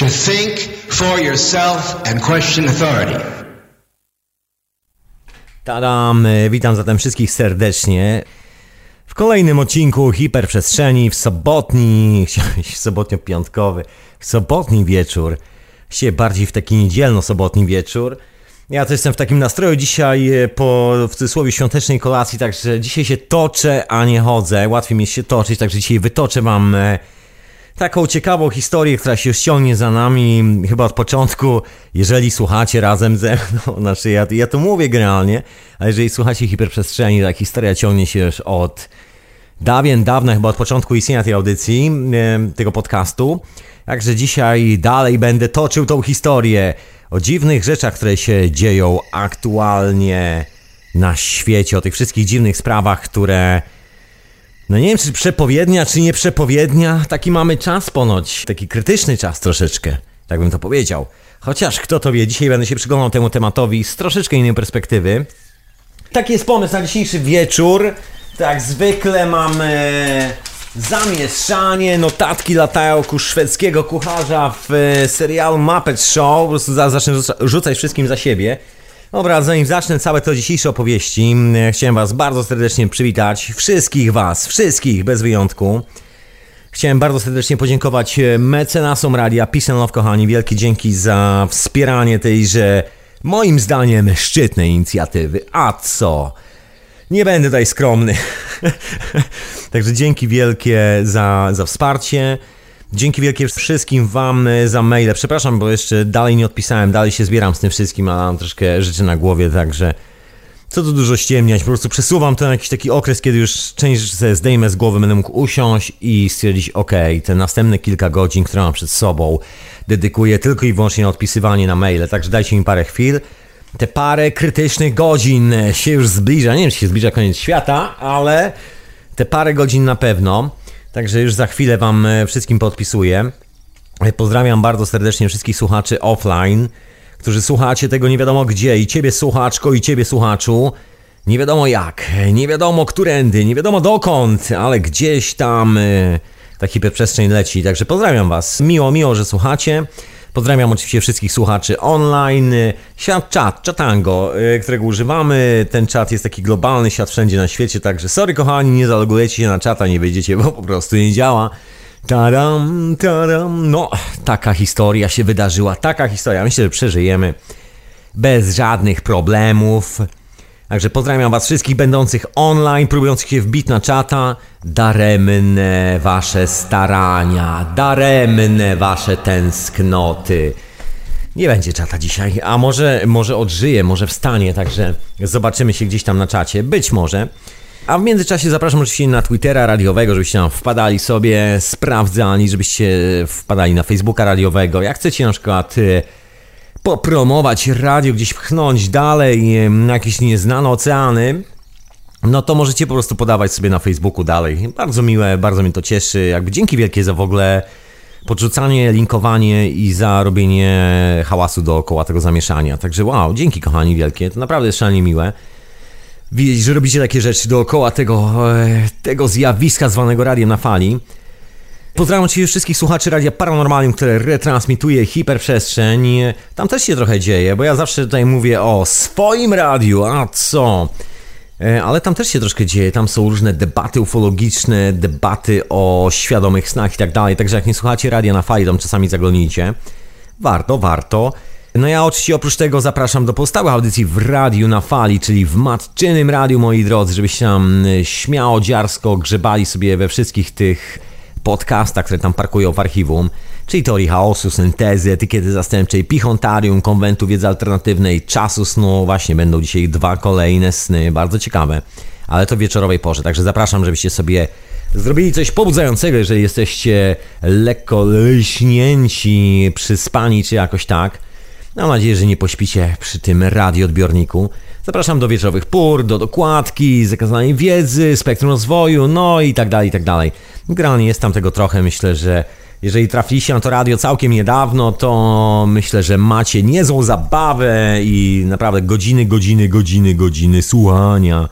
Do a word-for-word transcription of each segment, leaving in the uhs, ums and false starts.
think for yourself and question authority. Tadam! Witam zatem wszystkich serdecznie w kolejnym odcinku Hiperprzestrzeni w sobotni, sobotnio-piątkowy, w sobotni wieczór, się bardziej w taki niedzielno-sobotni wieczór. Ja też jestem w takim nastroju dzisiaj po, w cudzysłowie, świątecznej kolacji, także dzisiaj się toczę, a nie chodzę. Łatwiej mi się toczyć, także dzisiaj wytoczę wam taką ciekawą historię, która się ściągnie za nami chyba od początku, jeżeli słuchacie razem ze mną. Znaczy ja, ja to mówię generalnie, a jeżeli słuchacie Hiperprzestrzeni, ta historia ciągnie się już od dawien dawna, chyba od początku istnienia tej audycji, tego podcastu. Także dzisiaj dalej będę toczył tą historię o dziwnych rzeczach, które się dzieją aktualnie na świecie, o tych wszystkich dziwnych sprawach, które... No nie wiem, czy przepowiednia, czy nie przepowiednia, taki mamy czas ponoć, taki krytyczny czas troszeczkę, tak bym to powiedział. Chociaż kto to wie, dzisiaj będę się przyglądał temu tematowi z troszeczkę innej perspektywy. Taki jest pomysł na dzisiejszy wieczór. Tak zwykle mamy zamieszanie, notatki latają ku szwedzkiego kucharza w serialu Muppet Show. Po prostu zacznę rzucać wszystkim za siebie. Dobra, zanim zacznę całe to dzisiejsze opowieści, chciałem was bardzo serdecznie przywitać, wszystkich was, wszystkich bez wyjątku. Chciałem bardzo serdecznie podziękować mecenasom radia Peace and Love, kochani, wielkie dzięki za wspieranie tejże, moim zdaniem, szczytnej inicjatywy. A co? Nie będę tutaj skromny. Także dzięki wielkie za, za wsparcie. Dzięki wielkie wszystkim wam za maile. Przepraszam, bo jeszcze dalej nie odpisałem, dalej się zbieram z tym wszystkim, ale mam troszkę rzeczy na głowie, także co tu dużo ściemniać, po prostu przesuwam to na jakiś taki okres, kiedy już część zdejmę z głowy, będę mógł usiąść i stwierdzić, ok, te następne kilka godzin, które mam przed sobą, dedykuję tylko i wyłącznie na odpisywanie na maile, także dajcie mi parę chwil. Te parę krytycznych godzin się już zbliża, nie wiem, czy się zbliża koniec świata, ale te parę godzin na pewno. Także już za chwilę wam wszystkim podpisuję. Pozdrawiam bardzo serdecznie wszystkich słuchaczy offline, którzy słuchacie tego nie wiadomo gdzie, i ciebie słuchaczko, i ciebie słuchaczu. Nie wiadomo jak, nie wiadomo którędy, nie wiadomo dokąd, ale gdzieś tam ta hiperprzestrzeń leci. Także pozdrawiam was. Miło, miło, że słuchacie. Pozdrawiam oczywiście wszystkich słuchaczy online. Świat czat, czatango, którego używamy. Ten czat jest taki globalny, świat wszędzie na świecie. Także sorry kochani, nie zalogujecie się na czata, nie wejdziecie, bo po prostu nie działa. Tadam, tadam. No, taka historia się wydarzyła, taka historia. Myślę, że przeżyjemy bez żadnych problemów. Także pozdrawiam was wszystkich będących online, próbujących się wbić na czata. Daremne wasze starania, daremne wasze tęsknoty. Nie będzie czata dzisiaj, a może, może odżyje, może wstanie, także zobaczymy się gdzieś tam na czacie, być może. A w międzyczasie zapraszam oczywiście na Twittera radiowego, żebyście tam wpadali sobie, sprawdzali, żebyście wpadali na Facebooka radiowego. Jak chcecie na przykład popromować radio, gdzieś pchnąć dalej na jakieś nieznane oceany, no to możecie po prostu podawać sobie na Facebooku dalej. Bardzo miłe, bardzo mnie to cieszy. Jakby dzięki wielkie za w ogóle podrzucanie, linkowanie i za robienie hałasu dookoła tego zamieszania. Także wow, dzięki kochani wielkie, to naprawdę jest szalenie miłe. Widzieć, że robicie takie rzeczy dookoła tego, tego zjawiska zwanego radiem na fali. Pozdrawiam oczywiście wszystkich słuchaczy Radia Paranormalium, które retransmituje Hiperprzestrzeń. Tam też się trochę dzieje, bo ja zawsze tutaj mówię o swoim radiu, a co? Ale tam też się troszkę dzieje, tam są różne debaty ufologiczne, debaty o świadomych snach i tak dalej, także jak nie słuchacie Radia na Fali, tam czasami zaglądnijcie. Warto, warto. No ja oczywiście oprócz tego zapraszam do pozostałych audycji w Radiu na Fali, czyli w matczynym radiu, moi drodzy, żebyście tam śmiało, dziarsko grzebali sobie we wszystkich tych podcastach, które tam parkują w archiwum, czyli Teorii Chaosu, Syntezy, Etykiety Zastępczej, Pichontarium, Konwentu Wiedzy Alternatywnej, Czasu Snu. Właśnie będą dzisiaj dwa kolejne sny, bardzo ciekawe, ale to w wieczorowej porze, także zapraszam, żebyście sobie zrobili coś pobudzającego, jeżeli jesteście lekko lśnięci, przyspani czy jakoś tak. Mam nadzieję, że nie pośpicie przy tym radioodbiorniku. Zapraszam do wieczorowych pór, do dokładki, zakazanej wiedzy, spektrum rozwoju, no i tak dalej, i tak dalej. Generalnie jest tam tego trochę, myślę, że jeżeli trafiliście na to radio całkiem niedawno, to myślę, że macie niezłą zabawę i naprawdę godziny, godziny, godziny, godziny słuchania.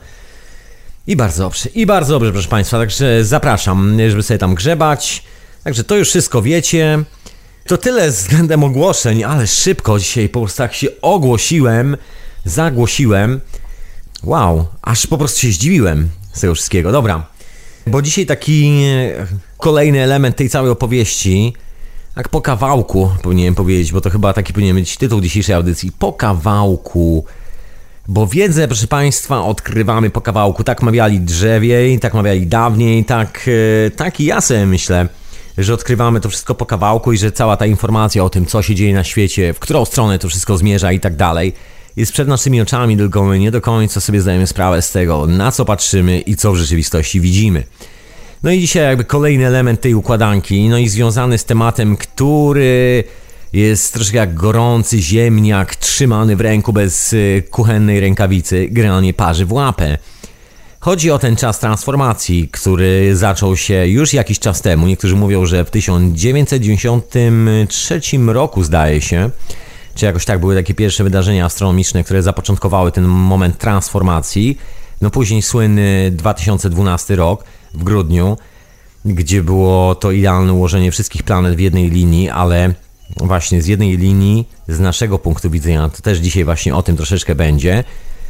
I bardzo dobrze, i bardzo dobrze, proszę Państwa, także zapraszam, żeby sobie tam grzebać. Także to już wszystko wiecie. To tyle względem ogłoszeń, ale szybko dzisiaj po prostu tak się ogłosiłem, zagłosiłem. Wow, aż po prostu się zdziwiłem z tego wszystkiego. Dobra, bo dzisiaj taki kolejny element tej całej opowieści, jak po kawałku powinienem powiedzieć, bo to chyba taki powinien być tytuł dzisiejszej audycji. Po kawałku, bo wiedzę, proszę Państwa, odkrywamy po kawałku. Tak mawiali drzewiej, tak mawiali dawniej, tak, tak i ja sobie myślę, że odkrywamy to wszystko po kawałku i że cała ta informacja o tym, co się dzieje na świecie, w którą stronę to wszystko zmierza i tak dalej, jest przed naszymi oczami, tylko my nie do końca sobie zdajemy sprawę z tego, na co patrzymy i co w rzeczywistości widzimy. No i dzisiaj jakby kolejny element tej układanki, no i związany z tematem, który jest troszkę jak gorący ziemniak trzymany w ręku bez kuchennej rękawicy, generalnie parzy w łapę. Chodzi o ten czas transformacji, który zaczął się już jakiś czas temu. Niektórzy mówią, że w tysiąc dziewięćset dziewięćdziesiątym trzecim roku, zdaje się, czy jakoś tak, były takie pierwsze wydarzenia astronomiczne, które zapoczątkowały ten moment transformacji. No później słynny dwa tysiące dwunasty rok w grudniu, gdzie było to idealne ułożenie wszystkich planet w jednej linii, ale właśnie z jednej linii, z naszego punktu widzenia, to też dzisiaj właśnie o tym troszeczkę będzie.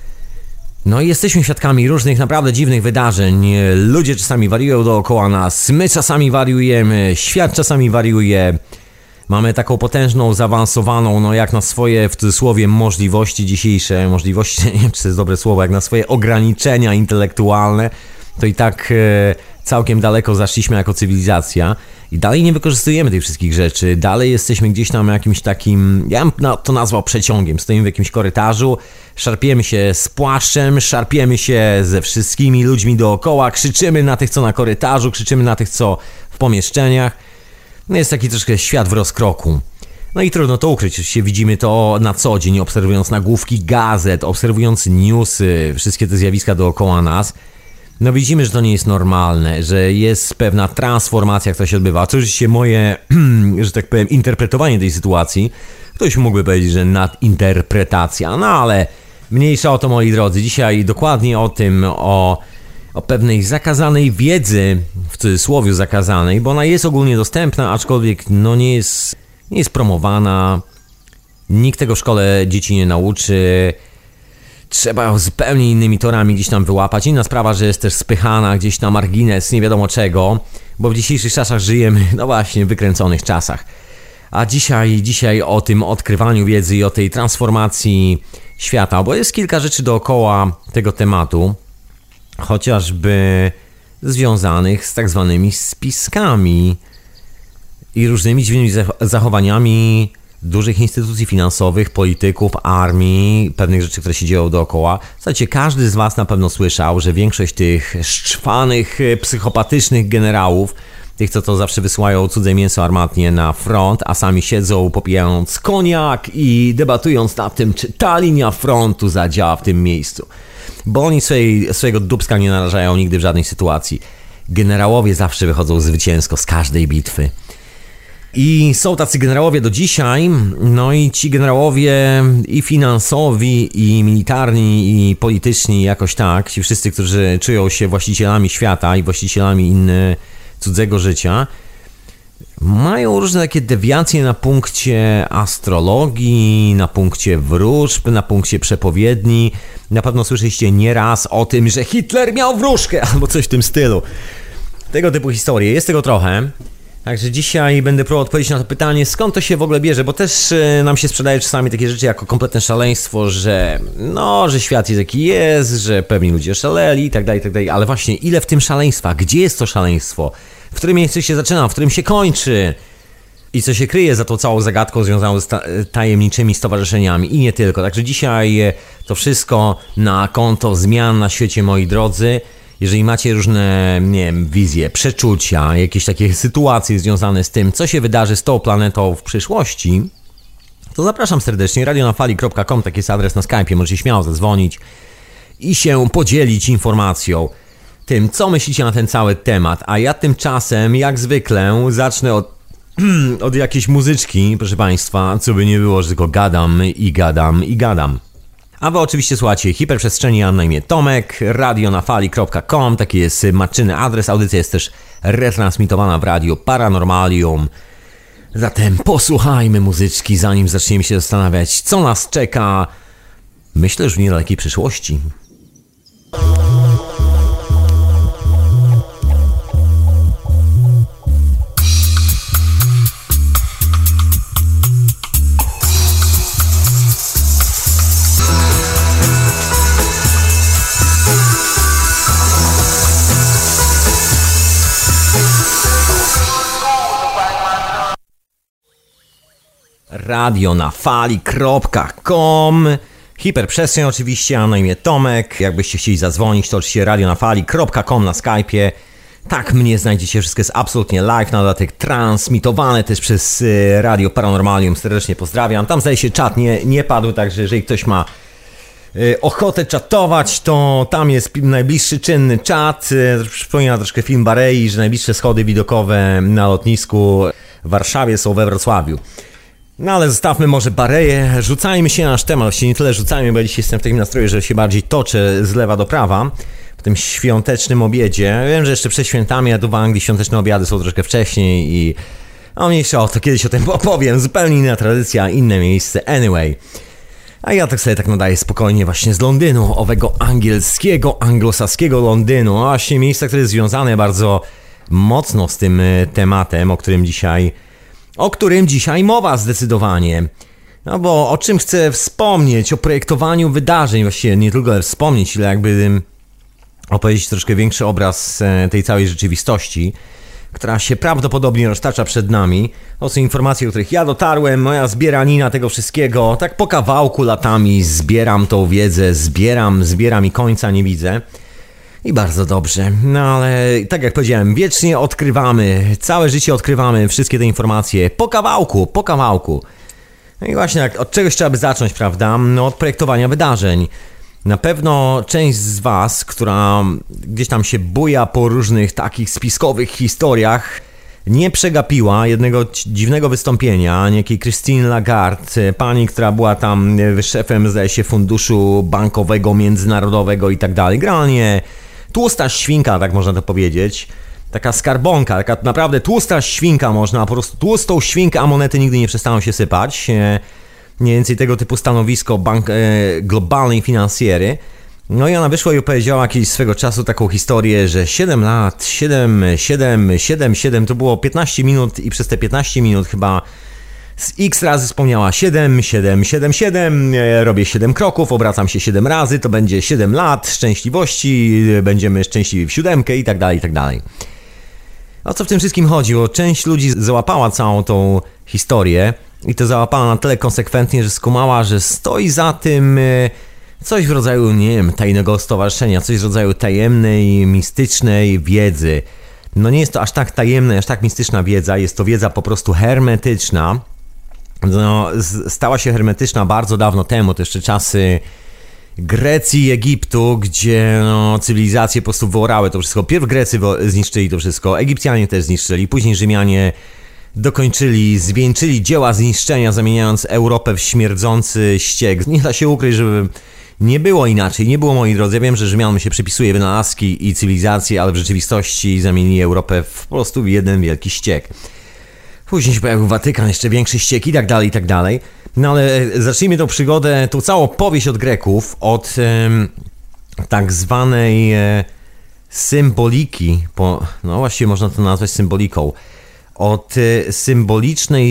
No i jesteśmy świadkami różnych naprawdę dziwnych wydarzeń. Ludzie czasami wariują dookoła nas, my czasami wariujemy, świat czasami wariuje. Mamy taką potężną, zaawansowaną, no jak na swoje, w cudzysłowie, możliwości dzisiejsze, możliwości, nie wiem czy to jest dobre słowo, jak na swoje ograniczenia intelektualne, to i tak e, całkiem daleko zaszliśmy jako cywilizacja i dalej nie wykorzystujemy tych wszystkich rzeczy, dalej jesteśmy gdzieś tam jakimś takim, ja bym to nazwał przeciągiem, stoimy w jakimś korytarzu, szarpiemy się z płaszczem, szarpiemy się ze wszystkimi ludźmi dookoła, krzyczymy na tych, co na korytarzu, krzyczymy na tych, co w pomieszczeniach. No jest taki troszkę świat w rozkroku. No i trudno to ukryć, oczywiście widzimy to na co dzień, obserwując nagłówki gazet, obserwując newsy, wszystkie te zjawiska dookoła nas. No widzimy, że to nie jest normalne, że jest pewna transformacja, która się odbywa. Oczywiście moje, że tak powiem, interpretowanie tej sytuacji, ktoś mógłby powiedzieć, że nadinterpretacja, no ale mniejsza o to, moi drodzy. Dzisiaj dokładnie o tym, o... o pewnej zakazanej wiedzy, w cudzysłowie zakazanej, bo ona jest ogólnie dostępna, aczkolwiek no nie jest, nie jest promowana, nikt tego w szkole dzieci nie nauczy, trzeba ją zupełnie innymi torami gdzieś tam wyłapać. Inna sprawa, że jest też spychana gdzieś na margines nie wiadomo czego, bo w dzisiejszych czasach żyjemy, no właśnie, w wykręconych czasach. A dzisiaj, dzisiaj o tym odkrywaniu wiedzy i o tej transformacji świata, bo jest kilka rzeczy dookoła tego tematu, chociażby związanych z tak zwanymi spiskami i różnymi dziwnymi zachowaniami dużych instytucji finansowych, polityków, armii, pewnych rzeczy, które się dzieją dookoła. Słuchajcie, każdy z Was na pewno słyszał, że większość tych szczwanych, psychopatycznych generałów, tych, co to zawsze wysyłają cudze mięso armatnie na front, a sami siedzą popijając koniak i debatując nad tym, czy ta linia frontu zadziała w tym miejscu. Bo oni swojej, swojego dupska nie narażają nigdy w żadnej sytuacji. Generałowie zawsze wychodzą zwycięsko z każdej bitwy. I są tacy generałowie do dzisiaj, no i ci generałowie i finansowi, i militarni, i polityczni jakoś tak, ci wszyscy, którzy czują się właścicielami świata i właścicielami inne, cudzego życia, mają różne takie dewiacje na punkcie astrologii, na punkcie wróżb, na punkcie przepowiedni. Na pewno słyszeliście nieraz o tym, że Hitler miał wróżkę albo coś w tym stylu. Tego typu historie, jest tego trochę. Także dzisiaj będę próbował odpowiedzieć na to pytanie, skąd to się w ogóle bierze, bo też nam się sprzedaje czasami takie rzeczy jako kompletne szaleństwo, że no, że świat jest jaki jest, że pewni ludzie szaleli i tak dalej, i tak dalej, ale właśnie ile w tym szaleństwa, gdzie jest to szaleństwo, w którym miejscu się zaczyna, w którym się kończy i co się kryje za tą całą zagadką związaną z ta- tajemniczymi stowarzyszeniami i nie tylko. Także dzisiaj to wszystko na konto zmian na świecie, moi drodzy. Jeżeli macie różne, nie wiem, wizje, przeczucia, jakieś takie sytuacje związane z tym, co się wydarzy z tą planetą w przyszłości, to zapraszam serdecznie. radio na fali kropka com, taki jest adres na Skype'ie, możecie śmiało zadzwonić i się podzielić informacją tym, co myślicie na ten cały temat. A ja tymczasem, jak zwykle, zacznę od, od jakiejś muzyczki, proszę Państwa, co by nie było, że tylko gadam i gadam i gadam. A Wy oczywiście słuchacie Hiperprzestrzeni, ja na imię Tomek, radio na fali kropka com, taki jest matczyny adres. Audycja jest też retransmitowana w radiu Paranormalium. Zatem posłuchajmy muzyczki, zanim zaczniemy się zastanawiać, co nas czeka, myślę, że w niedalekiej przyszłości. radio na fali kropka com. Hiperprzestrzeń oczywiście, a na imię Tomek. Jakbyście chcieli zadzwonić, to oczywiście radio na fali kropka com na Skype'ie. Tak mnie znajdziecie, wszystko jest absolutnie live, na dodatek transmitowane też przez Radio Paranormalium. Serdecznie pozdrawiam. Tam zdaje się czat nie, nie padł, także jeżeli ktoś ma ochotę czatować, to tam jest najbliższy czynny czat. Przypomina troszkę film Barei, że najbliższe schody widokowe na lotnisku w Warszawie są we Wrocławiu. No ale zostawmy może Bareję, rzucajmy się na nasz temat, właściwie nie tyle rzucajmy, bo dzisiaj jestem w takim nastroju, że się bardziej toczę z lewa do prawa w tym świątecznym obiedzie. Wiem, że jeszcze przed świętami, a tu w Anglii świąteczne obiady są troszkę wcześniej i no mniejsza o to, kiedyś o tym opowiem, zupełnie inna tradycja, inne miejsce, anyway. A ja tak sobie tak nadaję spokojnie właśnie z Londynu, owego angielskiego, anglosaskiego Londynu, a właśnie miejsca, które jest związane bardzo mocno z tym tematem, o którym dzisiaj, o którym dzisiaj mowa zdecydowanie. No bo o czym chcę wspomnieć? O projektowaniu wydarzeń, właściwie nie tylko wspomnieć, ale jakby opowiedzieć troszkę większy obraz tej całej rzeczywistości, która się prawdopodobnie roztacza przed nami. To są informacje, do których ja dotarłem, moja zbieranina tego wszystkiego, tak po kawałku latami zbieram tą wiedzę, zbieram, zbieram i końca nie widzę. I bardzo dobrze, no ale tak jak powiedziałem, wiecznie odkrywamy, całe życie odkrywamy wszystkie te informacje po kawałku, po kawałku. No i właśnie jak, od czegoś trzeba by zacząć, prawda? No od projektowania wydarzeń. Na pewno część z was, która gdzieś tam się buja po różnych takich spiskowych historiach, nie przegapiła jednego dziwnego wystąpienia niejakiej Christine Lagarde, pani, która była tam szefem, zdaje się, funduszu bankowego, międzynarodowego i tak dalej. Generalnie tłusta świnka, tak można to powiedzieć. Taka skarbonka, taka naprawdę tłusta świnka można, po prostu tłustą świnkę, a monety nigdy nie przestaną się sypać. Mniej więcej tego typu stanowisko bank, e, globalnej finansjery. No i ona wyszła i opowiedziała kiedyś swego czasu taką historię, że siedem lat, siedem, siedem, siedem, siedem, to było piętnaście minut i przez te piętnaście minut chyba z x razy wspomniała siedem, siedem, siedem, siedem, e, robię siedem kroków, obracam się siedem razy, to będzie siedem lat szczęśliwości, będziemy szczęśliwi w siódemkę i tak dalej, i tak dalej. O co w tym wszystkim chodzi? Bo część ludzi załapała całą tą historię i to załapała na tyle konsekwentnie, że skumała, że stoi za tym coś w rodzaju, nie wiem, tajnego stowarzyszenia, coś w rodzaju tajemnej, mistycznej wiedzy. No nie jest to aż tak tajemna, aż tak mistyczna wiedza, jest to wiedza po prostu hermetyczna. No, stała się hermetyczna bardzo dawno temu, to jeszcze czasy Grecji i Egiptu, gdzie no, cywilizacje po prostu wyorały to wszystko. Pierw Grecy zniszczyli to wszystko, Egipcjanie też zniszczyli, później Rzymianie dokończyli, zwieńczyli dzieła zniszczenia, zamieniając Europę w śmierdzący ściek. Nie da się ukryć, żeby nie było inaczej, nie było, moi drodzy. Ja wiem, że Rzymianom się przypisuje wynalazki i cywilizacje, ale w rzeczywistości zamienili Europę w, po prostu w jeden wielki ściek. Później się pojawił Watykan, jeszcze większy ściek i tak dalej, i tak dalej. No ale zacznijmy tą przygodę, tą całą powieść od Greków, od e, tak zwanej e, symboliki, po, no właściwie można to nazwać symboliką, od e, symbolicznej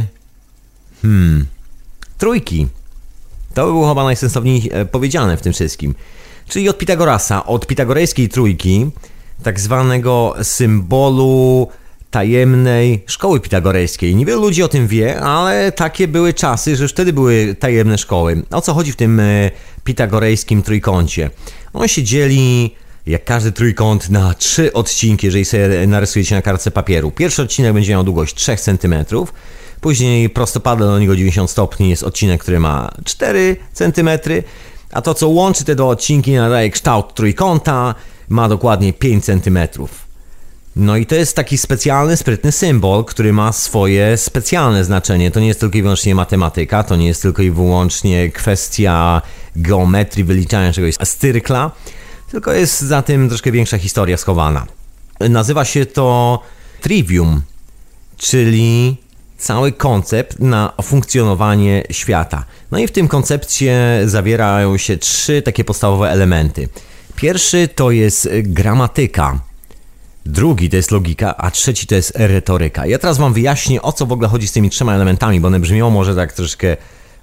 hmm, trójki. To by było chyba najsensowniej e, powiedziane w tym wszystkim. Czyli od Pitagorasa, od pitagorejskiej trójki, tak zwanego symbolu tajemnej szkoły pitagorejskiej. Niewielu ludzi o tym wie, ale takie były czasy, że już wtedy były tajemne szkoły. O co chodzi w tym pitagorejskim trójkącie? On się dzieli, jak każdy trójkąt, na trzy odcinki, jeżeli sobie narysujecie na kartce papieru. Pierwszy odcinek będzie miał długość trzy centymetry, później prostopadle do niego dziewięćdziesiąt stopni jest odcinek, który ma cztery centymetry, a to, co łączy te dwa odcinki, nadaje kształt trójkąta, ma dokładnie pięć centymetrów. No i to jest taki specjalny, sprytny symbol, który ma swoje specjalne znaczenie. To nie jest tylko i wyłącznie matematyka, to nie jest tylko i wyłącznie kwestia geometrii, wyliczania czegoś z cyrkla, tylko jest za tym troszkę większa historia schowana. Nazywa się to trivium, czyli cały koncept na funkcjonowanie świata. No i w tym koncepcie zawierają się trzy takie podstawowe elementy. Pierwszy to jest gramatyka, drugi to jest logika, a trzeci to jest retoryka. Ja teraz wam wyjaśnię, o co w ogóle chodzi z tymi trzema elementami, bo one brzmią może tak troszkę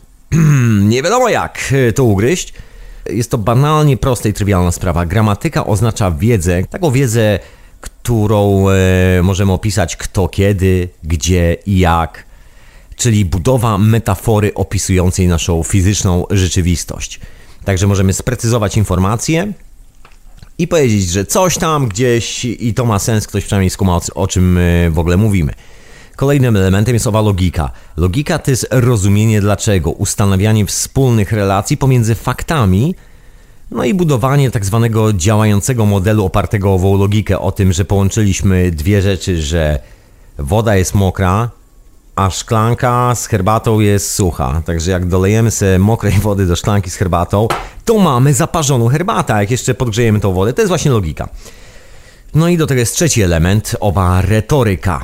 nie wiadomo jak to ugryźć. Jest to banalnie prosta i trywialna sprawa. Gramatyka oznacza wiedzę, taką wiedzę, którą e, możemy opisać kto, kiedy, gdzie i jak, czyli budowa metafory opisującej naszą fizyczną rzeczywistość. Także możemy sprecyzować informacje i powiedzieć, że coś tam gdzieś i to ma sens, ktoś przynajmniej skuma o, o czym w ogóle mówimy. Kolejnym elementem jest owa logika. Logika to jest rozumienie dlaczego, ustanawianie wspólnych relacji pomiędzy faktami, no i budowanie tak zwanego działającego modelu opartego o ową logikę, o tym, że połączyliśmy dwie rzeczy, że woda jest mokra, a szklanka z herbatą jest sucha. Także jak dolejemy sobie mokrej wody do szklanki z herbatą, to mamy zaparzoną herbatę, a jak jeszcze podgrzejemy tą wodę, to jest właśnie logika. No i do tego jest trzeci element, owa retoryka,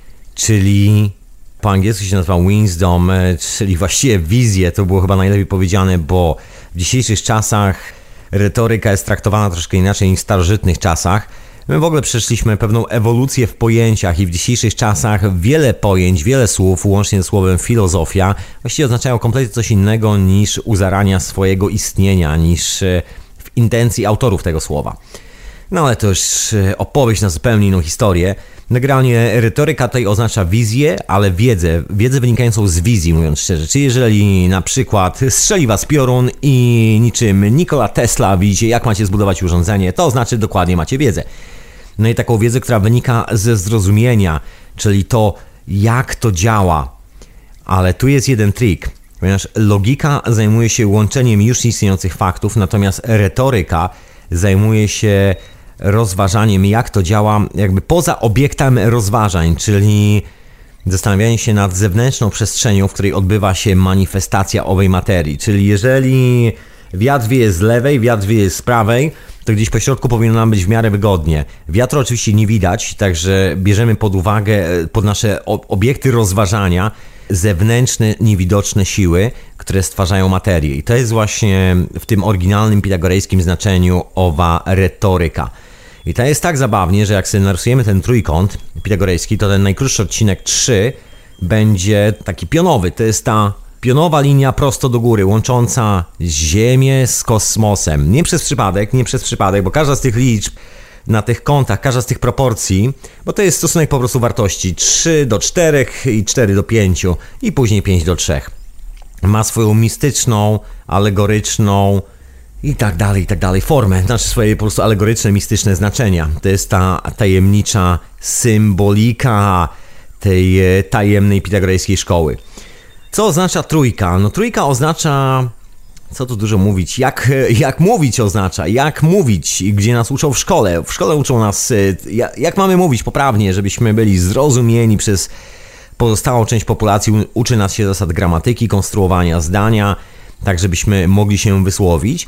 czyli po angielsku się nazywa wisdom, czyli właściwie wizję, to było chyba najlepiej powiedziane, bo w dzisiejszych czasach retoryka jest traktowana troszkę inaczej niż w starożytnych czasach. My w ogóle przeszliśmy pewną ewolucję w pojęciach i w dzisiejszych czasach wiele pojęć, wiele słów, łącznie ze słowem filozofia, właściwie oznaczają kompletnie coś innego niż u zarania swojego istnienia, niż w intencji autorów tego słowa. No ale to już opowieść na zupełnie inną historię. Generalnie retoryka tutaj oznacza wizję, ale wiedzę, wiedzę wynikającą z wizji, mówiąc szczerze. Czyli jeżeli na przykład strzeli was piorun i niczym Nikola Tesla widzicie, jak macie zbudować urządzenie, to znaczy dokładnie macie wiedzę. No i taką wiedzę, która wynika ze zrozumienia, czyli to, jak to działa. Ale tu jest jeden trik, ponieważ logika zajmuje się łączeniem już istniejących faktów, natomiast retoryka zajmuje się rozważaniem, jak to działa jakby poza obiektem rozważań, czyli zastanawianie się nad zewnętrzną przestrzenią, w której odbywa się manifestacja owej materii. Czyli jeżeli wiatr wieje z lewej, wiatr wieje z prawej, to gdzieś po środku powinno nam być w miarę wygodnie. Wiatru oczywiście nie widać, także bierzemy pod uwagę, pod nasze obiekty rozważania zewnętrzne, niewidoczne siły, które stwarzają materię. I to jest właśnie w tym oryginalnym pitagorejskim znaczeniu owa retoryka. I to jest tak zabawnie, że jak sobie narysujemy ten trójkąt pitagorejski, to ten najkrótszy odcinek trzy będzie taki pionowy. To jest ta pionowa linia prosto do góry, łącząca Ziemię z kosmosem. Nie przez przypadek, nie przez przypadek, bo każda z tych liczb na tych kątach, każda z tych proporcji, bo to jest stosunek po prostu wartości trzy do czterech i cztery do pięciu i później pięć do trzech. Ma swoją mistyczną, alegoryczną i tak dalej, i tak dalej formę, znaczy swoje po prostu alegoryczne, mistyczne znaczenia. To jest ta tajemnicza symbolika tej tajemnej pitagorejskiej szkoły. Co oznacza trójka? No trójka oznacza, co tu dużo mówić, jak, jak mówić oznacza, jak mówić, gdzie nas uczą w szkole. W szkole uczą nas, jak, jak mamy mówić poprawnie, żebyśmy byli zrozumieni przez pozostałą część populacji. Uczy nas się zasad gramatyki, konstruowania zdania, tak żebyśmy mogli się wysłowić.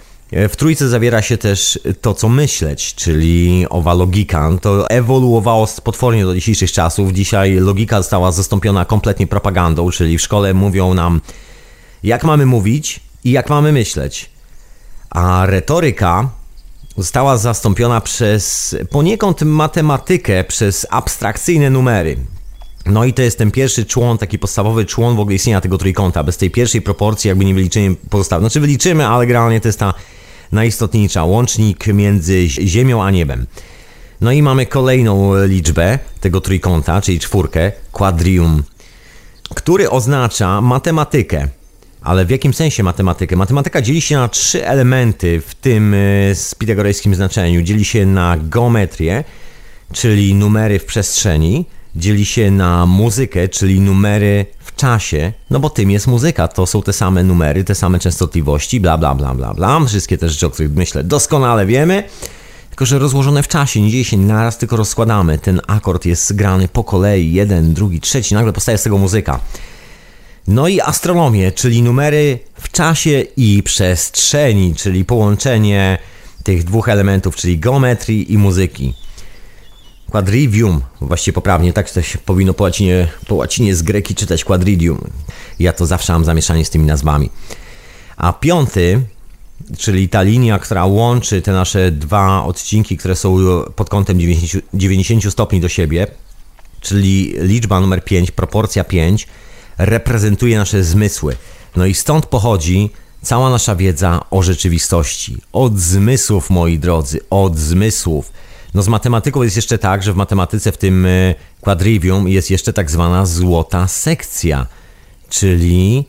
W trójce zawiera się też to, co myśleć, czyli owa logika. To ewoluowało potwornie do dzisiejszych czasów. Dzisiaj logika została zastąpiona kompletnie propagandą, czyli w szkole mówią nam, jak mamy mówić i jak mamy myśleć. A retoryka została zastąpiona przez poniekąd matematykę, przez abstrakcyjne numery. No i to jest ten pierwszy człon, taki podstawowy człon w ogóle istnienia tego trójkąta. Bez tej pierwszej proporcji jakby nie wyliczymy pozostałych. Znaczy wyliczymy, ale generalnie to jest ta najistotniejsza, łącznik między Ziemią a niebem. No i mamy kolejną liczbę tego trójkąta, czyli czwórkę, quadrium, który oznacza matematykę. Ale w jakim sensie matematykę? Matematyka dzieli się na trzy elementy w tym z pitagorejskim znaczeniu. Dzieli się na geometrię, czyli numery w przestrzeni, dzieli się na muzykę, czyli numery w czasie, no bo tym jest muzyka, to są te same numery, te same częstotliwości, bla bla bla bla bla, wszystkie te rzeczy, o których myślę doskonale wiemy, tylko że rozłożone w czasie, nie dzieje się naraz, tylko rozkładamy, ten akord jest grany po kolei, jeden, drugi, trzeci, nagle powstaje z tego muzyka. No i astronomię, czyli numery w czasie i przestrzeni, czyli połączenie tych dwóch elementów, czyli geometrii i muzyki. Quadrivium, właściwie poprawnie, tak to się powinno po łacinie, po łacinie z greki czytać quadrivium. Ja to zawsze mam zamieszanie z tymi nazwami. A piąty, czyli ta linia, która łączy te nasze dwa odcinki, które są pod kątem dziewięćdziesiąt stopni do siebie, czyli liczba numer pięć, proporcja pięć, reprezentuje nasze zmysły. No i stąd pochodzi cała nasza wiedza o rzeczywistości. Od zmysłów, moi drodzy, od zmysłów. No z matematyką jest jeszcze tak, że w matematyce w tym quadrivium jest jeszcze tak zwana złota sekcja, czyli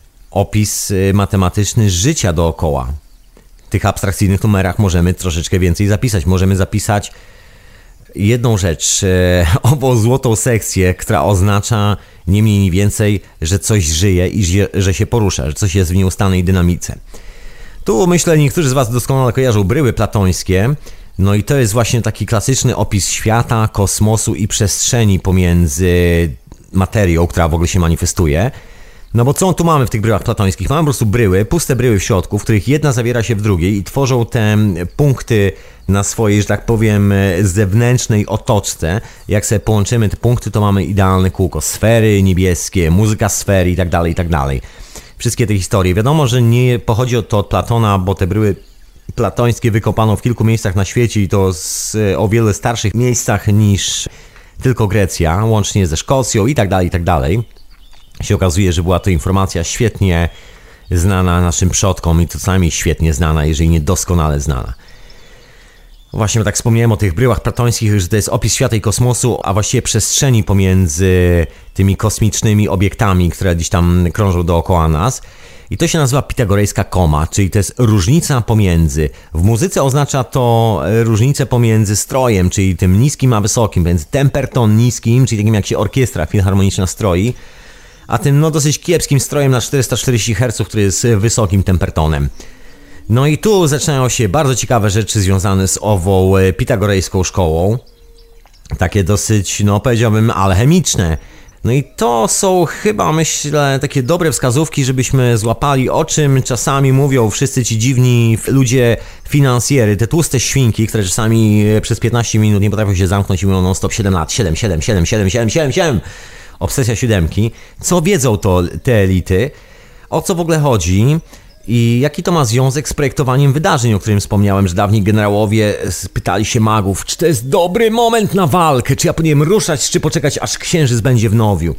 opis matematyczny życia dookoła. W tych abstrakcyjnych numerach możemy troszeczkę więcej zapisać. Możemy zapisać jedną rzecz, ową złotą sekcję, która oznacza nie mniej, nie więcej, że coś żyje i że się porusza, że coś jest w nieustannej dynamice. Tu myślę, niektórzy z Was doskonale kojarzą bryły platońskie. No i to jest właśnie taki klasyczny opis świata, kosmosu i przestrzeni pomiędzy materią, która w ogóle się manifestuje. No bo co tu mamy w tych bryłach platońskich? Mamy po prostu bryły, puste bryły w środku, w których jedna zawiera się w drugiej i tworzą te punkty na swojej, że tak powiem, zewnętrznej otoczce. Jak sobie połączymy te punkty, to mamy idealne kółko. Sfery niebieskie, muzyka sfery i tak dalej, i tak dalej. Wszystkie te historie. Wiadomo, że nie pochodzi to od Platona, bo te bryły platońskie wykopano w kilku miejscach na świecie i to z o wiele starszych miejscach niż tylko Grecja, łącznie ze Szkocją i tak dalej, i tak dalej. Się okazuje, że była to informacja świetnie znana naszym przodkom i to co najmniej świetnie znana, jeżeli nie doskonale znana. Właśnie tak wspomniałem o tych bryłach platońskich, że to jest opis świata i kosmosu, a właściwie przestrzeni pomiędzy tymi kosmicznymi obiektami, które gdzieś tam krążą dookoła nas. I to się nazywa pitagorejska koma, czyli to jest różnica pomiędzy. W muzyce oznacza to różnicę pomiędzy strojem, czyli tym niskim a wysokim, więc temperton niskim, czyli takim jak się orkiestra filharmoniczna stroi, a tym no dosyć kiepskim strojem na czterysta czterdzieści herców, który jest wysokim tempertonem. No i tu zaczynają się bardzo ciekawe rzeczy związane z ową pitagorejską szkołą. Takie dosyć, no powiedziałbym, alchemiczne. No i to są chyba, myślę, takie dobre wskazówki, żebyśmy złapali, o czym czasami mówią wszyscy ci dziwni ludzie finansjery, te tłuste świnki, które czasami przez piętnaście minut nie potrafią się zamknąć i mówią non stop siedem lat, siedem, siedem, siedem, siedem, siedem, siedem, siedem. Obsesja siódemki. Co wiedzą to te elity? O co w ogóle chodzi? I jaki to ma związek z projektowaniem wydarzeń, o którym wspomniałem, że dawni generałowie spytali się magów, czy to jest dobry moment na walkę, czy ja powinienem ruszać, czy poczekać, aż księżyc będzie w nowiu.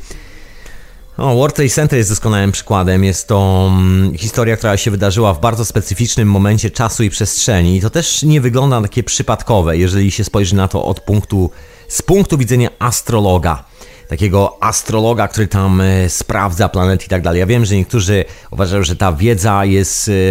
O, World Trade Center jest doskonałym przykładem. Jest to um, historia, która się wydarzyła w bardzo specyficznym momencie czasu i przestrzeni. I to też nie wygląda na takie przypadkowe, jeżeli się spojrzy na to od punktu, z punktu widzenia astrologa. Takiego astrologa, który tam e, sprawdza planety i tak dalej. Ja wiem, że niektórzy uważają, że ta wiedza jest e,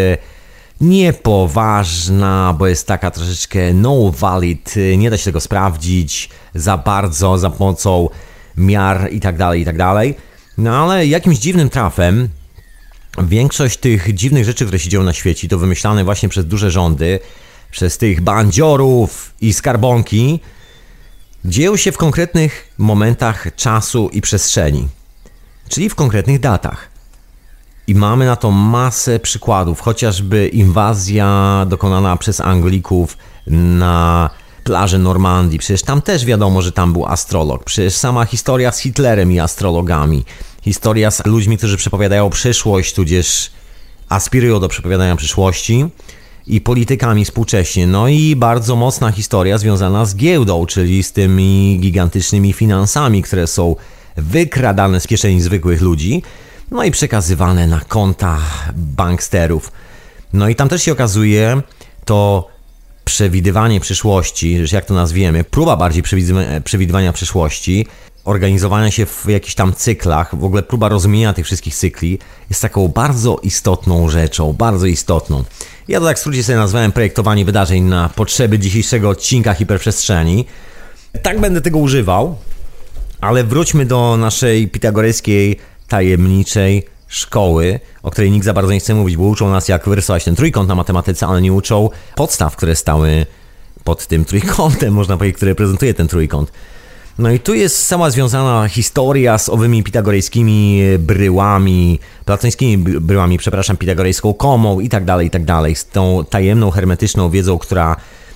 niepoważna, bo jest taka troszeczkę no valid, e, nie da się tego sprawdzić za bardzo za pomocą miar i tak dalej, i tak dalej. No ale jakimś dziwnym trafem większość tych dziwnych rzeczy, które się dzieją na świecie, to wymyślane właśnie przez duże rządy, przez tych bandziorów i skarbonki, dzieją się w konkretnych momentach czasu i przestrzeni, czyli w konkretnych datach. I mamy na to masę przykładów, chociażby inwazja dokonana przez Anglików na plaży Normandii. Przecież tam też wiadomo, że tam był astrolog. Przecież sama historia z Hitlerem i astrologami. Historia z ludźmi, którzy przepowiadają przyszłość, tudzież aspirują do przepowiadania przyszłości. I politykami współcześnie. No i bardzo mocna historia związana z giełdą, czyli z tymi gigantycznymi finansami, które są wykradane z kieszeni zwykłych ludzi, no i przekazywane na konta banksterów. No i tam też się okazuje to przewidywanie przyszłości, że jak to nazwiemy, próba bardziej przewidywania przyszłości, organizowania się w jakichś tam cyklach, w ogóle próba rozumienia tych wszystkich cykli jest taką bardzo istotną rzeczą, bardzo istotną. Ja to tak w skrócie sobie nazwałem projektowanie wydarzeń na potrzeby dzisiejszego odcinka hiperprzestrzeni. Tak będę tego używał, ale wróćmy do naszej pitagorejskiej, tajemniczej szkoły, o której nikt za bardzo nie chce mówić, bo uczą nas jak wyrysować ten trójkąt na matematyce, ale nie uczą podstaw, które stały pod tym trójkątem, można powiedzieć, który reprezentuje ten trójkąt. No i tu jest sama związana historia z owymi pitagorejskimi bryłami, platońskimi bryłami, przepraszam, pitagorejską komą i tak dalej, i tak dalej, z tą tajemną, hermetyczną wiedzą, która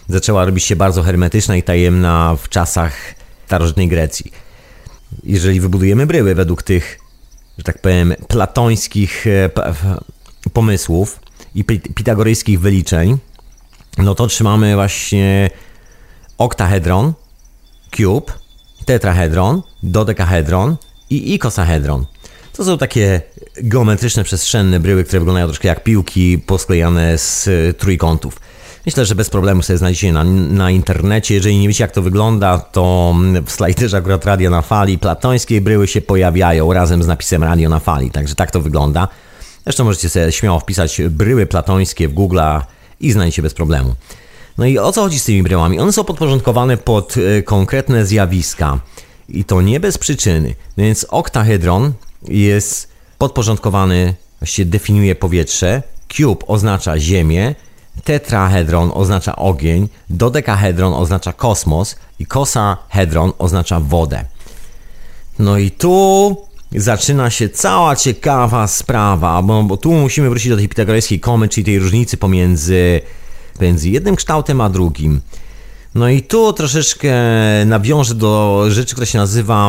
zaczęła robić się bardzo hermetyczna i tajemna w czasach starożytnej Grecji. Jeżeli wybudujemy bryły według tych, że tak powiem, platońskich pomysłów i pitagoryjskich wyliczeń, no to trzymamy właśnie oktahedron, cube, tetrahedron, dodekahedron i ikosahedron. To są takie geometryczne, przestrzenne bryły, które wyglądają troszkę jak piłki posklejane z trójkątów. Myślę, że bez problemu sobie znajdziecie na, na internecie. Jeżeli nie wiecie, jak to wygląda, to w slajderze akurat Radia na Fali platońskie bryły się pojawiają razem z napisem Radio na Fali. Także tak to wygląda. Zresztą możecie sobie śmiało wpisać bryły platońskie w Google'a i znajdziecie bez problemu. No i o co chodzi z tymi bryłami? One są podporządkowane pod konkretne zjawiska i to nie bez przyczyny. Więc oktahedron jest podporządkowany, właściwie definiuje powietrze, cube oznacza ziemię, tetrahedron oznacza ogień, dodekahedron oznacza kosmos i kosahedron oznacza wodę. No i tu zaczyna się cała ciekawa sprawa, bo, bo tu musimy wrócić do tej pitagorejskiej komy, czyli tej różnicy pomiędzy, pomiędzy jednym kształtem a drugim. No i tu troszeczkę nawiążę do rzeczy, która się nazywa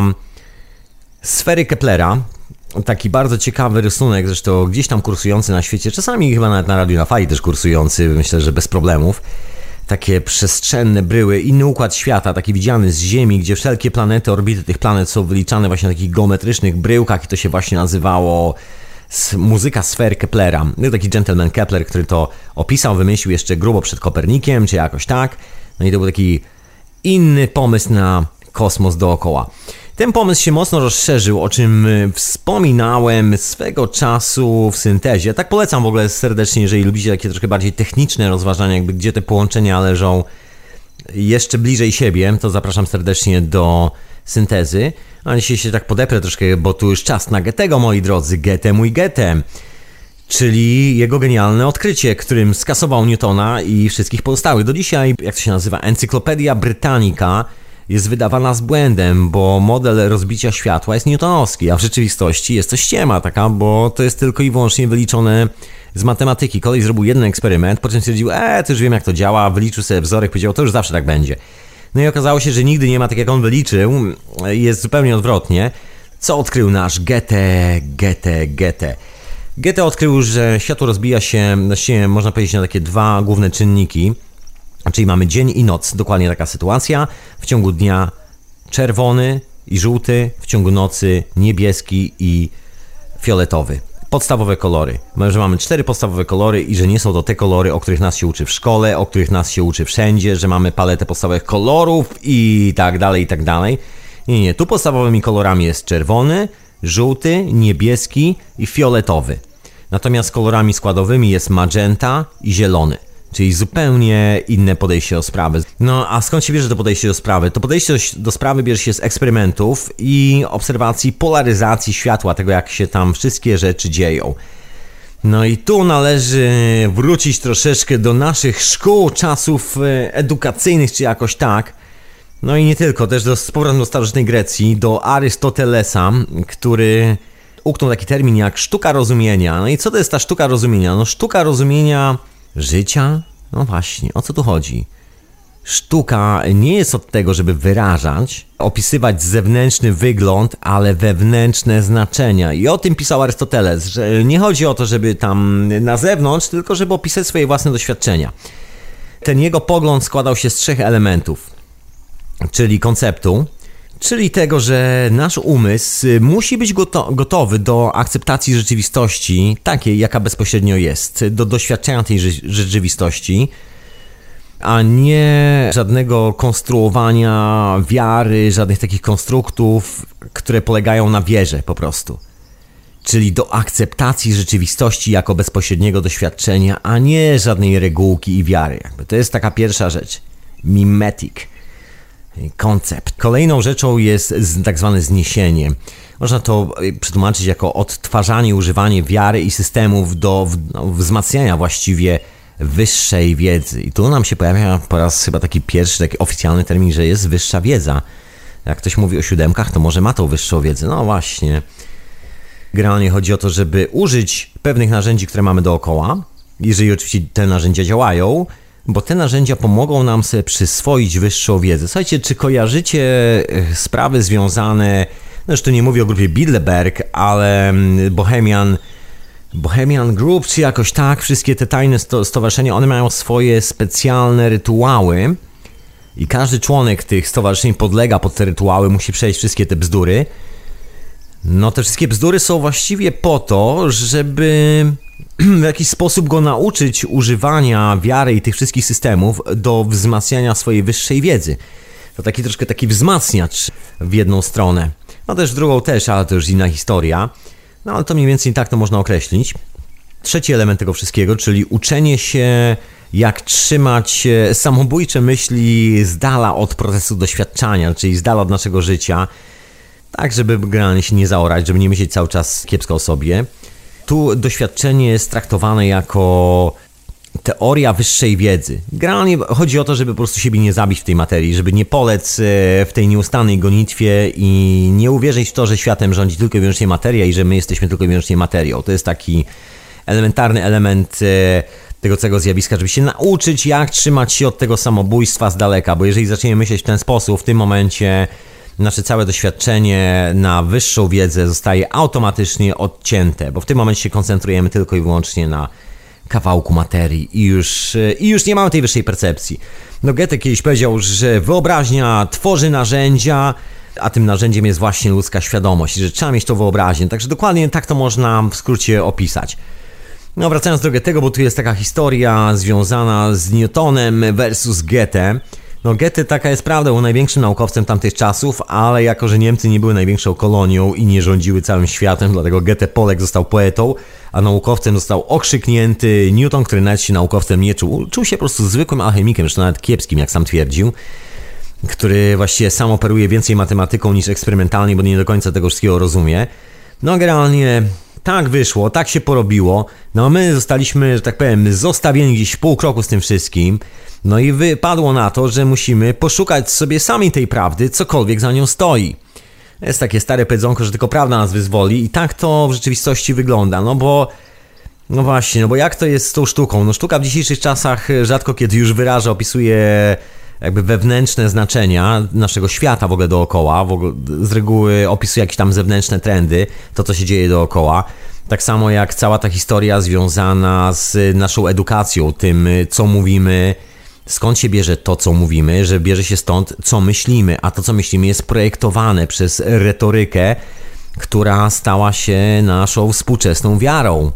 sfery Keplera. Taki bardzo ciekawy rysunek, zresztą gdzieś tam kursujący na świecie, czasami chyba nawet na Radiu na Fali też kursujący, myślę, że bez problemów. Takie przestrzenne bryły, inny układ świata, taki widziany z Ziemi, gdzie wszelkie planety, orbity tych planet są wyliczane właśnie na takich geometrycznych bryłkach i to się właśnie nazywało muzyka sfer Keplera. Był taki gentleman Kepler, który to opisał, wymyślił jeszcze grubo przed Kopernikiem, czy jakoś tak. No i to był taki inny pomysł na kosmos dookoła. Ten pomysł się mocno rozszerzył, o czym wspominałem swego czasu w syntezie. Tak polecam w ogóle serdecznie, jeżeli lubicie takie troszkę bardziej techniczne rozważania, jakby gdzie te połączenia leżą jeszcze bliżej siebie, to zapraszam serdecznie do syntezy. A dzisiaj się tak podeprę troszkę, bo tu już czas na Goethego, moi drodzy. Goethe, mój Goethe. Czyli jego genialne odkrycie, którym skasował Newtona i wszystkich pozostałych. Do dzisiaj, jak to się nazywa, Encyklopedia Britannica jest wydawana z błędem, bo model rozbicia światła jest newtonowski, a w rzeczywistości jest to ściema taka, bo to jest tylko i wyłącznie wyliczone z matematyki. Koleś zrobił jeden eksperyment, po czym stwierdził, eee, to już wiem jak to działa, wyliczył sobie wzorek, powiedział, to już zawsze tak będzie. No i okazało się, że nigdy nie ma tak jak on wyliczył, jest zupełnie odwrotnie. Co odkrył nasz Goethe, Goethe, Goethe? Goethe odkrył, że światło rozbija się, właściwie można powiedzieć, na takie dwa główne czynniki, czyli mamy dzień i noc, dokładnie taka sytuacja. W ciągu dnia czerwony i żółty, w ciągu nocy niebieski i fioletowy. Podstawowe kolory. Że mamy cztery podstawowe kolory i że nie są to te kolory, o których nas się uczy w szkole, o których nas się uczy wszędzie, że mamy paletę podstawowych kolorów i tak dalej, i tak dalej. Nie, nie, tu podstawowymi kolorami jest czerwony, żółty, niebieski i fioletowy. Natomiast kolorami składowymi jest magenta i zielony. Czyli zupełnie inne podejście do sprawy. No a skąd się bierze to podejście do sprawy? To podejście do, do sprawy bierze się z eksperymentów i obserwacji polaryzacji światła, tego jak się tam wszystkie rzeczy dzieją. No i tu należy wrócić troszeczkę do naszych szkół, czasów edukacyjnych, czy jakoś tak. No i nie tylko, też do, z powrotem do starożytnej Grecji, do Arystotelesa, który uknął taki termin jak sztuka rozumienia. No i co to jest ta sztuka rozumienia? No sztuka rozumienia życia? No właśnie, o co tu chodzi? Sztuka nie jest od tego, żeby wyrażać, opisywać zewnętrzny wygląd, ale wewnętrzne znaczenia. I o tym pisał Arystoteles, że nie chodzi o to, żeby tam na zewnątrz, tylko żeby opisać swoje własne doświadczenia. Ten jego pogląd składał się z trzech elementów, czyli konceptu, czyli tego, że nasz umysł musi być goto- gotowy do akceptacji rzeczywistości takiej, jaka bezpośrednio jest, do doświadczenia tej rze- rzeczywistości, a nie żadnego konstruowania wiary, żadnych takich konstruktów, które polegają na wierze po prostu. Czyli do akceptacji rzeczywistości jako bezpośredniego doświadczenia, a nie żadnej regułki i wiary. Jakby to jest taka pierwsza rzecz. Mimetic. Koncept. Kolejną rzeczą jest tak zwane zniesienie. Można to przetłumaczyć jako odtwarzanie i używanie wiary i systemów do no, wzmacniania właściwie wyższej wiedzy. I tu nam się pojawia po raz chyba taki pierwszy, taki oficjalny termin, że jest wyższa wiedza. Jak ktoś mówi o siódemkach, to może ma tą wyższą wiedzę. No właśnie. Generalnie chodzi o to, żeby użyć pewnych narzędzi, które mamy dookoła. Jeżeli oczywiście te narzędzia działają, bo te narzędzia pomogą nam sobie przyswoić wyższą wiedzę. Słuchajcie, czy kojarzycie sprawy związane, no już tu nie mówię o grupie Bilderberg, ale Bohemian, Bohemian Group, czy jakoś tak, wszystkie te tajne stowarzyszenia, one mają swoje specjalne rytuały i każdy członek tych stowarzyszeń podlega pod te rytuały, musi przejść wszystkie te bzdury. No te wszystkie bzdury są właściwie po to, żeby w jakiś sposób go nauczyć używania wiary i tych wszystkich systemów do wzmacniania swojej wyższej wiedzy. To taki troszkę taki wzmacniacz w jedną stronę. No też w drugą też, ale to już inna historia. No ale to mniej więcej tak to można określić. Trzeci element tego wszystkiego, czyli uczenie się, jak trzymać samobójcze myśli z dala od procesu doświadczania, czyli z dala od naszego życia, tak żeby generalnie się nie zaorać, żeby nie myśleć cały czas kiepsko o sobie. Tu doświadczenie jest traktowane jako teoria wyższej wiedzy. Generalnie chodzi o to, żeby po prostu siebie nie zabić w tej materii, żeby nie polec w tej nieustannej gonitwie i nie uwierzyć w to, że światem rządzi tylko i wyłącznie materia i że my jesteśmy tylko i wyłącznie materią. To jest taki elementarny element tego całego zjawiska, żeby się nauczyć, jak trzymać się od tego samobójstwa z daleka, bo jeżeli zaczniemy myśleć w ten sposób, w tym momencie nasze całe doświadczenie na wyższą wiedzę zostaje automatycznie odcięte, bo w tym momencie się koncentrujemy tylko i wyłącznie na kawałku materii i już, i już nie mamy tej wyższej percepcji. No Goethe kiedyś powiedział, że wyobraźnia tworzy narzędzia, a tym narzędziem jest właśnie ludzka świadomość, że trzeba mieć to wyobraźnię, także dokładnie tak to można w skrócie opisać. No wracając do Goethego, bo tu jest taka historia związana z Newtonem versus Goethe. No Goethe, taka jest prawda, był największym naukowcem tamtych czasów, ale jako, że Niemcy nie były największą kolonią i nie rządziły całym światem, dlatego Goethe Polek został poetą, a naukowcem został okrzyknięty Newton, który nawet się naukowcem nie czuł. Czuł się po prostu zwykłym alchemikiem, zresztą nawet kiepskim, jak sam twierdził, który właściwie sam operuje więcej matematyką niż eksperymentalnie, bo nie do końca tego wszystkiego rozumie. No generalnie tak wyszło, tak się porobiło, no a my zostaliśmy, że tak powiem, zostawieni gdzieś w pół kroku z tym wszystkim. No i wypadło na to, że musimy poszukać sobie sami tej prawdy, cokolwiek za nią stoi. Jest takie stare powiedzonko, że tylko prawda nas wyzwoli i tak to w rzeczywistości wygląda, no bo... No właśnie, no bo jak to jest z tą sztuką? No sztuka w dzisiejszych czasach rzadko kiedy już wyraża, opisuje jakby wewnętrzne znaczenia naszego świata w ogóle dookoła, w ogóle z reguły opisuje jakieś tam zewnętrzne trendy, to co się dzieje dookoła. Tak samo jak cała ta historia związana z naszą edukacją, tym co mówimy, skąd się bierze to, co mówimy, że bierze się stąd, co myślimy, a to, co myślimy, jest projektowane przez retorykę, która stała się naszą współczesną wiarą.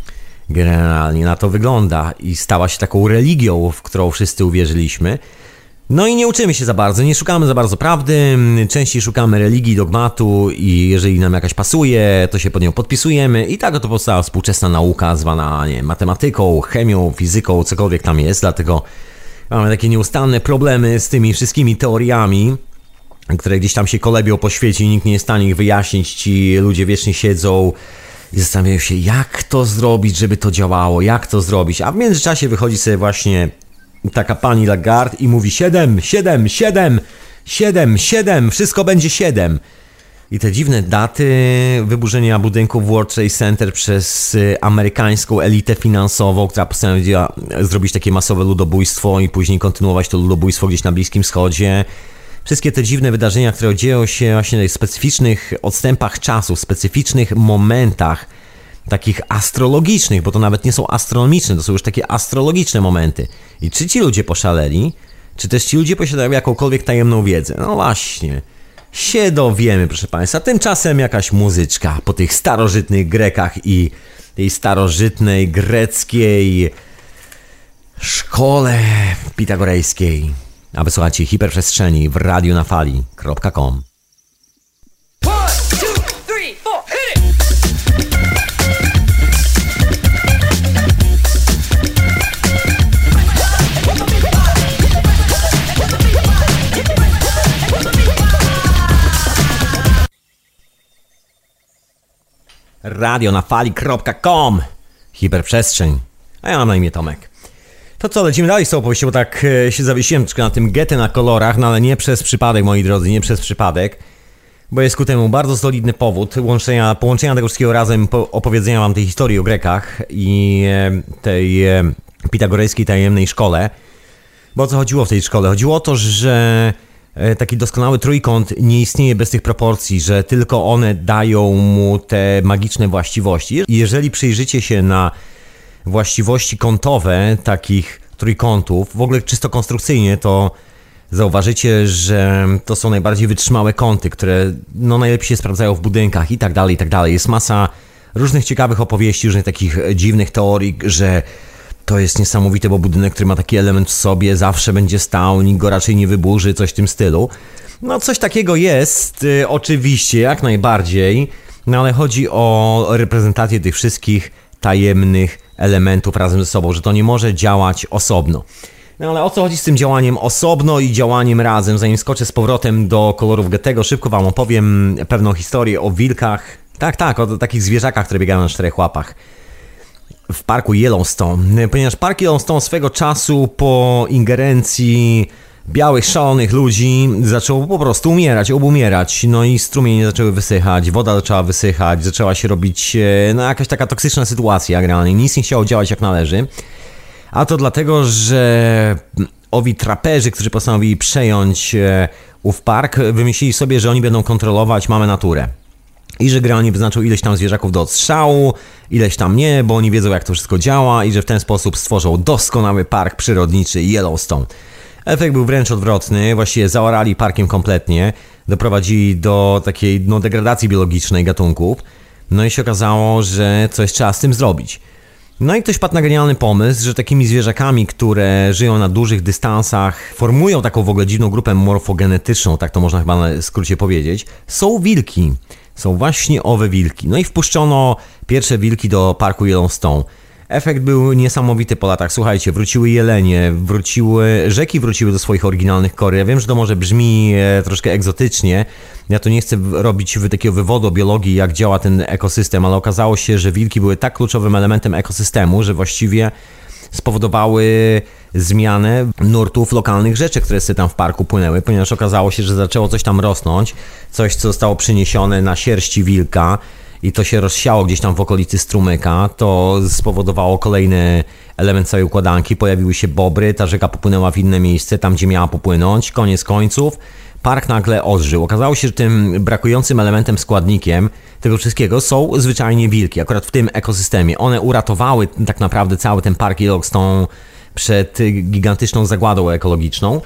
Generalnie na to wygląda i stała się taką religią, w którą wszyscy uwierzyliśmy. No i nie uczymy się za bardzo, nie szukamy za bardzo prawdy, częściej szukamy religii, dogmatu i jeżeli nam jakaś pasuje, to się pod nią podpisujemy i tak oto powstała współczesna nauka zwana, nie, matematyką, chemią, fizyką, cokolwiek tam jest, dlatego mamy takie nieustanne problemy z tymi wszystkimi teoriami, które gdzieś tam się kolebią po świecie i nikt nie jest w stanie ich wyjaśnić. Ci ludzie wiecznie siedzą i zastanawiają się, jak to zrobić, żeby to działało, jak to zrobić. A w międzyczasie wychodzi sobie właśnie taka pani Lagarde i mówi siedem, siedem, siedem, siedem, siedem, wszystko będzie siedem. I te dziwne daty wyburzenia budynków World Trade Center przez amerykańską elitę finansową, która postanowiła zrobić takie masowe ludobójstwo i później kontynuować to ludobójstwo gdzieś na Bliskim Wschodzie. Wszystkie te dziwne wydarzenia, które dzieją się właśnie w specyficznych odstępach czasu, w specyficznych momentach, takich astrologicznych, bo to nawet nie są astronomiczne, to są już takie astrologiczne momenty. I czy ci ludzie poszaleli, czy też ci ludzie posiadają jakąkolwiek tajemną wiedzę? No właśnie, się dowiemy, proszę Państwa. Tymczasem jakaś muzyczka po tych starożytnych Grekach i tej starożytnej greckiej szkole pitagorejskiej. A wysłuchacie Hiperprzestrzeni w radiu na fali kropka com. radio na fali kropka com. Hiperprzestrzeń. A ja mam na imię Tomek. To co, lecimy dalej z tą opowieścią, bo tak e, się zawiesiłem troszkę na tym Goethe na kolorach, no ale nie przez przypadek, moi drodzy, nie przez przypadek, bo jest ku temu bardzo solidny powód łączenia, połączenia tego wszystkiego razem, po, opowiedzenia wam tej historii o Grekach i e, tej e, pitagorejskiej tajemnej szkole. Bo o co chodziło w tej szkole? Chodziło o to, że taki doskonały trójkąt nie istnieje bez tych proporcji, że tylko one dają mu te magiczne właściwości. Jeżeli przyjrzycie się na właściwości kątowe takich trójkątów, w ogóle czysto konstrukcyjnie, to zauważycie, że to są najbardziej wytrzymałe kąty, które no najlepiej się sprawdzają w budynkach i tak dalej, i tak dalej. Jest masa różnych ciekawych opowieści, różnych takich dziwnych teorii, że to jest niesamowite, bo budynek, który ma taki element w sobie, zawsze będzie stał, nikt go raczej nie wyburzy, coś w tym stylu. No coś takiego jest, y, oczywiście, jak najbardziej, no ale chodzi o reprezentację tych wszystkich tajemnych elementów razem ze sobą, że to nie może działać osobno. No ale o co chodzi z tym działaniem osobno i działaniem razem? Zanim skoczę z powrotem do kolorów Goethego, szybko wam opowiem pewną historię o wilkach. Tak, tak, o takich zwierzakach, które biegają na czterech łapach w parku Yellowstone, ponieważ park Yellowstone swego czasu po ingerencji białych, szalonych ludzi zaczął po prostu umierać, obumierać, no i strumienie zaczęły wysychać, woda zaczęła wysychać, zaczęła się robić no jakaś taka toksyczna sytuacja generalnie, nic nie chciało działać jak należy, a to dlatego, że owi traperzy, którzy postanowili przejąć ów park, wymyślili sobie, że oni będą kontrolować mamę naturę. I że generalnie wyznaczą ileś tam zwierzaków do odstrzału, ileś tam nie, bo oni wiedzą jak to wszystko działa i że w ten sposób stworzą doskonały park przyrodniczy Yellowstone. Efekt był wręcz odwrotny, właściwie zaorali parkiem kompletnie, doprowadzili do takiej no, degradacji biologicznej gatunków, no i się okazało, że coś trzeba z tym zrobić. No i ktoś padł na genialny pomysł, że takimi zwierzakami, które żyją na dużych dystansach, formują taką w ogóle dziwną grupę morfogenetyczną, tak to można chyba na skrócie powiedzieć, są wilki. Są właśnie owe wilki. No i wpuszczono pierwsze wilki do parku Yellowstone. Efekt był niesamowity po latach. Słuchajcie, wróciły jelenie, wróciły rzeki, wróciły do swoich oryginalnych kory. Ja wiem, że to może brzmi e, troszkę egzotycznie. Ja tu nie chcę robić takiego wywodu o biologii, jak działa ten ekosystem, ale okazało się, że wilki były tak kluczowym elementem ekosystemu, że właściwie spowodowały zmianę nurtów lokalnych rzeczy, które sobie tam w parku płynęły, ponieważ okazało się, że zaczęło coś tam rosnąć, coś co zostało przeniesione na sierści wilka i to się rozsiało gdzieś tam w okolicy strumyka, to spowodowało kolejny element całej układanki, pojawiły się bobry, ta rzeka popłynęła w inne miejsce, tam gdzie miała popłynąć, koniec końców park nagle odżył. Okazało się, że tym brakującym elementem, składnikiem tego wszystkiego są zwyczajnie wilki, akurat w tym ekosystemie. One uratowały tak naprawdę cały ten park Yellowstone przed gigantyczną zagładą ekologiczną.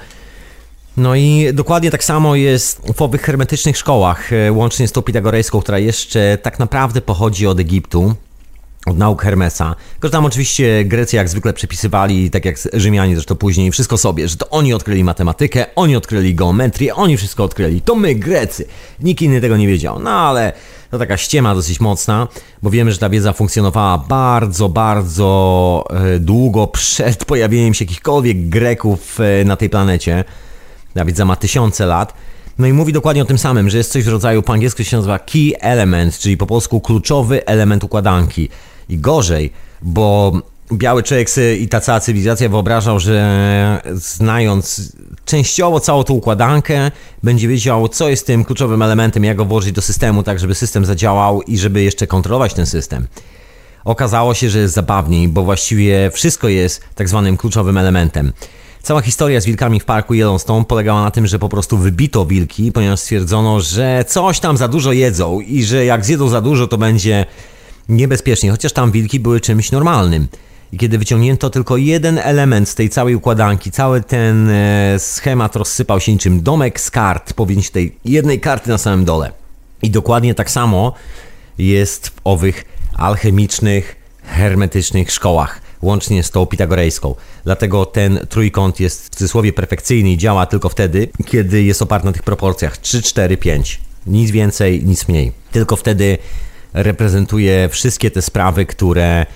No i dokładnie tak samo jest w owych hermetycznych szkołach, łącznie z tą pitagorejską, która jeszcze tak naprawdę pochodzi od Egiptu, od nauk Hermesa. Tylko tam oczywiście Grecy jak zwykle przepisywali, tak jak Rzymianie zresztą później, wszystko sobie, że to oni odkryli matematykę, oni odkryli geometrię, oni wszystko odkryli. To my, Grecy. Nikt inny tego nie wiedział. No ale to taka ściema dosyć mocna, bo wiemy, że ta wiedza funkcjonowała bardzo, bardzo długo przed pojawieniem się jakichkolwiek Greków na tej planecie. Ta wiedza ma tysiące lat. No i mówi dokładnie o tym samym, że jest coś w rodzaju, po angielsku się nazywa key element, czyli po polsku kluczowy element układanki. I gorzej, bo biały człowiek i ta cała cywilizacja wyobrażał, że znając częściowo całą tą układankę, będzie wiedział, co jest tym kluczowym elementem, jak go włożyć do systemu, tak żeby system zadziałał i żeby jeszcze kontrolować ten system. Okazało się, że jest zabawniej, bo właściwie wszystko jest tak zwanym kluczowym elementem. Cała historia z wilkami w parku Yellowstone polegała na tym, że po prostu wybito wilki, ponieważ stwierdzono, że coś tam za dużo jedzą i że jak zjedzą za dużo, to będzie niebezpiecznie, chociaż tam wilki były czymś normalnym. I kiedy wyciągnięto tylko jeden element z tej całej układanki, cały ten e, schemat rozsypał się niczym domek z kart, powinien tej jednej karty na samym dole. I dokładnie tak samo jest w owych alchemicznych, hermetycznych szkołach, łącznie z tą pitagorejską. Dlatego ten trójkąt jest w cudzysłowie perfekcyjny i działa tylko wtedy, kiedy jest oparty na tych proporcjach trzy, cztery, pięć. Nic więcej, nic mniej. Tylko wtedy reprezentuje wszystkie te sprawy, które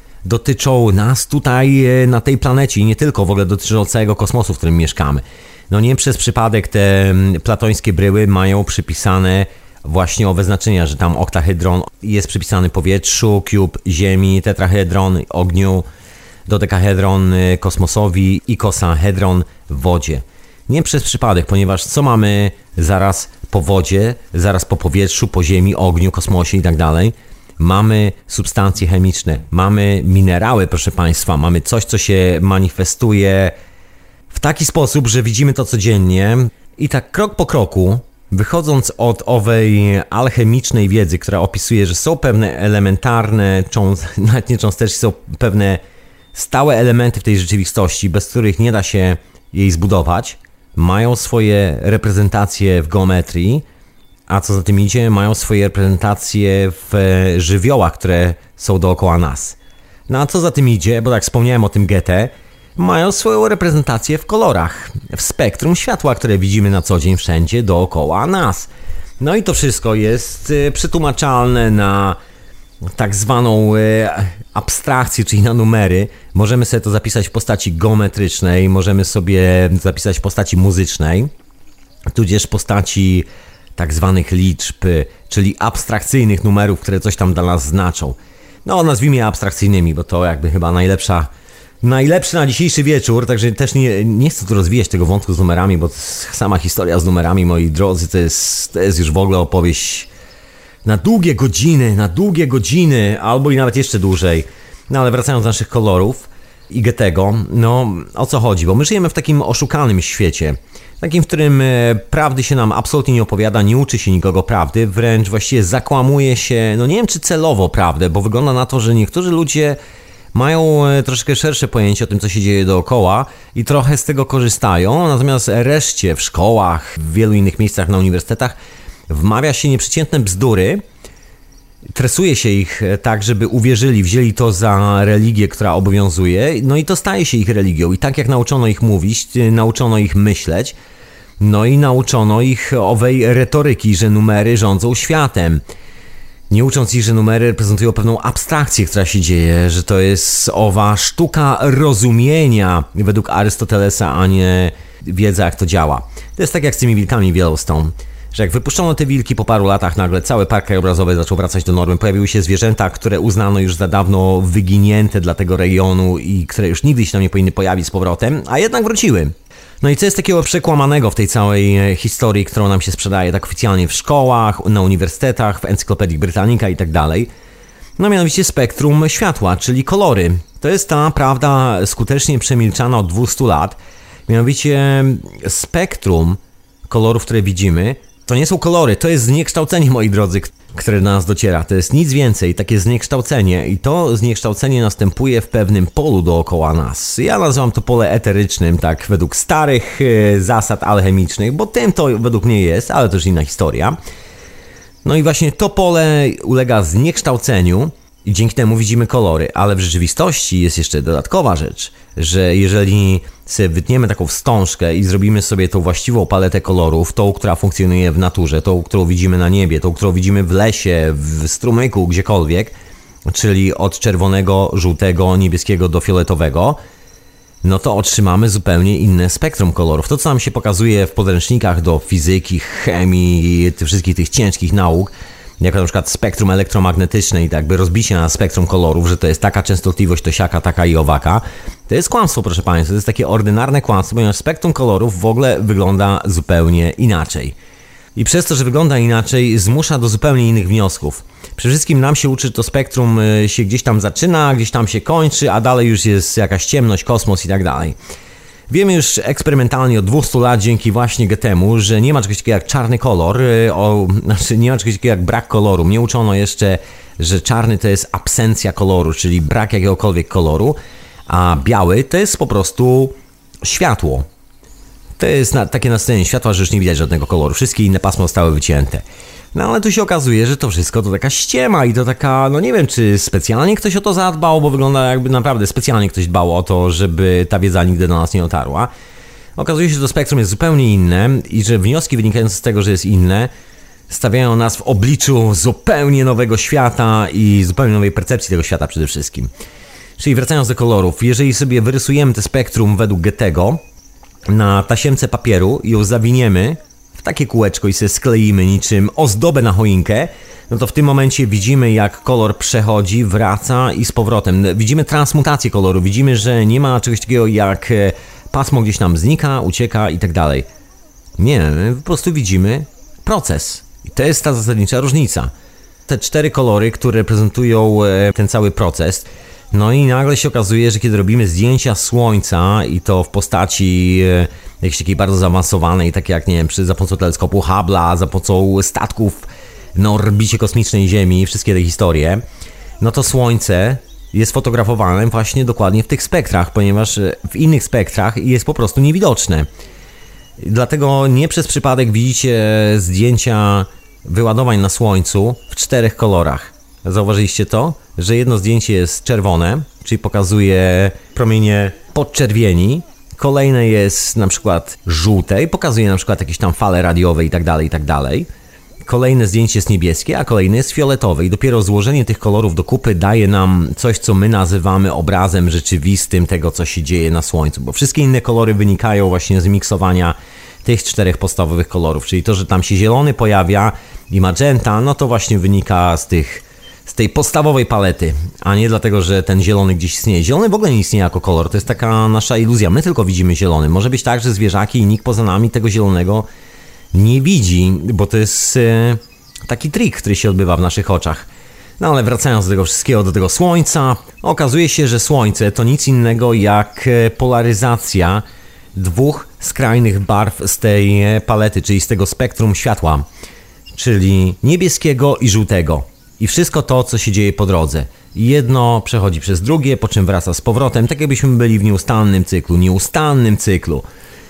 dotyczą nas tutaj na tej planecie i nie tylko, w ogóle dotyczą całego kosmosu, w którym mieszkamy. No nie przez przypadek te platońskie bryły mają przypisane właśnie owe znaczenia, że tam oktahedron jest przypisany powietrzu, cube ziemi, tetrahedron ogniu, dodekahedron kosmosowi i kosahedron wodzie. Nie przez przypadek, ponieważ co mamy zaraz po wodzie, zaraz po powietrzu, po ziemi, ogniu, kosmosie i tak dalej? Mamy substancje chemiczne, mamy minerały, proszę Państwa, mamy coś, co się manifestuje w taki sposób, że widzimy to codziennie i tak krok po kroku, wychodząc od owej alchemicznej wiedzy, która opisuje, że są pewne elementarne, cząst- nawet nie cząsteczki, są pewne stałe elementy w tej rzeczywistości, bez których nie da się jej zbudować, mają swoje reprezentacje w geometrii, a co za tym idzie, mają swoje reprezentacje w żywiołach, które są dookoła nas. No a co za tym idzie, bo tak wspomniałem o tym Goethe, mają swoją reprezentację w kolorach, w spektrum światła, które widzimy na co dzień wszędzie dookoła nas. No i to wszystko jest przetłumaczalne na tak zwaną abstrakcję, czyli na numery. Możemy sobie to zapisać w postaci geometrycznej, możemy sobie zapisać w postaci muzycznej, tudzież w postaci tak zwanych liczb, czyli abstrakcyjnych numerów, które coś tam dla nas znaczą. No, nazwijmy je abstrakcyjnymi, bo to jakby chyba najlepsza, najlepszy na dzisiejszy wieczór, także też nie, nie chcę tu rozwijać tego wątku z numerami, bo sama historia z numerami, moi drodzy, to jest, to jest już w ogóle opowieść na długie godziny, na długie godziny, albo i nawet jeszcze dłużej. No ale wracając do naszych kolorów i Goethego, no o co chodzi? Bo my żyjemy w takim oszukanym świecie, takim, w którym prawdy się nam absolutnie nie opowiada, nie uczy się nikogo prawdy, wręcz właściwie zakłamuje się, no nie wiem czy celowo prawdę, bo wygląda na to, że niektórzy ludzie mają troszkę szersze pojęcie o tym, co się dzieje dookoła i trochę z tego korzystają, natomiast reszcie w szkołach, w wielu innych miejscach na uniwersytetach wmawia się nieprzeciętne bzdury, tresuje się ich tak, żeby uwierzyli, wzięli to za religię, która obowiązuje, no i to staje się ich religią. I tak jak nauczono ich mówić, nauczono ich myśleć, no i nauczono ich owej retoryki, że numery rządzą światem. Nie ucząc ich, że numery reprezentują pewną abstrakcję, która się dzieje, że to jest owa sztuka rozumienia według Arystotelesa, a nie wiedza, jak to działa. To jest tak jak z tymi wilkami w Yellowstone, że jak wypuszczono te wilki, po paru latach nagle cały park krajobrazowy zaczął wracać do normy. Pojawiły się zwierzęta, które uznano już za dawno wyginięte dla tego rejonu i które już nigdy się tam nie powinny pojawić z powrotem, a jednak wróciły. No i co jest takiego przekłamanego w tej całej historii, którą nam się sprzedaje tak oficjalnie w szkołach, na uniwersytetach, w Encyklopedii Britannica i tak dalej? No mianowicie spektrum światła, czyli kolory. To jest ta prawda skutecznie przemilczana od dwustu lat. Mianowicie spektrum kolorów, które widzimy, to nie są kolory, to jest zniekształcenie, moi drodzy, które do nas dociera. To jest nic więcej, takie zniekształcenie i to zniekształcenie następuje w pewnym polu dookoła nas. Ja nazywam to pole eterycznym, tak według starych e, zasad alchemicznych, bo tym to według mnie jest, ale to już inna historia. No i właśnie to pole ulega zniekształceniu i dzięki temu widzimy kolory, ale w rzeczywistości jest jeszcze dodatkowa rzecz, że jeżeli sobie wytniemy taką wstążkę i zrobimy sobie tą właściwą paletę kolorów, tą, która funkcjonuje w naturze, tą, którą widzimy na niebie, tą, którą widzimy w lesie, w strumyku, gdziekolwiek, czyli od czerwonego, żółtego, niebieskiego do fioletowego, no to otrzymamy zupełnie inne spektrum kolorów. To, co nam się pokazuje w podręcznikach do fizyki, chemii, tych wszystkich tych ciężkich nauk, jak na przykład spektrum elektromagnetyczne i tak jakby rozbicie na spektrum kolorów, że to jest taka częstotliwość, to siaka, taka i owaka, to jest kłamstwo, proszę Państwa, to jest takie ordynarne kłamstwo, ponieważ spektrum kolorów w ogóle wygląda zupełnie inaczej. I przez to, że wygląda inaczej, zmusza do zupełnie innych wniosków. Przede wszystkim nam się uczy, że to spektrum się gdzieś tam zaczyna, gdzieś tam się kończy, a dalej już jest jakaś ciemność, kosmos i tak dalej. Wiemy już eksperymentalnie od dwustu lat dzięki właśnie Goethemu, że nie ma czegoś takiego jak czarny kolor, o, znaczy nie ma czegoś takiego jak brak koloru. Mnie uczono jeszcze, że czarny to jest absencja koloru, czyli brak jakiegokolwiek koloru, a biały to jest po prostu światło. To jest na, takie nastawienie światła, że już nie widać żadnego koloru. Wszystkie inne pasma zostały wycięte. No ale tu się okazuje, że to wszystko to taka ściema i to taka, no nie wiem, czy specjalnie ktoś o to zadbał, bo wygląda jakby naprawdę specjalnie ktoś dbał o to, żeby ta wiedza nigdy do nas nie dotarła. Okazuje się, że to spektrum jest zupełnie inne i że wnioski wynikające z tego, że jest inne, stawiają nas w obliczu zupełnie nowego świata i zupełnie nowej percepcji tego świata przede wszystkim. Czyli wracając do kolorów, jeżeli sobie wyrysujemy te spektrum według Goethego na tasiemce papieru i ją zawiniemy w takie kółeczko i sobie skleimy niczym ozdobę na choinkę, no to w tym momencie widzimy, jak kolor przechodzi, wraca i z powrotem. Widzimy transmutację koloru, widzimy, że nie ma czegoś takiego jak pasmo gdzieś nam znika, ucieka i tak dalej. Nie, my po prostu widzimy proces. I to jest ta zasadnicza różnica. Te cztery kolory, które reprezentują ten cały proces, No i nagle się okazuje, że kiedy robimy zdjęcia Słońca i to w postaci jakiejś takiej bardzo zaawansowanej, takie jak, nie wiem, przy, za pomocą teleskopu Hubble'a, za pomocą statków na orbicie kosmicznej Ziemi, wszystkie te historie, no to Słońce jest fotografowane właśnie dokładnie w tych spektrach, ponieważ w innych spektrach jest po prostu niewidoczne. Dlatego nie przez przypadek widzicie zdjęcia wyładowań na Słońcu w czterech kolorach. Zauważyliście to? Że jedno zdjęcie jest czerwone, czyli pokazuje promienie podczerwieni, kolejne jest na przykład żółte i pokazuje na przykład jakieś tam fale radiowe i tak dalej, i tak dalej. Kolejne zdjęcie jest niebieskie, a kolejne jest fioletowe i dopiero złożenie tych kolorów do kupy daje nam coś, co my nazywamy obrazem rzeczywistym tego, co się dzieje na Słońcu, bo wszystkie inne kolory wynikają właśnie z miksowania tych czterech podstawowych kolorów, czyli to, że tam się zielony pojawia i magenta, no to właśnie wynika z tych, z tej podstawowej palety, a nie dlatego, że ten zielony gdzieś istnieje. Zielony w ogóle nie istnieje jako kolor, to jest taka nasza iluzja, my tylko widzimy zielony. Może być tak, że zwierzaki i nikt poza nami tego zielonego nie widzi, bo to jest e, taki trik, który się odbywa w naszych oczach. No ale wracając do tego wszystkiego, do tego Słońca, okazuje się, że Słońce to nic innego jak polaryzacja dwóch skrajnych barw z tej palety, czyli z tego spektrum światła, czyli niebieskiego i żółtego. I wszystko to, co się dzieje po drodze. Jedno przechodzi przez drugie, po czym wraca z powrotem, tak jakbyśmy byli w nieustannym cyklu, nieustannym cyklu.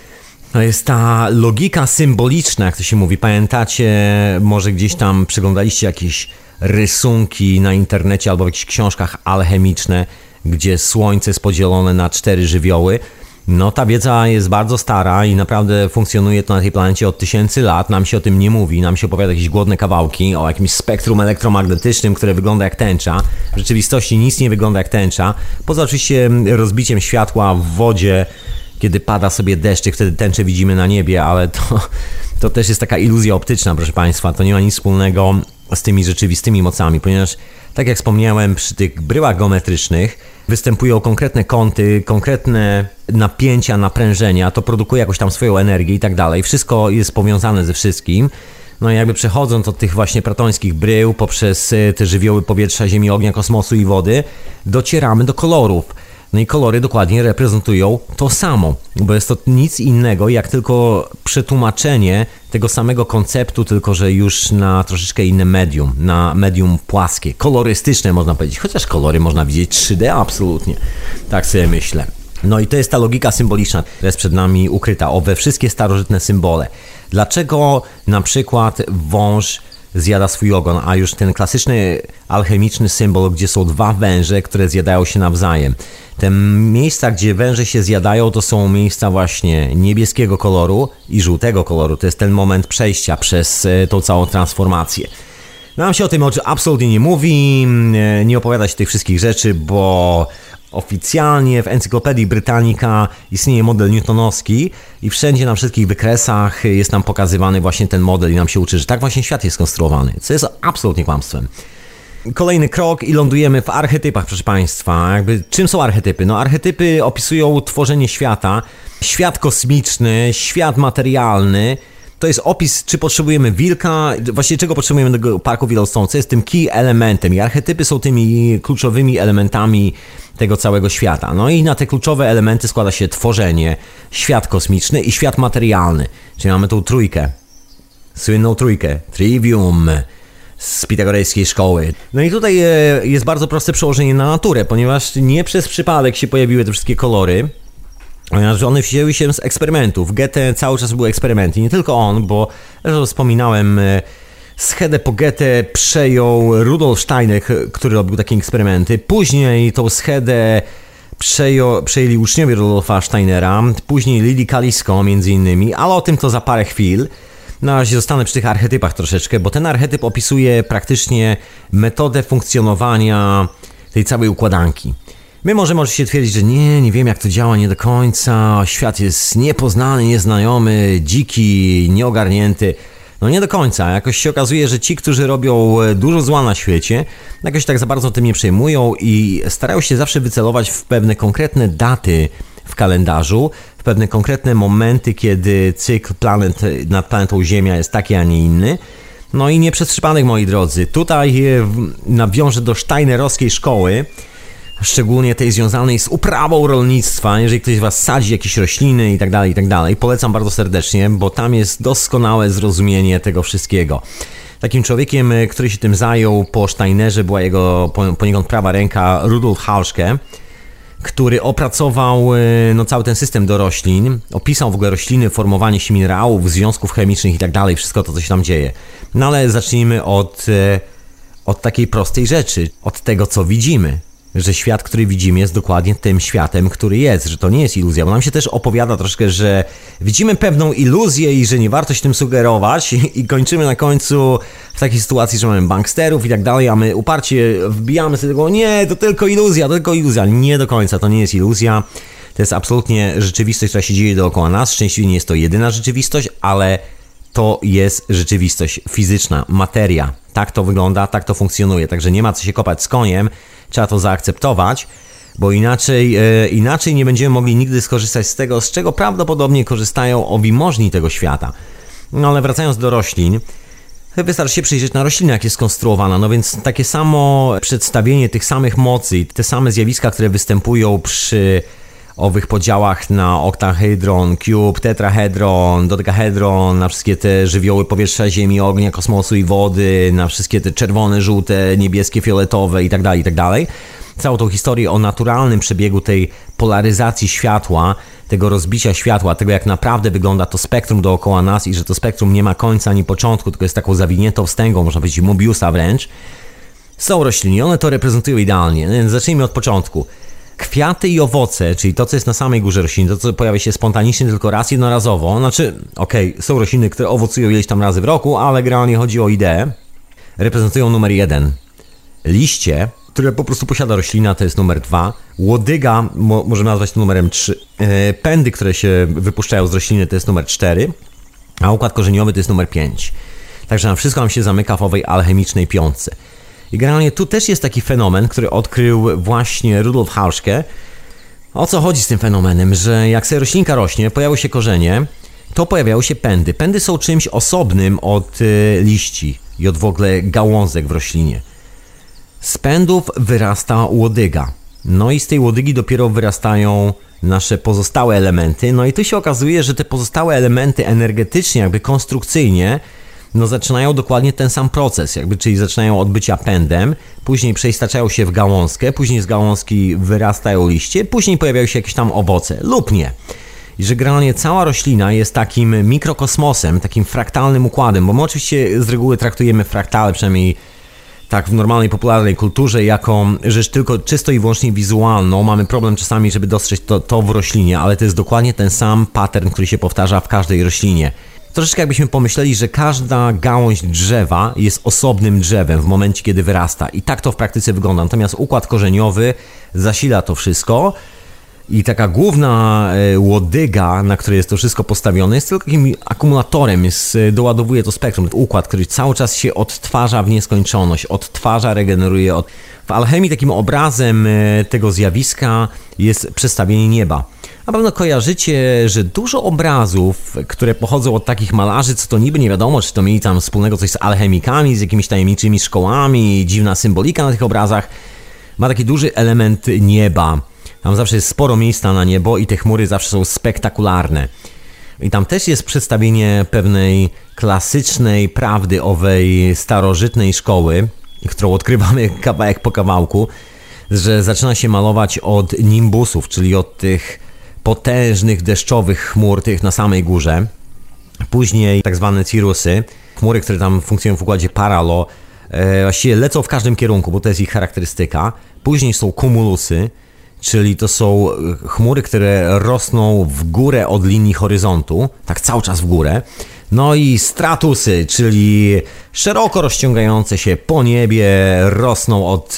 To jest ta logika symboliczna, jak to się mówi. Pamiętacie, może gdzieś tam przeglądaliście jakieś rysunki na internecie albo w jakichś książkach alchemiczne, gdzie Słońce jest podzielone na cztery żywioły. No ta wiedza jest bardzo stara i naprawdę funkcjonuje to na tej planecie od tysięcy lat. Nam się o tym nie mówi, nam się opowiada jakieś głodne kawałki o jakimś spektrum elektromagnetycznym, które wygląda jak tęcza. W rzeczywistości nic nie wygląda jak tęcza, poza oczywiście rozbiciem światła w wodzie, kiedy pada sobie deszczyk, wtedy tęczę widzimy na niebie, ale to, to też jest taka iluzja optyczna, proszę Państwa. To nie ma nic wspólnego z tymi rzeczywistymi mocami, ponieważ, tak jak wspomniałem, przy tych bryłach geometrycznych występują konkretne kąty, konkretne napięcia, naprężenia, to produkuje jakąś tam swoją energię i tak dalej. Wszystko jest powiązane ze wszystkim. No i jakby przechodząc od tych właśnie platońskich brył poprzez te żywioły powietrza, ziemi, ognia, kosmosu i wody, docieramy do kolorów. No i kolory dokładnie reprezentują to samo, bo jest to nic innego jak tylko przetłumaczenie tego samego konceptu, tylko że już na troszeczkę inne medium, na medium płaskie, kolorystyczne można powiedzieć, chociaż kolory można widzieć trzy D absolutnie, tak sobie myślę. No i to jest ta logika symboliczna, która jest przed nami ukryta, owe wszystkie starożytne symbole. Dlaczego na przykład wąż zjada swój ogon, a już ten klasyczny alchemiczny symbol, gdzie są dwa węże, które zjadają się nawzajem. Te miejsca, gdzie węże się zjadają, to są miejsca właśnie niebieskiego koloru i żółtego koloru. To jest ten moment przejścia przez tą całą transformację. Nam się o tym absolutnie nie mówi, nie opowiada się tych wszystkich rzeczy, bo oficjalnie w Encyklopedii Britannica istnieje model newtonowski i wszędzie na wszystkich wykresach jest nam pokazywany właśnie ten model i nam się uczy, że tak właśnie świat jest skonstruowany, co jest absolutnie kłamstwem. Kolejny krok i lądujemy w archetypach, proszę Państwa. Jakby, czym są archetypy? No archetypy opisują tworzenie świata, świat kosmiczny, świat materialny. To jest opis, czy potrzebujemy wilka, właściwie czego potrzebujemy do parku Yellowstone, co jest tym key elementem. I archetypy są tymi kluczowymi elementami tego całego świata. No i na te kluczowe elementy składa się tworzenie, świat kosmiczny i świat materialny. Czyli mamy tą trójkę, słynną trójkę, trivium z pitagorejskiej szkoły. No i tutaj jest bardzo proste przełożenie na naturę, ponieważ nie przez przypadek się pojawiły te wszystkie kolory, ponieważ one wzięły się z eksperymentów. Goethe cały czas były eksperymenty, nie tylko on, bo jak wspominałem, schedę po Goethe przejął Rudolf Steiner, który robił takie eksperymenty. Później tą schedę przejął, przejęli uczniowie Rudolfa Steinera, później Lili Kalisko między innymi, ale o tym to za parę chwil. Na razie zostanę przy tych archetypach troszeczkę, bo ten archetyp opisuje praktycznie metodę funkcjonowania tej całej układanki. My możemy oczywiście twierdzić, że nie, nie wiem jak to działa, nie do końca, świat jest niepoznany, nieznajomy, dziki, nieogarnięty. No nie do końca, jakoś się okazuje, że ci, którzy robią dużo zła na świecie, jakoś tak za bardzo tym nie przejmują i starają się zawsze wycelować w pewne konkretne daty w kalendarzu, w pewne konkretne momenty, kiedy cykl planet nad planetą Ziemia jest taki, a nie inny. No i nie przez przypadek, moi drodzy, tutaj nawiążę do steinerowskiej szkoły, szczególnie tej związanej z uprawą rolnictwa, jeżeli ktoś z was sadzi jakieś rośliny i tak dalej, i tak dalej, polecam bardzo serdecznie, bo tam jest doskonałe zrozumienie tego wszystkiego. Takim człowiekiem, który się tym zajął po Steinerze, była jego poniekąd prawa ręka Rudolf Hauschke, który opracował no, cały ten system do roślin, opisał w ogóle rośliny, formowanie się minerałów, związków chemicznych i tak dalej, wszystko to, co się tam dzieje. No ale zacznijmy od, od takiej prostej rzeczy, od tego, co widzimy. Że świat, który widzimy, jest dokładnie tym światem, który jest, że to nie jest iluzja, bo nam się też opowiada troszkę, że widzimy pewną iluzję i że nie warto się tym sugerować i, i kończymy na końcu w takiej sytuacji, że mamy banksterów i tak dalej, a my uparcie wbijamy sobie tego, nie, to tylko iluzja, to tylko iluzja. Nie do końca, to nie jest iluzja, to jest absolutnie rzeczywistość, która się dzieje dookoła nas. Szczęśliwie nie jest to jedyna rzeczywistość, ale to jest rzeczywistość fizyczna, materia. Tak to wygląda, tak to funkcjonuje, także nie ma co się kopać z koniem, trzeba to zaakceptować, bo inaczej, e, inaczej nie będziemy mogli nigdy skorzystać z tego, z czego prawdopodobnie korzystają owi-możni tego świata. No ale wracając do roślin, wystarczy się przyjrzeć na roślinę, jak jest skonstruowana, no więc takie samo przedstawienie tych samych mocy i te same zjawiska, które występują przy owych podziałach na oktahedron, cube, tetrahedron, dodekahedron, na wszystkie te żywioły powietrza, ziemi, ognia, kosmosu i wody, na wszystkie te czerwone, żółte, niebieskie, fioletowe i tak dalej, i tak dalej. Całą tą historię o naturalnym przebiegu tej polaryzacji światła, tego rozbicia światła, tego jak naprawdę wygląda to spektrum dookoła nas i że to spektrum nie ma końca ani początku, tylko jest taką zawiniętą wstęgą, można powiedzieć Mobiusa wręcz. Są rośliny, one to reprezentują idealnie, więc zacznijmy od początku. Kwiaty i owoce, czyli to, co jest na samej górze rośliny, to, co pojawia się spontanicznie tylko raz jednorazowo, znaczy, okej, okay, są rośliny, które owocują ileś tam razy w roku, ale generalnie chodzi o ideę, reprezentują numer jeden. Liście, które po prostu posiada roślina, to jest numer dwa. Łodyga, mo, możemy nazwać to numerem trzy. E, pędy, które się wypuszczają z rośliny, to jest numer cztery, a układ korzeniowy to jest numer pięć. Także na wszystko nam się zamyka w owej alchemicznej piątce. I generalnie tu też jest taki fenomen, który odkrył właśnie Rudolf Hauschke. O co chodzi z tym fenomenem? Że jak sobie roślinka rośnie, pojawiały się korzenie, to pojawiały się pędy. Pędy są czymś osobnym od y, liści i od w ogóle gałązek w roślinie. Z pędów wyrasta łodyga. No i z tej łodygi dopiero wyrastają nasze pozostałe elementy. No i tu się okazuje, że te pozostałe elementy energetycznie, jakby konstrukcyjnie, no zaczynają dokładnie ten sam proces, jakby, czyli zaczynają od bycia pędem, później przeistaczają się w gałązkę, później z gałązki wyrastają liście, później pojawiają się jakieś tam owoce lub nie. I że generalnie cała roślina jest takim mikrokosmosem, takim fraktalnym układem, bo my oczywiście z reguły traktujemy fraktale, przynajmniej tak w normalnej, popularnej kulturze, jako rzecz tylko czysto i wyłącznie wizualną. Mamy problem czasami, żeby dostrzec to, to w roślinie, ale to jest dokładnie ten sam pattern, który się powtarza w każdej roślinie. Troszeczkę jakbyśmy pomyśleli, że każda gałąź drzewa jest osobnym drzewem w momencie, kiedy wyrasta. I tak to w praktyce wygląda. Natomiast układ korzeniowy zasila to wszystko i taka główna łodyga, na której jest to wszystko postawione, jest tylko takim akumulatorem, jest, doładowuje to spektrum. Układ, który cały czas się odtwarza w nieskończoność, odtwarza, regeneruje. Od... W alchemii takim obrazem tego zjawiska jest przestawienie nieba. Na pewno kojarzycie, że dużo obrazów, które pochodzą od takich malarzy, co to niby nie wiadomo, czy to mieli tam wspólnego coś z alchemikami, z jakimiś tajemniczymi szkołami, dziwna symbolika na tych obrazach, ma taki duży element nieba. Tam zawsze jest sporo miejsca na niebo i te chmury zawsze są spektakularne. I tam też jest przedstawienie pewnej klasycznej prawdy owej starożytnej szkoły, którą odkrywamy kawałek po kawałku, że zaczyna się malować od nimbusów, czyli od tych potężnych deszczowych chmur, tych na samej górze. Później tak zwane cirrusy, chmury, które tam funkcjonują w układzie paralo, e, właściwie lecą w każdym kierunku, bo to jest ich charakterystyka. Później są cumulusy, czyli to są chmury, które rosną w górę od linii horyzontu, tak cały czas w górę. No i stratusy, czyli szeroko rozciągające się po niebie, rosną od,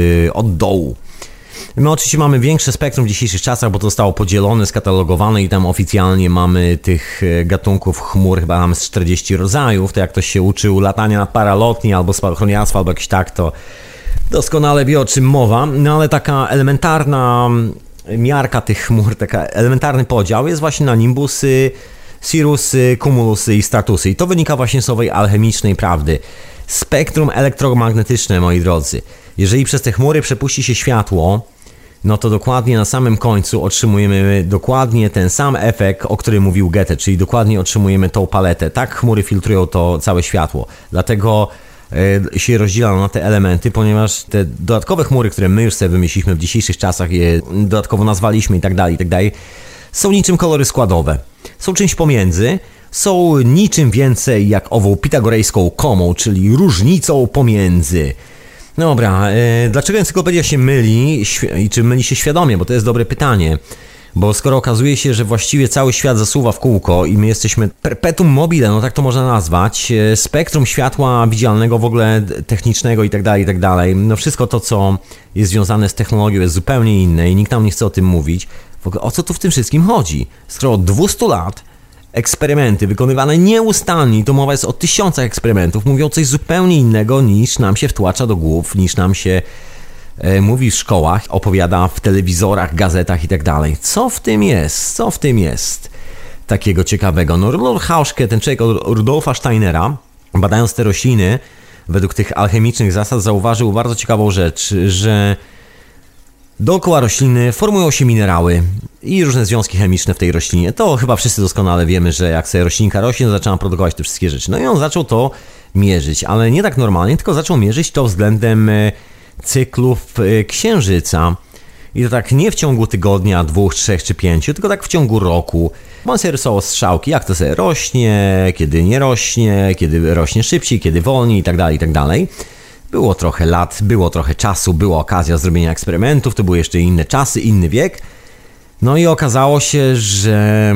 od dołu. My oczywiście mamy większe spektrum w dzisiejszych czasach, bo to zostało podzielone, skatalogowane i tam oficjalnie mamy tych gatunków chmur, chyba mamy z czterdzieści rodzajów. To jak ktoś się uczył latania na paralotni albo spadochroniarstwa, albo jakieś tak, to doskonale wie, o czym mowa. No ale taka elementarna miarka tych chmur, taki elementarny podział jest właśnie na nimbusy, cirrusy, cumulusy i stratusy. I to wynika właśnie z owej alchemicznej prawdy. Spektrum elektromagnetyczne, moi drodzy. Jeżeli przez te chmury przepuści się światło, no to dokładnie na samym końcu otrzymujemy dokładnie ten sam efekt, o którym mówił Goethe, czyli dokładnie otrzymujemy tą paletę. Tak chmury filtrują to całe światło. Dlatego y, się rozdziela na te elementy, ponieważ te dodatkowe chmury, które my już sobie wymyśliliśmy w dzisiejszych czasach, je dodatkowo nazwaliśmy i tak dalej, i tak dalej, są niczym kolory składowe. Są czymś pomiędzy, są niczym więcej jak ową pitagorejską komą, czyli różnicą pomiędzy. Dobra, e, dlaczego encyklopedia się myli i czy myli się świadomie, bo to jest dobre pytanie. Bo skoro okazuje się, że właściwie cały świat zasuwa w kółko i my jesteśmy perpetuum mobile, no tak to można nazwać, spektrum światła widzialnego w ogóle technicznego i tak dalej, i tak dalej, no wszystko to, co jest związane z technologią jest zupełnie inne i nikt nam nie chce o tym mówić. W ogóle o co tu w tym wszystkim chodzi? Skoro od dwustu lat eksperymenty wykonywane nieustannie, to mowa jest o tysiącach eksperymentów, mówią coś zupełnie innego niż nam się wtłacza do głów, niż nam się e, mówi w szkołach, opowiada w telewizorach, gazetach i tak dalej. Co w tym jest? Co w tym jest takiego ciekawego? No Rudolf Hauschke, ten człowiek od Rudolfa Steinera, badając te rośliny, według tych alchemicznych zasad zauważył bardzo ciekawą rzecz, że dookoła rośliny formują się minerały i różne związki chemiczne w tej roślinie. To chyba wszyscy doskonale wiemy, że jak sobie roślinka rośnie, to zaczęła produkować te wszystkie rzeczy. No i on zaczął to mierzyć, ale nie tak normalnie, tylko zaczął mierzyć to względem cyklów księżyca. I to tak nie w ciągu tygodnia, dwóch, trzech czy pięciu, tylko tak w ciągu roku. On sobie rysował strzałki, jak to sobie rośnie, kiedy nie rośnie, kiedy rośnie szybciej, kiedy wolniej i tak dalej, i tak dalej. Było trochę lat, było trochę czasu, była okazja zrobienia eksperymentów, to były jeszcze inne czasy, inny wiek. No i okazało się, że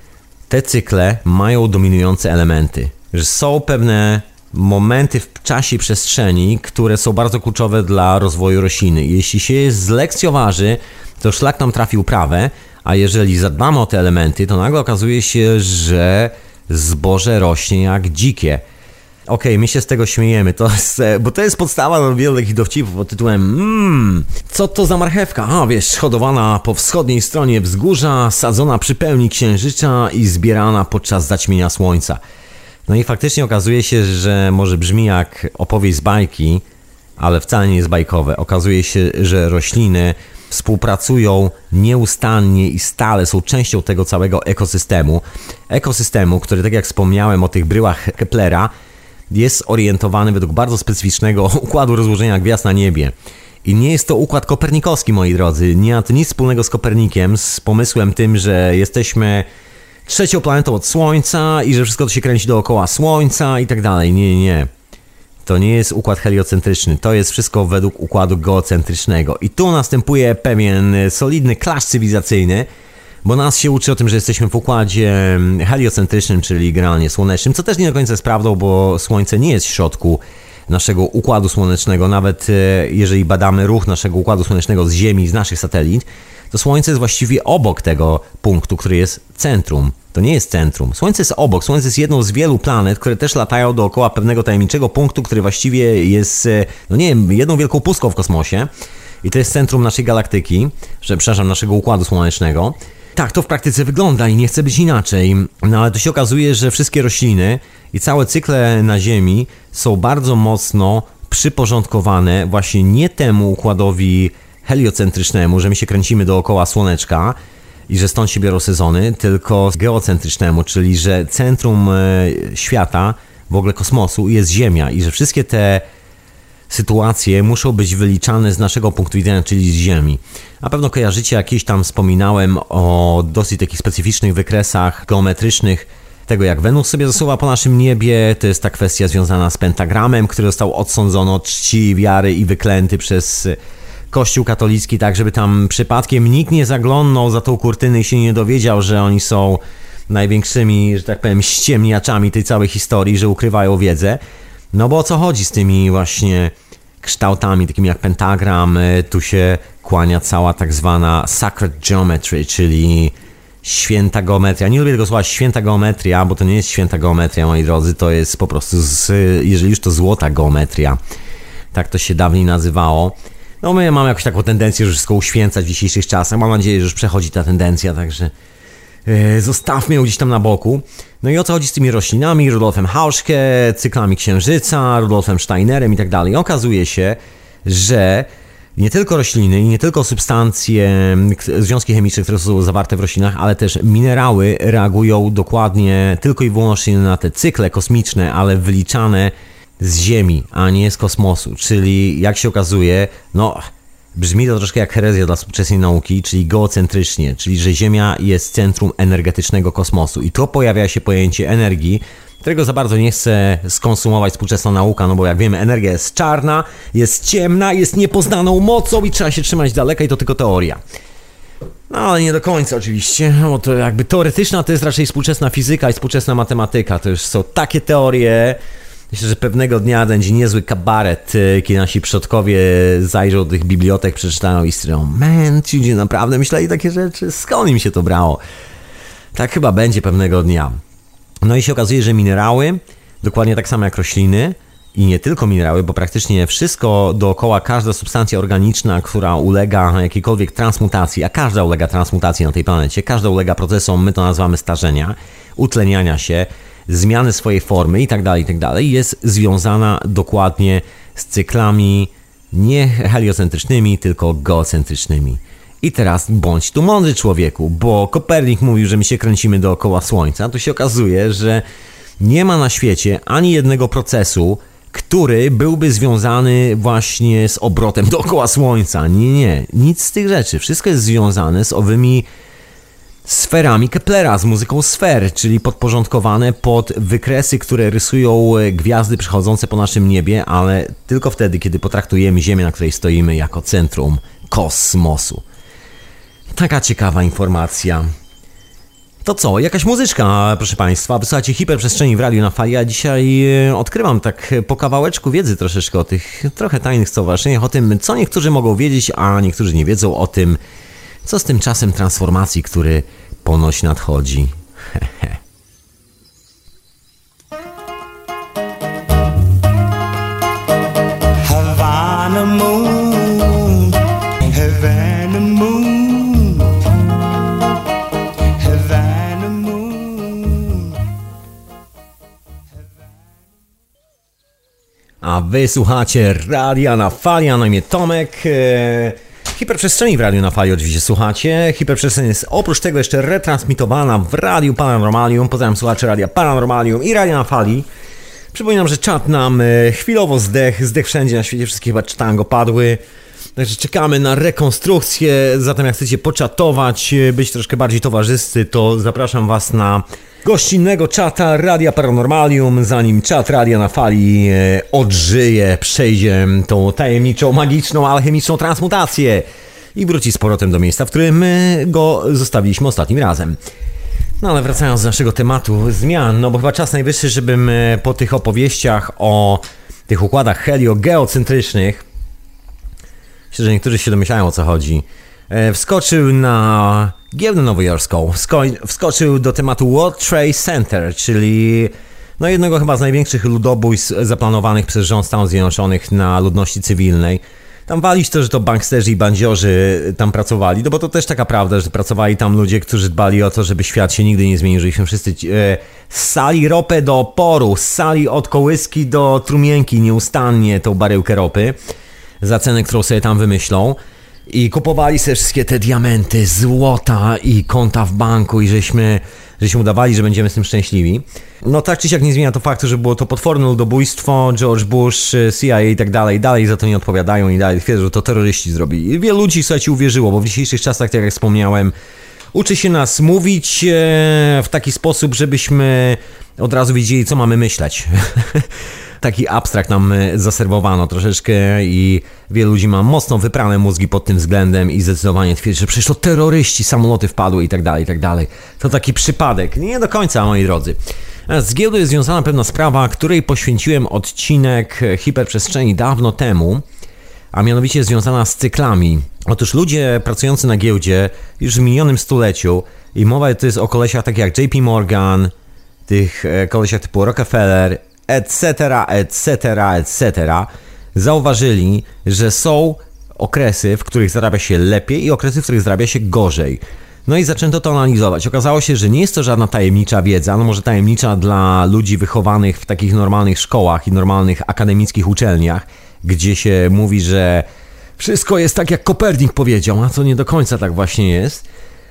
te cykle mają dominujące elementy, że są pewne momenty w czasie i przestrzeni, które są bardzo kluczowe dla rozwoju rośliny. Jeśli się je zlekceważy, to szlak nam trafił prawe, a jeżeli zadbamy o te elementy, to nagle okazuje się, że zboże rośnie jak dzikie. Okej, okay, my się z tego śmiejemy, to jest, bo to jest podstawa do wielu takich dowcipów pod tytułem mmm, co to za marchewka? A wiesz, hodowana po wschodniej stronie wzgórza, sadzona przy pełni księżyca i zbierana podczas zaćmienia słońca. No i faktycznie okazuje się, że może brzmi jak opowieść z bajki, ale wcale nie jest bajkowe. Okazuje się, że rośliny współpracują nieustannie i stale są częścią tego całego ekosystemu. Ekosystemu, który, tak jak wspomniałem o tych bryłach Keplera, jest orientowany według bardzo specyficznego układu rozłożenia gwiazd na niebie. I nie jest to układ kopernikowski, moi drodzy. Nie ma to nic wspólnego z Kopernikiem, z pomysłem tym, że jesteśmy trzecią planetą od Słońca i że wszystko to się kręci dookoła Słońca i tak dalej. Nie, nie, nie. To nie jest układ heliocentryczny. To jest wszystko według układu geocentrycznego. I tu następuje pewien solidny clash cywilizacyjny, bo nas się uczy o tym, że jesteśmy w układzie heliocentrycznym, czyli generalnie słonecznym, co też nie do końca jest prawdą, bo Słońce nie jest w środku naszego układu słonecznego. Nawet jeżeli badamy ruch naszego układu słonecznego z Ziemi, z naszych satelit, to Słońce jest właściwie obok tego punktu, który jest centrum. To nie jest centrum. Słońce jest obok. Słońce jest jedną z wielu planet, które też latają dookoła pewnego tajemniczego punktu, który właściwie jest, no nie wiem, jedną wielką pustką w kosmosie. I to jest centrum naszej galaktyki, że, przepraszam, naszego układu słonecznego. Tak to w praktyce wygląda i nie chce być inaczej. No ale to się okazuje, że wszystkie rośliny i całe cykle na Ziemi są bardzo mocno przyporządkowane właśnie nie temu układowi heliocentrycznemu, że my się kręcimy dookoła Słoneczka i że stąd się biorą sezony, tylko geocentrycznemu, czyli że centrum świata, w ogóle kosmosu jest Ziemia i że wszystkie te sytuacje muszą być wyliczane z naszego punktu widzenia, czyli z Ziemi. Na pewno kojarzycie, jakieś tam wspominałem o dosyć takich specyficznych wykresach geometrycznych tego, jak Wenus sobie zasuwa po naszym niebie. To jest ta kwestia związana z pentagramem, który został odsądzony od czci, wiary i wyklęty przez Kościół katolicki, tak żeby tam przypadkiem nikt nie zaglądnął za tą kurtynę i się nie dowiedział, że oni są największymi, że tak powiem, ściemniaczami tej całej historii, że ukrywają wiedzę. No bo o co chodzi z tymi właśnie kształtami, takimi jak pentagram? Tu się kłania cała tak zwana sacred geometry, czyli święta geometria. Nie lubię tego słowa święta geometria, bo to nie jest święta geometria, moi drodzy, to jest po prostu, z, jeżeli już to złota geometria. Tak to się dawniej nazywało. No my mamy jakąś taką tendencję, że wszystko uświęcać w dzisiejszych czasach. Mam nadzieję, że już przechodzi ta tendencja, także yy, zostawmy ją gdzieś tam na boku. No i o co chodzi z tymi roślinami, Rudolfem Hauschke, cyklami Księżyca, Rudolfem Steinerem i tak dalej. Okazuje się, że nie tylko rośliny i nie tylko substancje, związki chemiczne, które są zawarte w roślinach, ale też minerały reagują dokładnie tylko i wyłącznie na te cykle kosmiczne, ale wyliczane z Ziemi, a nie z kosmosu. Czyli jak się okazuje, no brzmi to troszkę jak herezja dla współczesnej nauki, czyli geocentrycznie, czyli że Ziemia jest centrum energetycznego kosmosu. I tu pojawia się pojęcie energii, którego za bardzo nie chce skonsumować współczesna nauka, no bo jak wiemy, energia jest czarna, jest ciemna, jest niepoznaną mocą i trzeba się trzymać daleka i to tylko teoria. No ale nie do końca oczywiście, bo to jakby teoretyczna to jest raczej współczesna fizyka i współczesna matematyka, to już są takie teorie. Myślę, że pewnego dnia będzie niezły kabaret, kiedy nasi przodkowie zajrzą do tych bibliotek, przeczytają i stwierdzą, man, ci ludzie naprawdę myśleli takie rzeczy, skąd im się to brało? Tak chyba będzie pewnego dnia. No i się okazuje, że minerały, dokładnie tak samo jak rośliny, i nie tylko minerały, bo praktycznie wszystko dookoła, każda substancja organiczna, która ulega jakiejkolwiek transmutacji, a każda ulega transmutacji na tej planecie, każda ulega procesom, my to nazywamy starzenia, utleniania się, zmiany swojej formy itd., itd., jest związana dokładnie z cyklami nie heliocentrycznymi, tylko geocentrycznymi. I teraz bądź tu mądry, człowieku, bo Kopernik mówił, że my się kręcimy dookoła Słońca, to się okazuje, że nie ma na świecie ani jednego procesu, który byłby związany właśnie z obrotem dookoła Słońca. Nie, nie, nic z tych rzeczy. Wszystko jest związane z owymi sferami Keplera, z muzyką sfer, czyli podporządkowane pod wykresy, które rysują gwiazdy przechodzące po naszym niebie, ale tylko wtedy, kiedy potraktujemy Ziemię, na której stoimy, jako centrum kosmosu. Taka ciekawa informacja. To co, jakaś muzyczka, proszę Państwa. Wysłuchacie Hiperprzestrzeni w Radiu na Fali, a dzisiaj odkrywam tak po kawałeczku wiedzy troszeczkę o tych trochę tajnych stowarzyszeniach, o tym, co niektórzy mogą wiedzieć, a niektórzy nie wiedzą, o tym, co z tym czasem transformacji, który ponoć nadchodzi. Hehe. Havana moon, Havana moon, Havana moon. A wy słuchacie Radia na Fali, a na imię Tomek. Hiperprzestrzeni w Radiu na Fali oczywiście słuchacie. Hiperprzestrzeń jest oprócz tego jeszcze retransmitowana w Radiu Paranormalium. Pozdrawiam słuchaczy Radia Paranormalium i Radia na Fali. Przypominam, że czat nam chwilowo zdech, zdech wszędzie na świecie, wszystkie chyba cztango padły. Także czekamy na rekonstrukcję, zatem jak chcecie poczatować, być troszkę bardziej towarzyscy, to zapraszam was na gościnnego czata Radia Paranormalium, zanim czat Radia na Fali odżyje, przejdzie tą tajemniczą, magiczną, alchemiczną transmutację i wróci z powrotem do miejsca, w którym my go zostawiliśmy ostatnim razem. No ale wracając do naszego tematu zmian, no bo chyba czas najwyższy, żebym po tych opowieściach o tych układach heliogeocentrycznych, myślę, że niektórzy się domyślają, o co chodzi, wskoczył na giełdę nowojorską, wskoczył do tematu World Trade Center, czyli no jednego chyba z największych ludobójstw zaplanowanych przez rząd Stanów Zjednoczonych na ludności cywilnej. Tam walić to, że to banksterzy i bandziorzy tam pracowali, no bo to też taka prawda, że pracowali tam ludzie, którzy dbali o to, żeby świat się nigdy nie zmienił, żebyśmy wszyscy e, ssali ropę do oporu, ssali od kołyski do trumienki nieustannie tą baryłkę ropy za cenę, którą sobie tam wymyślą. I kupowali sobie wszystkie te diamenty, złota i konta w banku i żeśmy, żeśmy udawali, że będziemy z tym szczęśliwi. No tak czy siak nie zmienia to faktu, że było to potworne ludobójstwo, George Bush, C I A i tak dalej, dalej za to nie odpowiadają i dalej twierdzą, że to terroryści zrobili. I wielu ludzi, słuchajcie, uwierzyło, bo w dzisiejszych czasach, tak jak wspomniałem, uczy się nas mówić w taki sposób, żebyśmy od razu wiedzieli, co mamy myśleć. Taki abstrakt nam zaserwowano troszeczkę i wielu ludzi ma mocno wyprane mózgi pod tym względem i zdecydowanie twierdzi, że przecież to terroryści, samoloty wpadły i tak dalej, i tak dalej. To taki przypadek. Nie do końca, moi drodzy. Z giełdą jest związana pewna sprawa, której poświęciłem odcinek Hiperprzestrzeni dawno temu, a mianowicie związana z cyklami. Otóż ludzie pracujący na giełdzie już w minionym stuleciu, i mowa to jest o kolesiach takich jak J P Morgan, tych kolesiach typu Rockefeller, etc., etc., et cetera, zauważyli, że są okresy, w których zarabia się lepiej i okresy, w których zarabia się gorzej. No i zaczęto to analizować. Okazało się, że nie jest to żadna tajemnicza wiedza, no może tajemnicza dla ludzi wychowanych w takich normalnych szkołach i normalnych akademickich uczelniach, gdzie się mówi, że wszystko jest tak, jak Kopernik powiedział, a to nie do końca tak właśnie jest.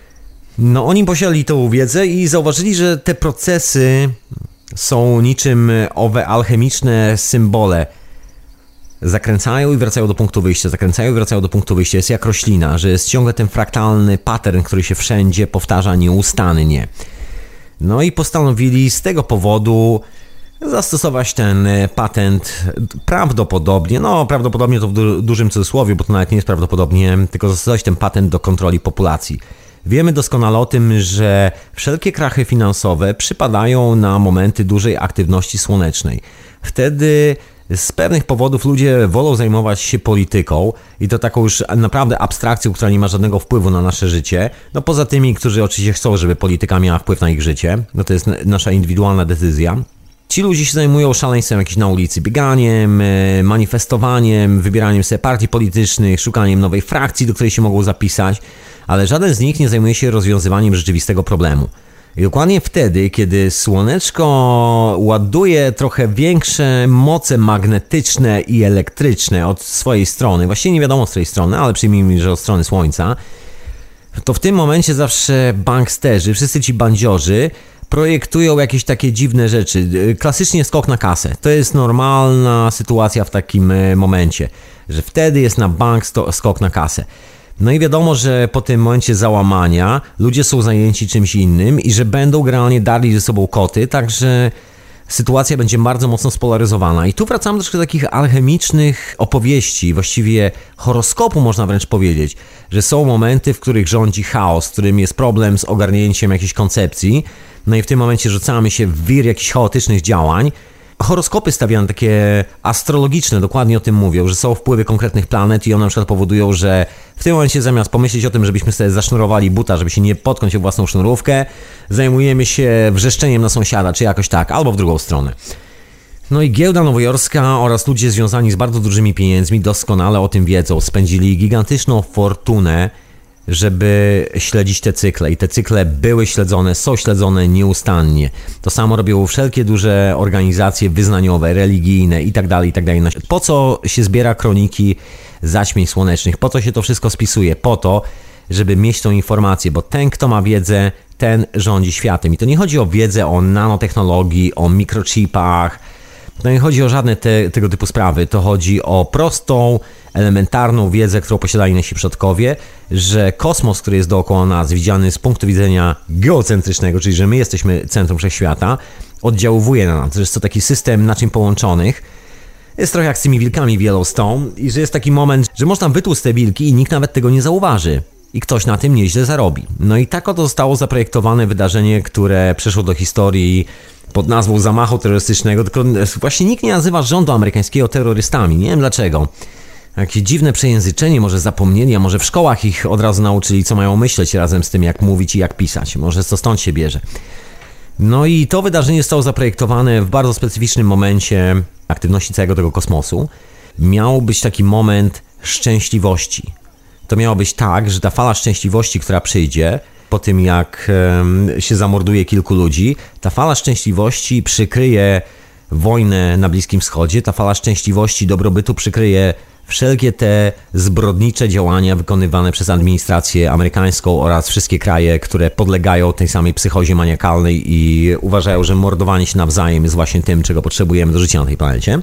No oni posiadali tą wiedzę i zauważyli, że te procesy są niczym owe alchemiczne symbole. Zakręcają i wracają do punktu wyjścia, zakręcają i wracają do punktu wyjścia. Jest jak roślina, że jest ciągle ten fraktalny pattern, który się wszędzie powtarza nieustannie. No i postanowili z tego powodu zastosować ten patent prawdopodobnie, no prawdopodobnie to w du- dużym cudzysłowie, bo to nawet nie jest prawdopodobnie, tylko zastosować ten patent do kontroli populacji. Wiemy doskonale o tym, że wszelkie krachy finansowe przypadają na momenty dużej aktywności słonecznej. Wtedy z pewnych powodów ludzie wolą zajmować się polityką i to taką już naprawdę abstrakcją, która nie ma żadnego wpływu na nasze życie. No poza tymi, którzy oczywiście chcą, żeby polityka miała wpływ na ich życie. No to jest nasza indywidualna decyzja. Ci ludzie się zajmują szaleństwem jakieś na ulicy, bieganiem, manifestowaniem, wybieraniem sobie partii politycznych, szukaniem nowej frakcji, do której się mogą zapisać, ale żaden z nich nie zajmuje się rozwiązywaniem rzeczywistego problemu. I dokładnie wtedy, kiedy słoneczko ładuje trochę większe moce magnetyczne i elektryczne od swojej strony, właściwie nie wiadomo z której strony, ale przyjmijmy, że od strony słońca, to w tym momencie zawsze banksterzy, wszyscy ci bandziorzy projektują jakieś takie dziwne rzeczy. Klasycznie skok na kasę. To jest normalna sytuacja w takim momencie, że wtedy jest na bank sto- skok na kasę. No i wiadomo, że po tym momencie załamania ludzie są zajęci czymś innym i że będą generalnie darli ze sobą koty, także sytuacja będzie bardzo mocno spolaryzowana. I tu wracamy troszkę do takich alchemicznych opowieści, właściwie horoskopu można wręcz powiedzieć, że są momenty, w których rządzi chaos, w którym jest problem z ogarnięciem jakiejś koncepcji, no i w tym momencie rzucamy się w wir jakichś chaotycznych działań. Horoskopy stawiane takie astrologiczne dokładnie o tym mówią, że są wpływy konkretnych planet i one na przykład powodują, że w tym momencie zamiast pomyśleć o tym, żebyśmy sobie zasznurowali buta, żeby się nie potknąć o własną sznurówkę, zajmujemy się wrzeszczeniem na sąsiada, czy jakoś tak, albo w drugą stronę. No i giełda nowojorska oraz ludzie związani z bardzo dużymi pieniędzmi doskonale o tym wiedzą. Spędzili gigantyczną fortunę, żeby śledzić te cykle i te cykle były śledzone, są śledzone nieustannie. To samo robią wszelkie duże organizacje wyznaniowe, religijne itd., itd. Po co się zbiera kroniki zaćmień słonecznych? Po co się to wszystko spisuje? Po to, żeby mieć tą informację, bo ten, kto ma wiedzę, ten rządzi światem. I to nie chodzi o wiedzę o nanotechnologii, o mikrochipach, to nie chodzi o żadne te, tego typu sprawy, to chodzi o prostą, elementarną wiedzę, którą posiadali nasi przodkowie, że kosmos, który jest dookoła nas, widziany z punktu widzenia geocentrycznego, czyli że my jesteśmy centrum wszechświata, oddziałuje na nas, że jest to taki system naczyń połączonych. Jest trochę jak z tymi wilkami w Yellowstone i że jest taki moment, że można wytłuc te wilki i nikt nawet tego nie zauważy. I ktoś na tym nieźle zarobi. No i tak oto zostało zaprojektowane wydarzenie, które przeszło do historii pod nazwą zamachu terrorystycznego, tylko właśnie nikt nie nazywa rządu amerykańskiego terrorystami, nie wiem dlaczego. Jakieś dziwne przejęzyczenie, może zapomnieli, a może w szkołach ich od razu nauczyli, co mają myśleć razem z tym, jak mówić i jak pisać. Może to stąd się bierze. No i to wydarzenie zostało zaprojektowane w bardzo specyficznym momencie aktywności całego tego kosmosu. Miał być taki moment szczęśliwości. To miało być tak, że ta fala szczęśliwości, która przyjdzie po tym, jak się zamorduje kilku ludzi, ta fala szczęśliwości przykryje wojnę na Bliskim Wschodzie, ta fala szczęśliwości, dobrobytu przykryje wszelkie te zbrodnicze działania wykonywane przez administrację amerykańską oraz wszystkie kraje, które podlegają tej samej psychozie maniakalnej i uważają, że mordowanie się nawzajem jest właśnie tym, czego potrzebujemy do życia na tej planecie.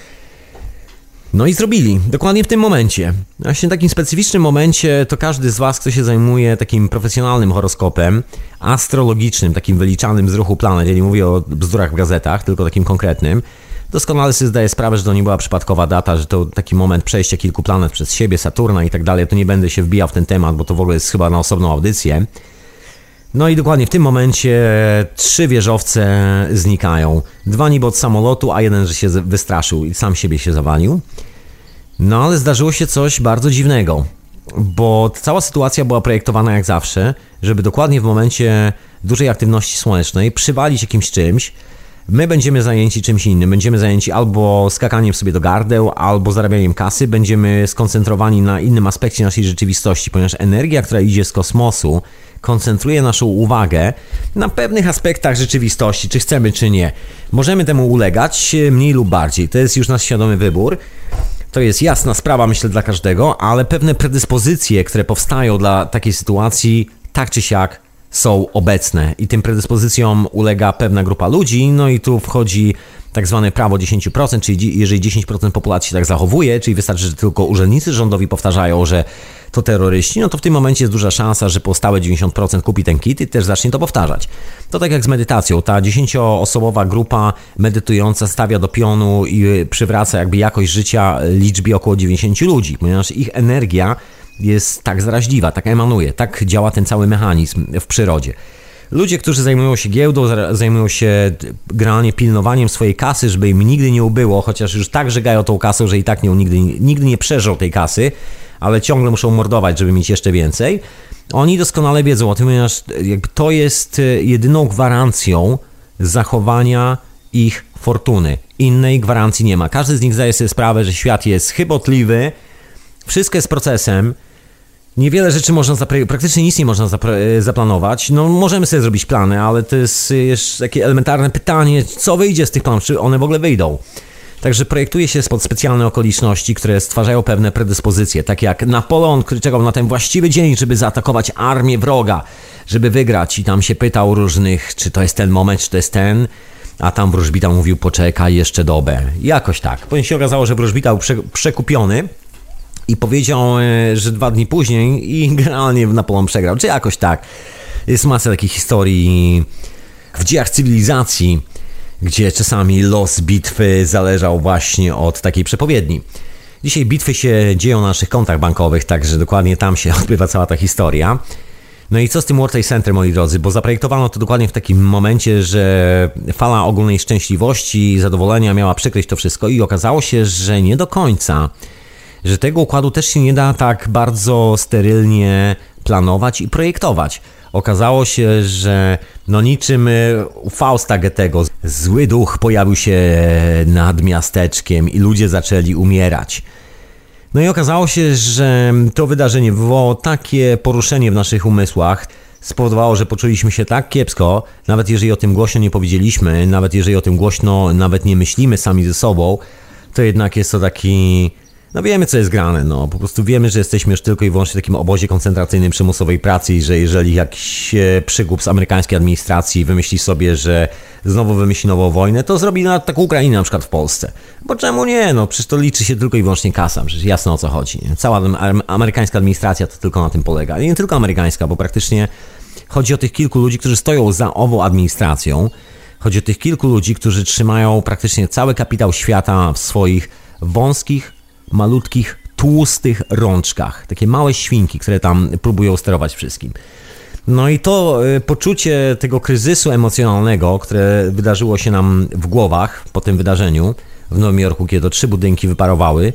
No i zrobili, dokładnie w tym momencie. Właśnie w takim specyficznym momencie to każdy z Was, kto się zajmuje takim profesjonalnym horoskopem, astrologicznym, takim wyliczanym z ruchu planet, ja nie mówię o bzdurach w gazetach, tylko takim konkretnym, doskonale sobie zdaję sprawę, że to nie była przypadkowa data, że to taki moment przejścia kilku planet przez siebie, Saturna i tak dalej, to nie będę się wbijał w ten temat, bo to w ogóle jest chyba na osobną audycję. No i dokładnie w tym momencie trzy wieżowce znikają. Dwa niby od samolotu, a jeden, że się wystraszył i sam siebie się zawalił. No ale zdarzyło się coś bardzo dziwnego, bo cała sytuacja była projektowana jak zawsze, żeby dokładnie w momencie dużej aktywności słonecznej przywalić jakimś czymś. My będziemy zajęci czymś innym, będziemy zajęci albo skakaniem sobie do gardeł, albo zarabianiem kasy, będziemy skoncentrowani na innym aspekcie naszej rzeczywistości, ponieważ energia, która idzie z kosmosu, koncentruje naszą uwagę na pewnych aspektach rzeczywistości, czy chcemy, czy nie. Możemy temu ulegać mniej lub bardziej, to jest już nasz świadomy wybór. To jest jasna sprawa, myślę, dla każdego, ale pewne predyspozycje, które powstają dla takiej sytuacji, tak czy siak są obecne i tym predyspozycjom ulega pewna grupa ludzi, no i tu wchodzi tak zwane prawo dziesięć procent, czyli jeżeli dziesięć procent populacji się tak zachowuje, czyli wystarczy, że tylko urzędnicy rządowi powtarzają, że to terroryści, no to w tym momencie jest duża szansa, że pozostałe dziewięćdziesiąt procent kupi ten kit i też zacznie to powtarzać. To tak jak z medytacją, ta dziesięcioosobowa grupa medytująca stawia do pionu i przywraca jakby jakość życia liczbie około dziewięćdziesięciu ludzi, ponieważ ich energia jest tak zaraźliwa, tak emanuje, tak działa ten cały mechanizm w przyrodzie. Ludzie, którzy zajmują się giełdą, zajmują się generalnie pilnowaniem swojej kasy, żeby im nigdy nie ubyło, chociaż już tak żegają tą kasą, że i tak nią nigdy, nigdy nie przeżą tej kasy, ale ciągle muszą mordować, żeby mieć jeszcze więcej. Oni doskonale wiedzą o tym, ponieważ jakby to jest jedyną gwarancją zachowania ich fortuny. Innej gwarancji nie ma. Każdy z nich zdaje sobie sprawę, że świat jest chybotliwy, wszystko jest procesem. Niewiele rzeczy można, zapra- praktycznie nic nie można zapra- zaplanować. No możemy sobie zrobić plany, ale to jest jeszcze takie elementarne pytanie, co wyjdzie z tych planów, czy one w ogóle wyjdą. Także projektuje się spod specjalne okoliczności, które stwarzają pewne predyspozycje, tak jak Napoleon, który czekał na ten właściwy dzień, żeby zaatakować armię wroga, żeby wygrać i tam się pytał różnych, czy to jest ten moment, czy to jest ten, a tam wróżbita mówił, poczekaj jeszcze dobę. Jakoś tak. Później się okazało, że wróżbita był prze- przekupiony, i powiedział, że dwa dni później i generalnie Napoleon przegrał, czy jakoś tak. Jest masa takich historii w dziejach cywilizacji, gdzie czasami los bitwy zależał właśnie od takiej przepowiedni. Dzisiaj bitwy się dzieją na naszych kontach bankowych, także dokładnie tam się odbywa cała ta historia. No i co z tym World Trade Center, moi drodzy, bo zaprojektowano to dokładnie w takim momencie, że fala ogólnej szczęśliwości i zadowolenia miała przykryć to wszystko i okazało się, że nie do końca, że tego układu też się nie da tak bardzo sterylnie planować i projektować. Okazało się, że no niczym u Fausta Goethego zły duch pojawił się nad miasteczkiem i ludzie zaczęli umierać. No i okazało się, że to wydarzenie wywołało takie poruszenie w naszych umysłach, spowodowało, że poczuliśmy się tak kiepsko, nawet jeżeli o tym głośno nie powiedzieliśmy, nawet jeżeli o tym głośno nawet nie myślimy sami ze sobą, to jednak jest to taki... No wiemy, co jest grane, no po prostu wiemy, że jesteśmy już tylko i wyłącznie w takim obozie koncentracyjnym przymusowej pracy i że jeżeli jakiś przygłup z amerykańskiej administracji wymyśli sobie, że znowu wymyśli nową wojnę, to zrobi na taką Ukrainę na przykład w Polsce. Bo czemu nie? No przecież to liczy się tylko i wyłącznie kasa, przecież jasno o co chodzi. Cała amerykańska administracja to tylko na tym polega. I nie tylko amerykańska, bo praktycznie chodzi o tych kilku ludzi, którzy stoją za ową administracją. Chodzi o tych kilku ludzi, którzy trzymają praktycznie cały kapitał świata w swoich wąskich, malutkich, tłustych rączkach. Takie małe świnki, które tam próbują sterować wszystkim. No i to y, poczucie tego kryzysu emocjonalnego, które wydarzyło się nam w głowach po tym wydarzeniu w Nowym Jorku, kiedy to trzy budynki wyparowały,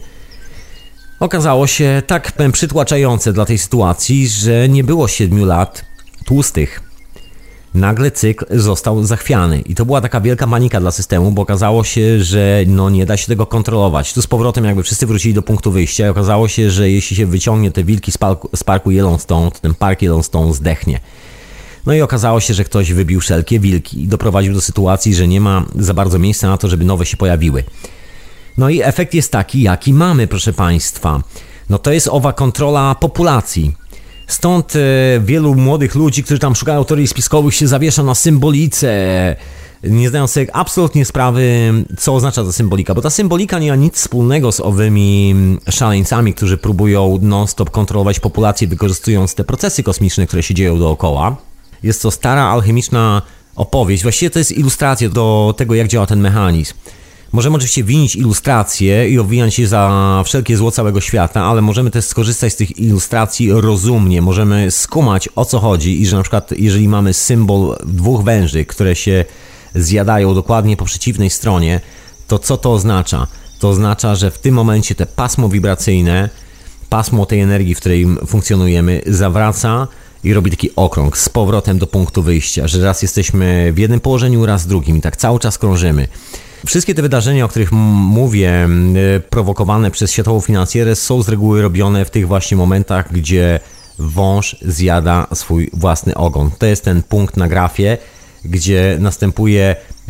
okazało się tak przytłaczające dla tej sytuacji, że nie było siedmiu lat tłustych. Nagle cykl został zachwiany i to była taka wielka panika dla systemu, bo okazało się, że no nie da się tego kontrolować. Tu z powrotem jakby wszyscy wrócili do punktu wyjścia i okazało się, że jeśli się wyciągnie te wilki z parku, z parku Yellowstone, to ten park Yellowstone zdechnie. No i okazało się, że ktoś wybił wszelkie wilki i doprowadził do sytuacji, że nie ma za bardzo miejsca na to, żeby nowe się pojawiły. No i efekt jest taki, jaki mamy, proszę Państwa. No to jest owa kontrola populacji. Stąd e, wielu młodych ludzi, którzy tam szukają teorii spiskowych, się zawiesza na symbolice, nie zdając sobie absolutnie sprawy, co oznacza ta symbolika, bo ta symbolika nie ma nic wspólnego z owymi szaleńcami, którzy próbują non-stop kontrolować populację, wykorzystując te procesy kosmiczne, które się dzieją dookoła. Jest to stara alchemiczna opowieść, właściwie to jest ilustracja do tego, jak działa ten mechanizm. Możemy oczywiście winić ilustracje i obwiniać się za wszelkie zło całego świata, ale możemy też skorzystać z tych ilustracji rozumnie. Możemy skumać, o co chodzi i że na przykład jeżeli mamy symbol dwóch węży, które się zjadają dokładnie po przeciwnej stronie, to co to oznacza? To oznacza, że w tym momencie te pasmo wibracyjne, pasmo tej energii, w której funkcjonujemy, zawraca i robi taki okrąg z powrotem do punktu wyjścia, że raz jesteśmy w jednym położeniu, raz w drugim i tak cały czas krążymy. Wszystkie te wydarzenia, o których m- mówię, y, prowokowane przez światową finansjerę, są z reguły robione w tych właśnie momentach, gdzie wąż zjada swój własny ogon. To jest ten punkt na grafie, gdzie następuje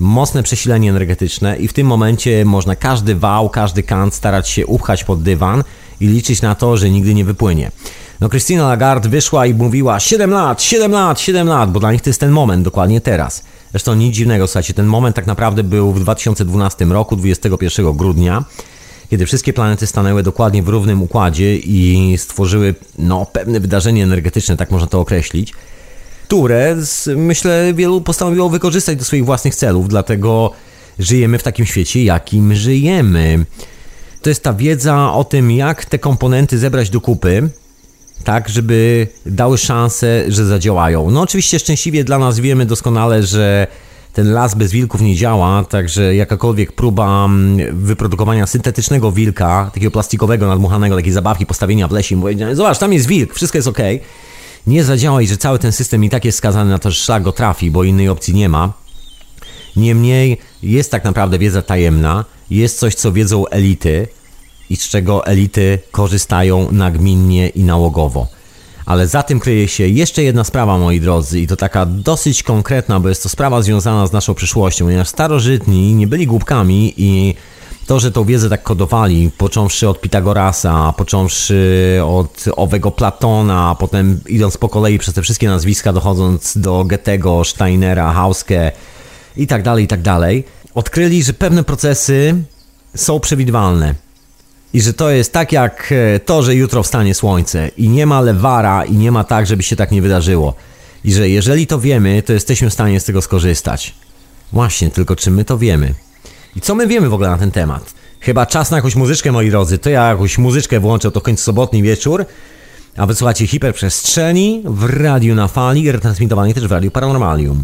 mocne przesilenie energetyczne i w tym momencie można każdy wał, każdy kant starać się upchać pod dywan i liczyć na to, że nigdy nie wypłynie. No Christine Lagarde wyszła i mówiła siedem lat, siedem lat, siedem lat, bo dla nich to jest ten moment, dokładnie teraz. Zresztą nic dziwnego, słuchajcie, ten moment tak naprawdę był w dwa tysiące dwunastym roku, dwudziestego pierwszego grudnia, kiedy wszystkie planety stanęły dokładnie w równym układzie i stworzyły no, pewne wydarzenie energetyczne, tak można to określić, które myślę wielu postanowiło wykorzystać do swoich własnych celów, dlatego żyjemy w takim świecie, jakim żyjemy. To jest ta wiedza o tym, jak te komponenty zebrać do kupy, tak, żeby dały szansę, że zadziałają. No oczywiście szczęśliwie dla nas wiemy doskonale, że ten las bez wilków nie działa, także jakakolwiek próba wyprodukowania syntetycznego wilka, takiego plastikowego, nadmuchanego, takiej zabawki, postawienia w lesie i mówienia, zobacz, tam jest wilk, wszystko jest okej, okay, nie zadziała i że cały ten system i tak jest skazany na to, że szlak go trafi, bo innej opcji nie ma. Niemniej jest tak naprawdę wiedza tajemna, jest coś, co wiedzą elity i z czego elity korzystają nagminnie i nałogowo. Ale za tym kryje się jeszcze jedna sprawa, moi drodzy, i to taka dosyć konkretna, bo jest to sprawa związana z naszą przyszłością, ponieważ starożytni nie byli głupkami i to, że tą wiedzę tak kodowali, począwszy od Pitagorasa, począwszy od owego Platona, a potem idąc po kolei przez te wszystkie nazwiska, dochodząc do Goethego, Steinera, Hauske i tak dalej, i tak dalej, odkryli, że pewne procesy są przewidywalne. I że to jest tak jak to, że jutro wstanie słońce i nie ma lewara i nie ma tak, żeby się tak nie wydarzyło. I że jeżeli to wiemy, to jesteśmy w stanie z tego skorzystać. Właśnie, tylko czy my to wiemy? I co my wiemy w ogóle na ten temat? Chyba czas na jakąś muzyczkę, moi drodzy. To ja jakąś muzyczkę włączę, to końcu sobotni wieczór. A wysłuchacie Hiperprzestrzeni w Radiu na Fali, retransmitowanej też w Radiu Paranormalium.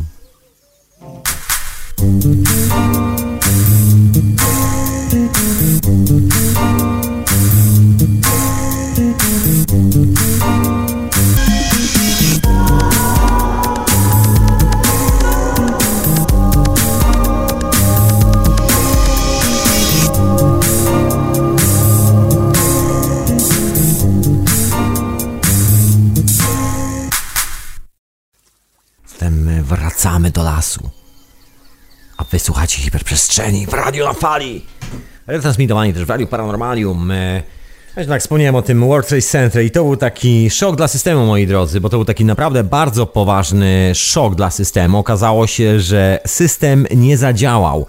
Wracamy do lasu. A wy słuchacie Hiperprzestrzeni w Radiu na Fali. Retransmitowani też w Radiu Paranormalium. Ja tak wspomniałem o tym World Trade Center i to był taki szok dla systemu, moi drodzy, bo to był taki naprawdę bardzo poważny szok dla systemu. Okazało się, że system nie zadziałał.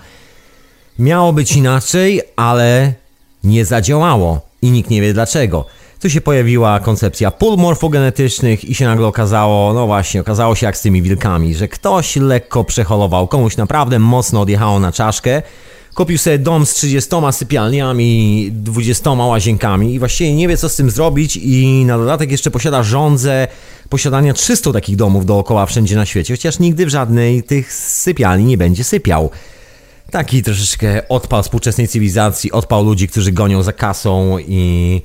Miało być inaczej, ale nie zadziałało i nikt nie wie dlaczego. Tu się pojawiła koncepcja pól morfogenetycznych i się nagle okazało, no właśnie, okazało się jak z tymi wilkami, że ktoś lekko przeholował, komuś naprawdę mocno odjechało na czaszkę, kupił sobie dom z trzydziestoma sypialniami, dwudziestoma łazienkami i właściwie nie wie co z tym zrobić i na dodatek jeszcze posiada żądzę posiadania trzystu takich domów dookoła wszędzie na świecie, chociaż nigdy w żadnej tych sypialni nie będzie sypiał. Taki troszeczkę odpał współczesnej cywilizacji, odpał ludzi, którzy gonią za kasą i...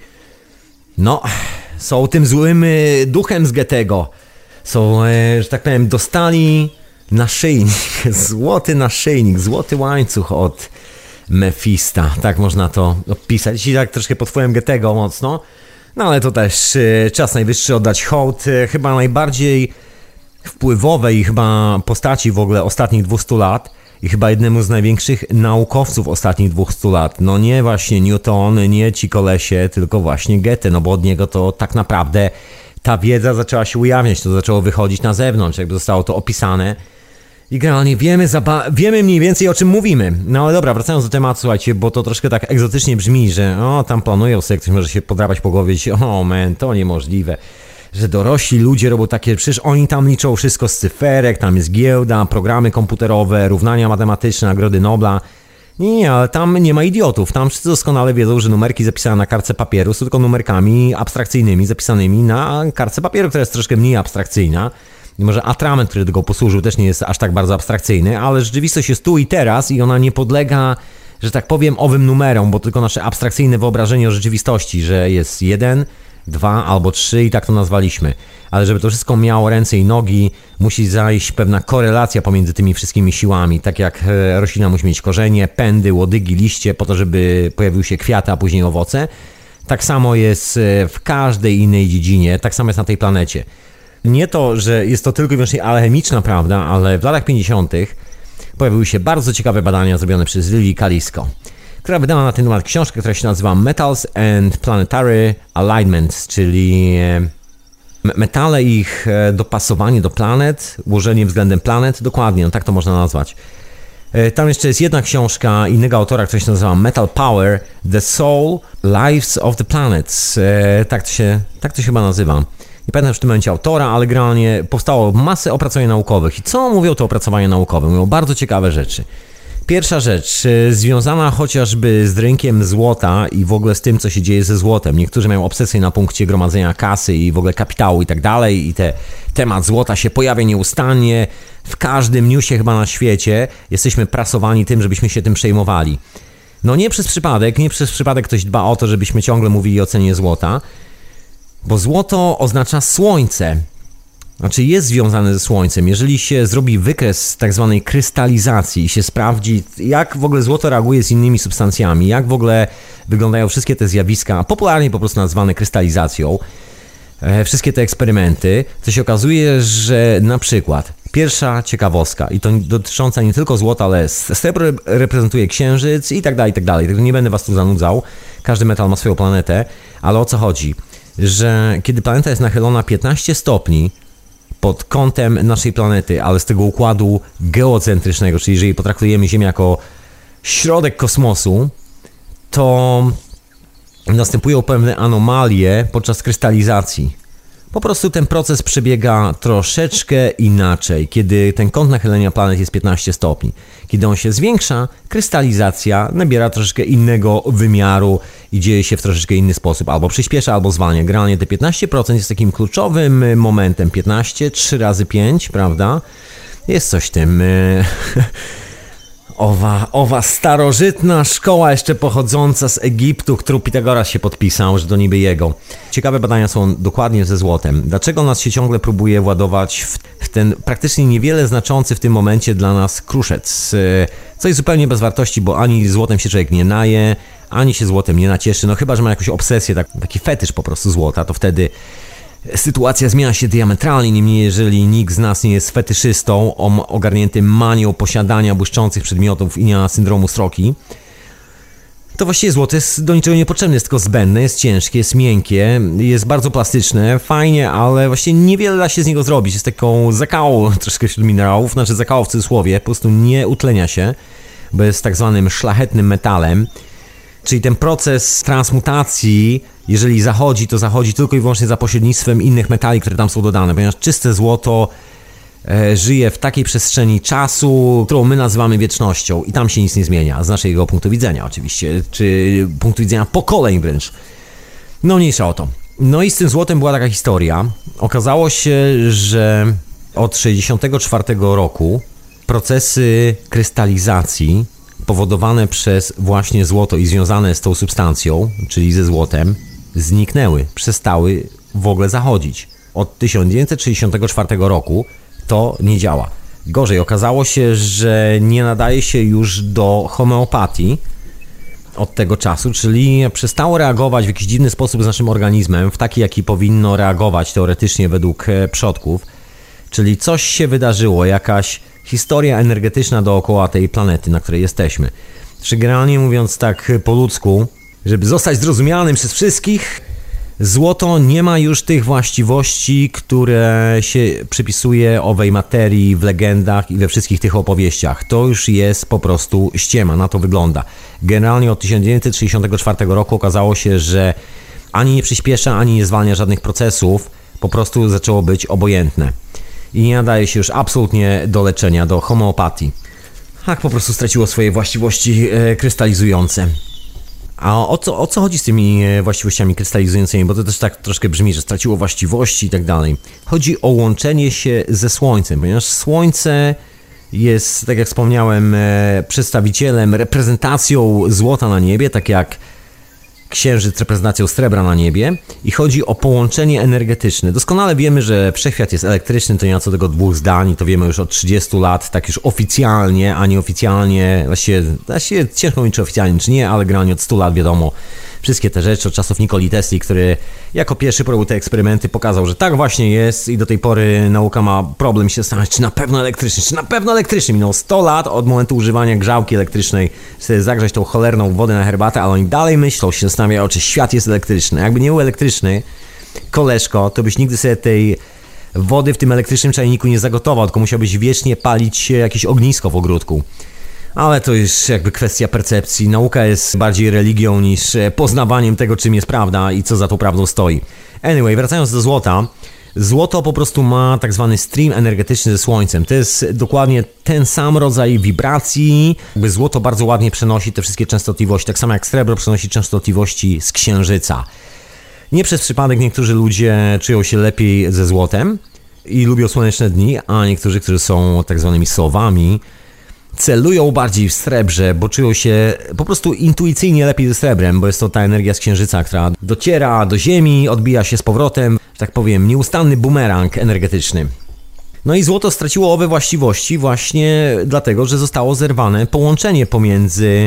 no, są tym złym duchem z Goethego. Są, że tak powiem, dostali naszyjnik, złoty naszyjnik, złoty łańcuch od Mefista. Tak można to opisać. I tak troszkę pod wpływem Goethego mocno. No ale to też czas najwyższy oddać hołd chyba najbardziej wpływowej chyba postaci w ogóle ostatnich dwustu lat. I chyba jednemu z największych naukowców ostatnich dwustu lat. No nie właśnie Newton, nie ci kolesie, tylko właśnie Goethe, no bo od niego to tak naprawdę ta wiedza zaczęła się ujawniać, to zaczęło wychodzić na zewnątrz, jakby zostało to opisane. I generalnie wiemy, wiemy mniej więcej o czym mówimy. No ale dobra, wracając do tematu, słuchajcie, bo to troszkę tak egzotycznie brzmi, że o, tam planują sobie, ktoś może się podrapać po głowie i o man, to niemożliwe. Że dorośli ludzie robią takie, przecież oni tam liczą wszystko z cyferek, tam jest giełda, programy komputerowe, równania matematyczne, nagrody Nobla. Nie, nie, ale tam nie ma idiotów, tam wszyscy doskonale wiedzą, że numerki zapisane na kartce papieru są tylko numerkami abstrakcyjnymi zapisanymi na kartce papieru, która jest troszkę mniej abstrakcyjna. I może atrament, który tego posłużył, też nie jest aż tak bardzo abstrakcyjny, ale rzeczywistość jest tu i teraz i ona nie podlega, że tak powiem, owym numerom, bo tylko nasze abstrakcyjne wyobrażenie o rzeczywistości, że jest jeden, dwa albo trzy i tak to nazwaliśmy. Ale żeby to wszystko miało ręce i nogi, musi zajść pewna korelacja pomiędzy tymi wszystkimi siłami. Tak jak roślina musi mieć korzenie, pędy, łodygi, liście po to, żeby pojawiły się kwiaty, a później owoce. Tak samo jest w każdej innej dziedzinie, tak samo jest na tej planecie. Nie to, że jest to tylko i wyłącznie alchemiczna prawda, ale w latach pięćdziesiątych pojawiły się bardzo ciekawe badania zrobione przez Lily Kalisko, która wydała na ten temat książkę, która się nazywa Metals and Planetary Alignments, czyli metale i ich dopasowanie do planet, ułożenie względem planet, dokładnie, no tak to można nazwać. Tam jeszcze jest jedna książka innego autora, która się nazywa Metal Power, The Soul, Lives of the Planets. Tak to się, tak to się chyba nazywa. Nie pamiętam już w tym momencie autora, ale generalnie powstało masę opracowań naukowych. I co mówią te opracowania naukowe? Mówią bardzo ciekawe rzeczy. Pierwsza rzecz, związana chociażby z rynkiem złota i w ogóle z tym, co się dzieje ze złotem. Niektórzy mają obsesję na punkcie gromadzenia kasy i w ogóle kapitału i tak dalej i te, temat złota się pojawia nieustannie. W każdym newsie chyba na świecie jesteśmy prasowani tym, żebyśmy się tym przejmowali. No nie przez przypadek, nie przez przypadek ktoś dba o to, żebyśmy ciągle mówili o cenie złota, bo złoto oznacza słońce. Znaczy jest związane ze Słońcem. Jeżeli się zrobi wykres tak zwanej krystalizacji i się sprawdzi, jak w ogóle złoto reaguje z innymi substancjami, jak w ogóle wyglądają wszystkie te zjawiska, popularnie po prostu nazwane krystalizacją, e, wszystkie te eksperymenty, to się okazuje, że na przykład pierwsza ciekawostka, i to dotycząca nie tylko złota, ale srebro reprezentuje księżyc i tak dalej, i tak dalej. Także nie będę was tu zanudzał. Każdy metal ma swoją planetę, ale o co chodzi? Że kiedy planeta jest nachylona piętnaście stopni, pod kątem naszej planety, ale z tego układu geocentrycznego, czyli jeżeli potraktujemy Ziemię jako środek kosmosu, to następują pewne anomalie podczas krystalizacji. Po prostu ten proces przebiega troszeczkę inaczej, kiedy ten kąt nachylenia planet jest piętnaście stopni. Kiedy on się zwiększa, krystalizacja nabiera troszeczkę innego wymiaru i dzieje się w troszeczkę inny sposób. Albo przyspiesza, albo zwalnia. Generalnie te piętnaście procent jest takim kluczowym momentem. piętnaście, trzy razy pięć, prawda? Jest coś w tym... Owa, owa starożytna szkoła jeszcze pochodząca z Egiptu, którą Pitagoras się podpisał, że to niby jego. Ciekawe badania są dokładnie ze złotem. Dlaczego nas się ciągle próbuje władować w, w ten praktycznie niewiele znaczący w tym momencie dla nas kruszec? Coś zupełnie bez wartości, bo ani złotem się człowiek nie naje, ani się złotem nie nacieszy. No chyba, że ma jakąś obsesję, tak, taki fetysz po prostu złota, to wtedy sytuacja zmienia się diametralnie, niemniej jeżeli nikt z nas nie jest fetyszystą ogarniętym manią posiadania błyszczących przedmiotów i nie ma syndromu sroki, to właściwie złoto jest do niczego niepotrzebne, jest tylko zbędne, jest ciężkie, jest miękkie, jest bardzo plastyczne, fajnie, ale właściwie niewiele da się z niego zrobić. Jest taką zakałą troszkę wśród minerałów, znaczy zakałą w cudzysłowie, po prostu nie utlenia się, bo jest tak zwanym szlachetnym metalem. Czyli ten proces transmutacji, jeżeli zachodzi, to zachodzi tylko i wyłącznie za pośrednictwem innych metali, które tam są dodane, ponieważ czyste złoto e, żyje w takiej przestrzeni czasu, którą my nazywamy wiecznością i tam się nic nie zmienia, z naszego punktu widzenia oczywiście, czy punktu widzenia pokoleń wręcz. No mniejsza o to. No i z tym złotem była taka historia. Okazało się, że od sześćdziesiątego czwartego roku procesy krystalizacji powodowane przez właśnie złoto i związane z tą substancją, czyli ze złotem, zniknęły, przestały w ogóle zachodzić. Od tysiąc dziewięćset sześćdziesiątego czwartego roku to nie działa. Gorzej, okazało się, że nie nadaje się już do homeopatii od tego czasu, czyli przestało reagować w jakiś dziwny sposób z naszym organizmem, w taki, jaki powinno reagować teoretycznie według przodków. Czyli coś się wydarzyło, jakaś historia energetyczna dookoła tej planety, na której jesteśmy. Czy generalnie mówiąc tak po ludzku, żeby zostać zrozumianym przez wszystkich, złoto nie ma już tych właściwości, które się przypisuje owej materii w legendach i we wszystkich tych opowieściach. To już jest po prostu ściema, na to wygląda. Generalnie od tysiąc dziewięćset sześćdziesiątego czwartego roku okazało się, że ani nie przyspiesza, ani nie zwalnia żadnych procesów, po prostu zaczęło być obojętne. I nie nadaje się już absolutnie do leczenia, do homeopatii. Tak po prostu straciło swoje właściwości e, krystalizujące. A o co, o co chodzi z tymi właściwościami krystalizującymi? Bo to też tak troszkę brzmi, że straciło właściwości i tak dalej. Chodzi o łączenie się ze Słońcem, ponieważ Słońce jest, tak jak wspomniałem, e, przedstawicielem, reprezentacją złota na niebie, tak jak Księżyc reprezentacją srebra na niebie i chodzi o połączenie energetyczne. Doskonale wiemy, że wszechświat jest elektryczny, to nie ma co tego dwóch zdań, to wiemy już od trzydziestu lat, tak już oficjalnie, a nie oficjalnie, właściwie, właściwie ciężko mi czy oficjalnie, czy nie, ale generalnie od stu lat wiadomo, wszystkie te rzeczy od czasów Nikoli Tesli, który jako pierwszy porobił te eksperymenty, pokazał, że tak właśnie jest i do tej pory nauka ma problem się zastanawiać, czy na pewno elektryczny, czy na pewno elektryczny. Minęło sto lat od momentu używania grzałki elektrycznej, sobie zagrzać tą cholerną wodę na herbatę, ale oni dalej myślą, się zastanawiają, czy świat jest elektryczny. Jakby nie był elektryczny, koleżko, to byś nigdy sobie tej wody w tym elektrycznym czajniku nie zagotował, tylko musiałbyś wiecznie palić jakieś ognisko w ogródku. Ale to już jakby kwestia percepcji. Nauka jest bardziej religią niż poznawaniem tego, czym jest prawda i co za tą prawdą stoi. Anyway, wracając do złota. Złoto po prostu ma tak zwany stream energetyczny ze słońcem. To jest dokładnie ten sam rodzaj wibracji. Jakby złoto bardzo ładnie przenosi te wszystkie częstotliwości, tak samo jak srebro przenosi częstotliwości z księżyca. Nie przez przypadek niektórzy ludzie czują się lepiej ze złotem i lubią słoneczne dni, a niektórzy, którzy są tak zwanymi sowami, celują bardziej w srebrze, bo czują się po prostu intuicyjnie lepiej ze srebrem, bo jest to ta energia z księżyca, która dociera do ziemi, odbija się z powrotem, że tak powiem, nieustanny bumerang energetyczny. No i złoto straciło owe właściwości właśnie dlatego, że zostało zerwane połączenie pomiędzy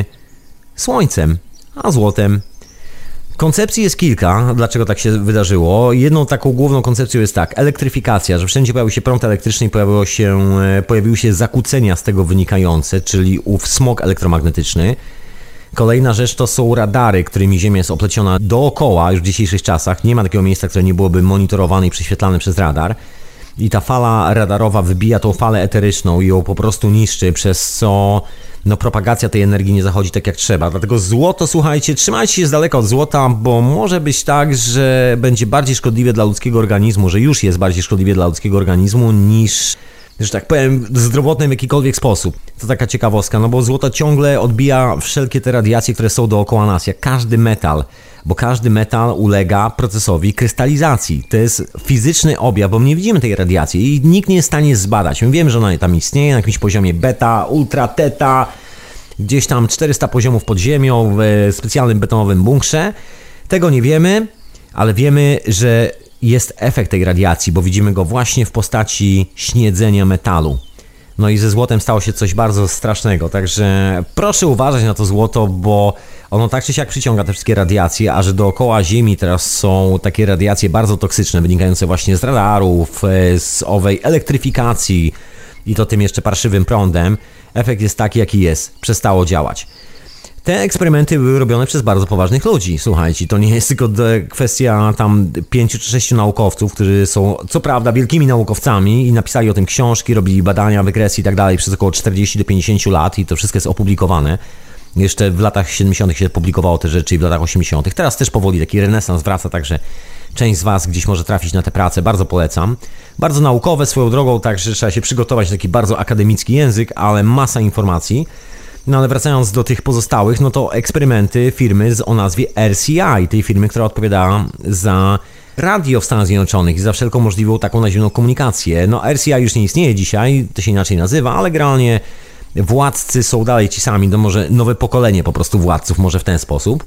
słońcem a złotem. Koncepcji jest kilka, dlaczego tak się wydarzyło. Jedną taką główną koncepcją jest tak, elektryfikacja, że wszędzie pojawił się prąd elektryczny i pojawiło się, pojawiły się zakłócenia z tego wynikające, czyli ów smog elektromagnetyczny. Kolejna rzecz to są radary, którymi Ziemia jest opleciona dookoła już w dzisiejszych czasach. Nie ma takiego miejsca, które nie byłoby monitorowane i prześwietlane przez radar. I ta fala radarowa wybija tą falę eteryczną i ją po prostu niszczy, przez co no, propagacja tej energii nie zachodzi tak jak trzeba. Dlatego złoto, słuchajcie, trzymajcie się z daleka od złota, bo może być tak, że będzie bardziej szkodliwe dla ludzkiego organizmu, że już jest bardziej szkodliwe dla ludzkiego organizmu niż, że tak powiem, zdrowotne w jakikolwiek sposób. To taka ciekawostka, no bo złoto ciągle odbija wszelkie te radiacje, które są dookoła nas, jak każdy metal. Bo każdy metal ulega procesowi krystalizacji. To jest fizyczny objaw, bo my nie widzimy tej radiacji i nikt nie jest w stanie zbadać. My wiemy, że ona tam istnieje na jakimś poziomie beta, ultra, teta, gdzieś tam czterysta poziomów pod ziemią w specjalnym betonowym bunkrze. Tego nie wiemy, ale wiemy, że jest efekt tej radiacji, bo widzimy go właśnie w postaci śniedzenia metalu. No i ze złotem stało się coś bardzo strasznego, także proszę uważać na to złoto, bo ono tak czy siak przyciąga te wszystkie radiacje, a że dookoła Ziemi teraz są takie radiacje bardzo toksyczne, wynikające właśnie z radarów, z owej elektryfikacji i to tym jeszcze parszywym prądem, efekt jest taki jaki jest, przestało działać. Te eksperymenty były robione przez bardzo poważnych ludzi, słuchajcie, to nie jest tylko kwestia tam pięciu czy sześciu naukowców, którzy są co prawda wielkimi naukowcami i napisali o tym książki, robili badania, wykresy i tak dalej przez około czterdzieści do pięćdziesięciu lat i to wszystko jest opublikowane. Jeszcze w latach siedemdziesiątych się publikowało te rzeczy i w latach osiemdziesiątych. Teraz też powoli taki renesans wraca, także część z Was gdzieś może trafić na te prace, bardzo polecam. Bardzo naukowe swoją drogą, także trzeba się przygotować na taki bardzo akademicki język, ale masa informacji. No ale wracając do tych pozostałych, no to eksperymenty firmy o nazwie R C I, tej firmy, która odpowiada za radio w Stanach Zjednoczonych i za wszelką możliwą taką naziemną komunikację. No R C I już nie istnieje dzisiaj, to się inaczej nazywa, ale generalnie władcy są dalej ci sami, no może nowe pokolenie po prostu władców, może w ten sposób.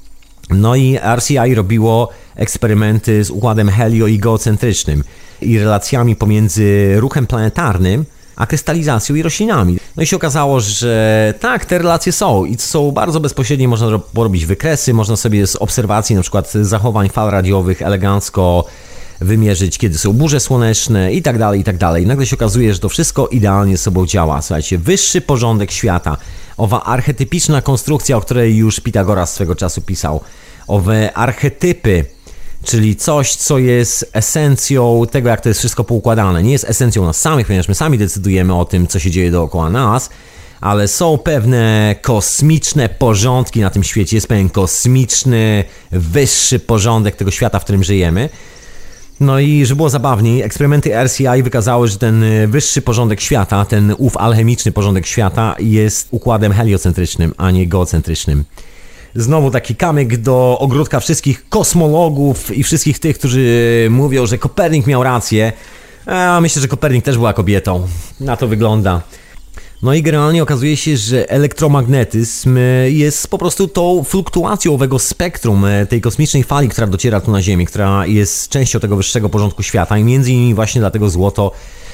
No i R C I robiło eksperymenty z układem helio- i geocentrycznym i relacjami pomiędzy ruchem planetarnym a krystalizacją i roślinami. No i się okazało, że tak, te relacje są i są bardzo bezpośrednie, można porobić wykresy, można sobie z obserwacji na przykład zachowań fal radiowych elegancko wymierzyć, kiedy są burze słoneczne i tak dalej, i tak dalej. Nagle się okazuje, że to wszystko idealnie z sobą działa. Słuchajcie, wyższy porządek świata, owa archetypiczna konstrukcja, o której już Pitagoras swego czasu pisał, owe archetypy, czyli coś, co jest esencją tego, jak to jest wszystko poukładane. Nie jest esencją nas samych, ponieważ my sami decydujemy o tym, co się dzieje dookoła nas, ale są pewne kosmiczne porządki na tym świecie, jest pewien kosmiczny, wyższy porządek tego świata, w którym żyjemy. No i żeby było zabawniej, eksperymenty R C I wykazały, że ten wyższy porządek świata, ten ów alchemiczny porządek świata jest układem heliocentrycznym, a nie geocentrycznym. Znowu taki kamyk do ogródka wszystkich kosmologów i wszystkich tych, którzy mówią, że Kopernik miał rację. A myślę, że Kopernik też była kobietą. Na to wygląda. No i generalnie okazuje się, że elektromagnetyzm jest po prostu tą fluktuacją owego spektrum tej kosmicznej fali, która dociera tu na Ziemię, która jest częścią tego wyższego porządku świata i między innymi właśnie dlatego złoto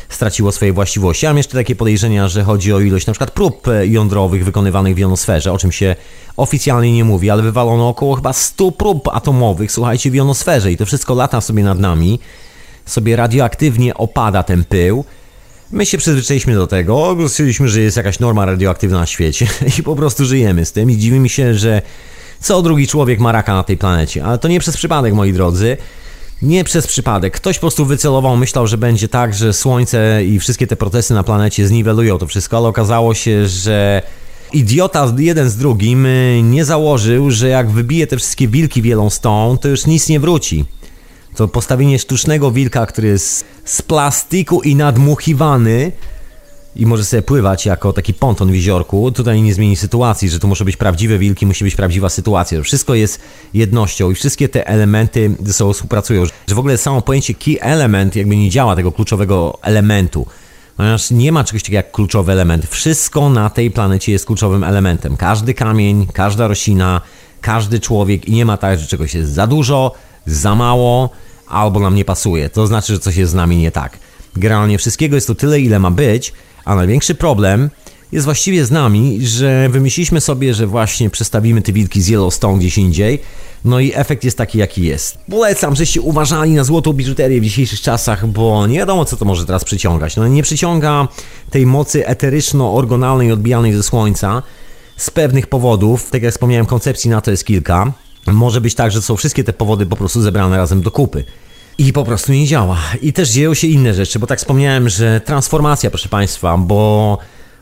straciło swoje właściwości. Ja mam jeszcze takie podejrzenia, że chodzi o ilość na przykład prób jądrowych wykonywanych w jonosferze, o czym się oficjalnie nie mówi, ale wywalono około chyba stu prób atomowych, słuchajcie, w jonosferze i to wszystko lata sobie nad nami, sobie radioaktywnie opada ten pył. My się przyzwyczailiśmy do tego, stwierdziliśmy, że jest jakaś norma radioaktywna na świecie i po prostu żyjemy z tym i dziwimy się, że co drugi człowiek ma raka na tej planecie, ale to nie przez przypadek, moi drodzy. Nie przez przypadek. Ktoś po prostu wycelował, myślał, że będzie tak, że Słońce i wszystkie te procesy na planecie zniwelują to wszystko, ale okazało się, że idiota jeden z drugim nie założył, że jak wybije te wszystkie wilki w Yellowstone, to już nic nie wróci. To postawienie sztucznego wilka, który jest z plastiku i nadmuchiwany i może sobie pływać jako taki ponton w jeziorku, tutaj nie zmieni sytuacji, że tu muszą być prawdziwe wilki, musi być prawdziwa sytuacja. Wszystko jest jednością i wszystkie te elementy ze sobą współpracują. Że w ogóle samo pojęcie key element jakby nie działa, tego kluczowego elementu. Ponieważ nie ma czegoś takiego jak kluczowy element. Wszystko na tej planecie jest kluczowym elementem. Każdy kamień, każda roślina, każdy człowiek i nie ma tak, że czegoś jest za dużo, za mało albo nam nie pasuje. To znaczy, że coś jest z nami nie tak. Generalnie wszystkiego jest to tyle, ile ma być, a największy problem jest właściwie z nami, że wymyśliliśmy sobie, że właśnie przestawimy te wilki z Yellowstone gdzieś indziej, no i efekt jest taki, jaki jest. Polecam, żeście uważali na złotą biżuterię w dzisiejszych czasach, bo nie wiadomo, co to może teraz przyciągać. No nie przyciąga tej mocy eteryczno-orgonalnej odbijanej ze Słońca z pewnych powodów. Tak jak wspomniałem, koncepcji na to jest kilka. Może być tak, że są wszystkie te powody po prostu zebrane razem do kupy. I po prostu nie działa. I też dzieją się inne rzeczy, bo tak wspomniałem, że transformacja, proszę Państwa, bo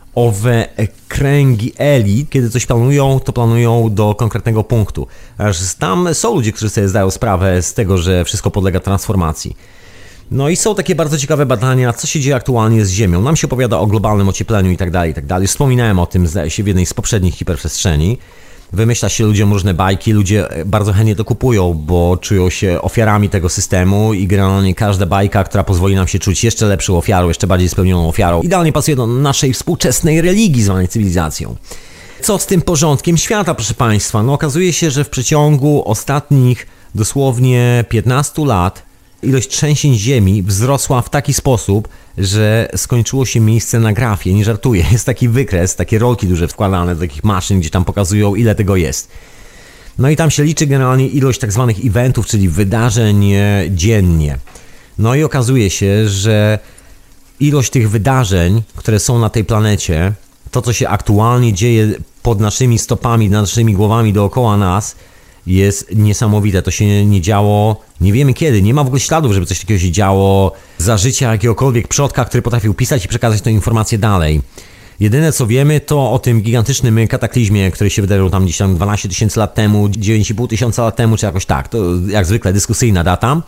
owe kręgi elit, kiedy coś planują, to planują do konkretnego punktu. Aż tam są ludzie, którzy sobie zdają sprawę z tego, że wszystko podlega transformacji. No i są takie bardzo ciekawe badania, co się dzieje aktualnie z Ziemią. Nam się opowiada o globalnym ociepleniu i tak dalej, i tak dalej. Wspominałem o tym, zdaje się, w jednej z poprzednich hiperprzestrzeni. Wymyśla się ludziom różne bajki, ludzie bardzo chętnie to kupują, bo czują się ofiarami tego systemu i generalnie każda bajka, która pozwoli nam się czuć jeszcze lepszą ofiarą, jeszcze bardziej spełnioną ofiarą, idealnie pasuje do naszej współczesnej religii zwanej cywilizacją. Co z tym porządkiem świata, proszę Państwa? No okazuje się, że w przeciągu ostatnich dosłownie piętnastu lat ilość trzęsień ziemi wzrosła w taki sposób, że skończyło się miejsce na grafie, nie żartuję. Jest taki wykres, takie rolki duże wkładane do takich maszyn, gdzie tam pokazują, ile tego jest. No i tam się liczy generalnie ilość tak zwanych eventów, czyli wydarzeń dziennie. No i okazuje się, że ilość tych wydarzeń, które są na tej planecie, to co się aktualnie dzieje pod naszymi stopami, nad naszymi głowami dookoła nas, jest niesamowite. To się nie działo, nie wiemy kiedy, nie ma w ogóle śladów, żeby coś takiego się działo za życia jakiegokolwiek przodka, który potrafił pisać i przekazać tę informację dalej. Jedyne co wiemy, to o tym gigantycznym kataklizmie, który się wydarzył tam gdzieś tam dwanaście tysięcy lat temu, dziewięć i pół tysiąca lat temu, czy jakoś tak. To jak zwykle dyskusyjna data.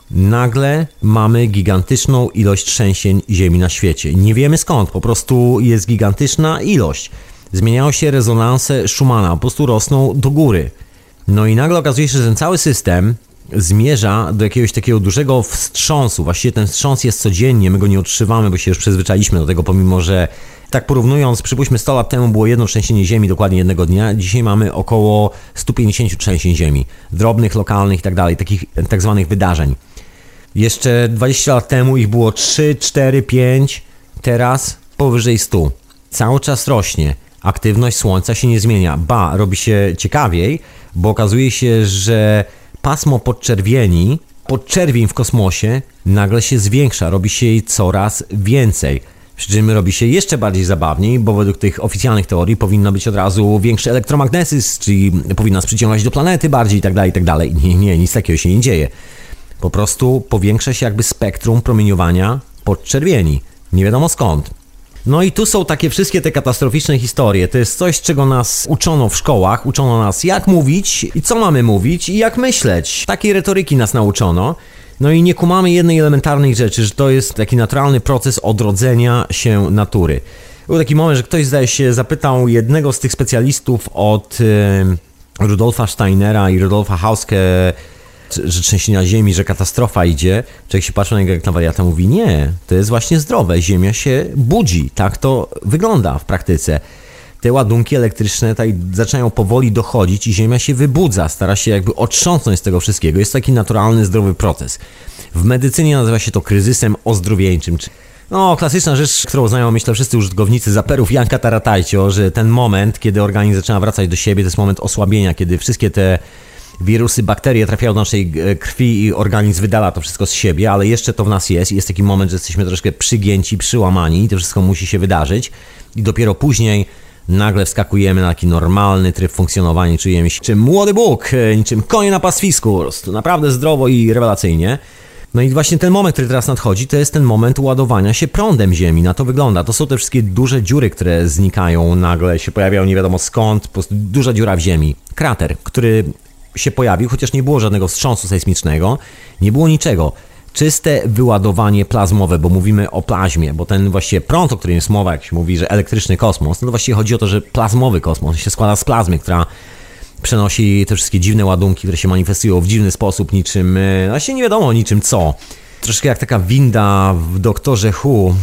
Nagle mamy gigantyczną ilość trzęsień ziemi na świecie. Nie wiemy skąd, po prostu jest gigantyczna ilość. Zmieniają się rezonanse Schumana, po prostu rosną do góry. No i nagle okazuje się, że ten cały system zmierza do jakiegoś takiego dużego wstrząsu. Właściwie ten wstrząs jest codziennie, my go nie odczuwamy, bo się już przyzwyczailiśmy do tego, pomimo że tak porównując, przypuśćmy sto lat temu było jedno trzęsienie ziemi dokładnie jednego dnia, dzisiaj mamy około sto pięćdziesiąt trzęsień ziemi, drobnych, lokalnych i tak dalej, takich tak zwanych wydarzeń. Jeszcze dwadzieścia lat temu ich było trzy, cztery, pięć, teraz powyżej stu. Cały czas rośnie. Aktywność Słońca się nie zmienia. Ba, robi się ciekawiej, bo okazuje się, że pasmo podczerwieni, podczerwień w kosmosie nagle się zwiększa, robi się jej coraz więcej. Przy czym robi się jeszcze bardziej zabawniej, bo według tych oficjalnych teorii powinno być od razu większy elektromagnetyzm, czyli powinna nas przyciągać do planety bardziej i tak dalej, i tak dalej. Nie, nie, nic takiego się nie dzieje. Po prostu powiększa się jakby spektrum promieniowania podczerwieni. Nie wiadomo skąd. No i tu są takie wszystkie te katastroficzne historie. To jest coś, czego nas uczono w szkołach. Uczono nas, jak mówić i co mamy mówić i jak myśleć. Takiej retoryki nas nauczono. No i nie kumamy jednej elementarnej rzeczy, że to jest taki naturalny proces odrodzenia się natury. Był taki moment, że ktoś, zdaje się, zapytał jednego z tych specjalistów od y, Rudolfa Steinera i Rudolfa Hauske, że trzęsienia ziemi, że katastrofa idzie. Człowiek się patrzy na niego jak na wariata, mówi nie, to jest właśnie zdrowe, ziemia się budzi, tak to wygląda w praktyce. te ładunki elektryczne tutaj zaczynają powoli dochodzić i Ziemia się wybudza, stara się jakby otrząsnąć z tego wszystkiego. Jest taki naturalny, zdrowy proces. W medycynie nazywa się to kryzysem ozdrowieńczym. No, klasyczna rzecz, którą znają, myślę, wszyscy użytkownicy zaperów Janka Taratajcio, że ten moment, kiedy organizm zaczyna wracać do siebie, to jest moment osłabienia, kiedy wszystkie te wirusy, bakterie trafiają do naszej krwi i organizm wydala to wszystko z siebie, ale jeszcze to w nas jest i jest taki moment, że jesteśmy troszkę przygięci, przyłamani i to wszystko musi się wydarzyć i dopiero później nagle wskakujemy na taki normalny tryb funkcjonowania, czujemy się niczym młody Bóg, niczym konie na pastwisku, po prostu naprawdę zdrowo i rewelacyjnie. No i właśnie ten moment, który teraz nadchodzi, to jest ten moment ładowania się prądem Ziemi. Na to wygląda. To są te wszystkie duże dziury, które znikają, nagle się pojawiają nie wiadomo skąd, po prostu duża dziura w Ziemi. Krater, który się pojawił, chociaż nie było żadnego wstrząsu sejsmicznego, nie było niczego. Czyste wyładowanie plazmowe, bo mówimy o plazmie, bo ten właściwie prąd, o którym jest mowa, jak się mówi, że elektryczny kosmos, no to właściwie chodzi o to, że plazmowy kosmos się składa z plazmy, która przenosi te wszystkie dziwne ładunki, które się manifestują w dziwny sposób, niczym, właśnie nie wiadomo niczym co. Troszkę jak taka winda w Doktorze Who,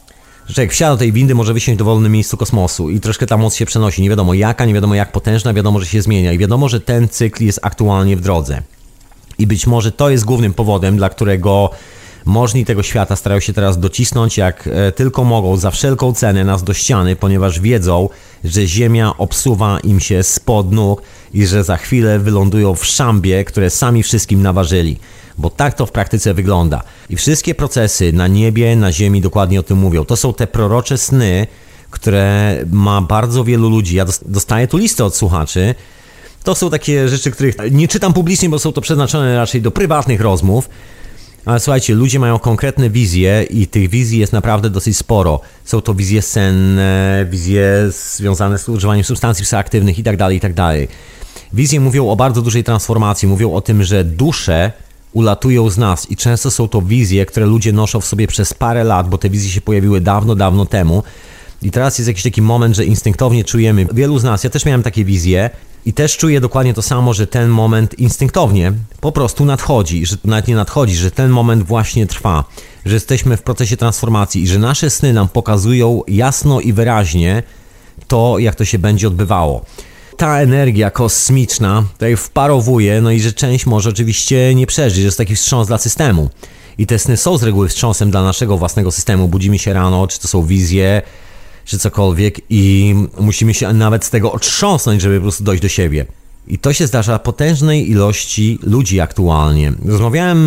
że jak wsiada do tej windy, może wysiąść w dowolnym miejscu kosmosu i troszkę ta moc się przenosi. Nie wiadomo jaka, nie wiadomo jak potężna, wiadomo, że się zmienia i wiadomo, że ten cykl jest aktualnie w drodze. I być może to jest głównym powodem, dla którego możni tego świata starają się teraz docisnąć jak tylko mogą, za wszelką cenę nas do ściany, ponieważ wiedzą, że Ziemia obsuwa im się spod nóg i że za chwilę wylądują w szambie, które sami wszystkim naważyli. Bo tak to w praktyce wygląda. I wszystkie procesy na niebie, na ziemi dokładnie o tym mówią. To są te prorocze sny, które ma bardzo wielu ludzi. Ja dostaję tu listę od słuchaczy. To są takie rzeczy, których nie czytam publicznie, bo są to przeznaczone raczej do prywatnych rozmów. Ale słuchajcie, ludzie mają konkretne wizje i tych wizji jest naprawdę dosyć sporo. Są to wizje senne, wizje związane z używaniem substancji psychoaktywnych itd., itd. Wizje mówią o bardzo dużej transformacji, mówią o tym, że dusze ulatują z nas i często są to wizje, które ludzie noszą w sobie przez parę lat, bo te wizje się pojawiły dawno, dawno temu. I teraz jest jakiś taki moment, że instynktownie czujemy, wielu z nas, ja też miałem takie wizje i też czuję dokładnie to samo, że ten moment instynktownie po prostu nadchodzi, że nawet nie nadchodzi, że ten moment właśnie trwa, że jesteśmy w procesie transformacji i że nasze sny nam pokazują jasno i wyraźnie to, jak to się będzie odbywało. Ta energia kosmiczna tutaj wparowuje, no i że część może oczywiście nie przeżyć, że jest taki wstrząs dla systemu. I te sny są z reguły wstrząsem dla naszego własnego systemu. Budzimy się rano, czy to są wizje, czy cokolwiek i musimy się nawet z tego otrząsnąć, żeby po prostu dojść do siebie. I to się zdarza potężnej ilości ludzi aktualnie. Rozmawiałem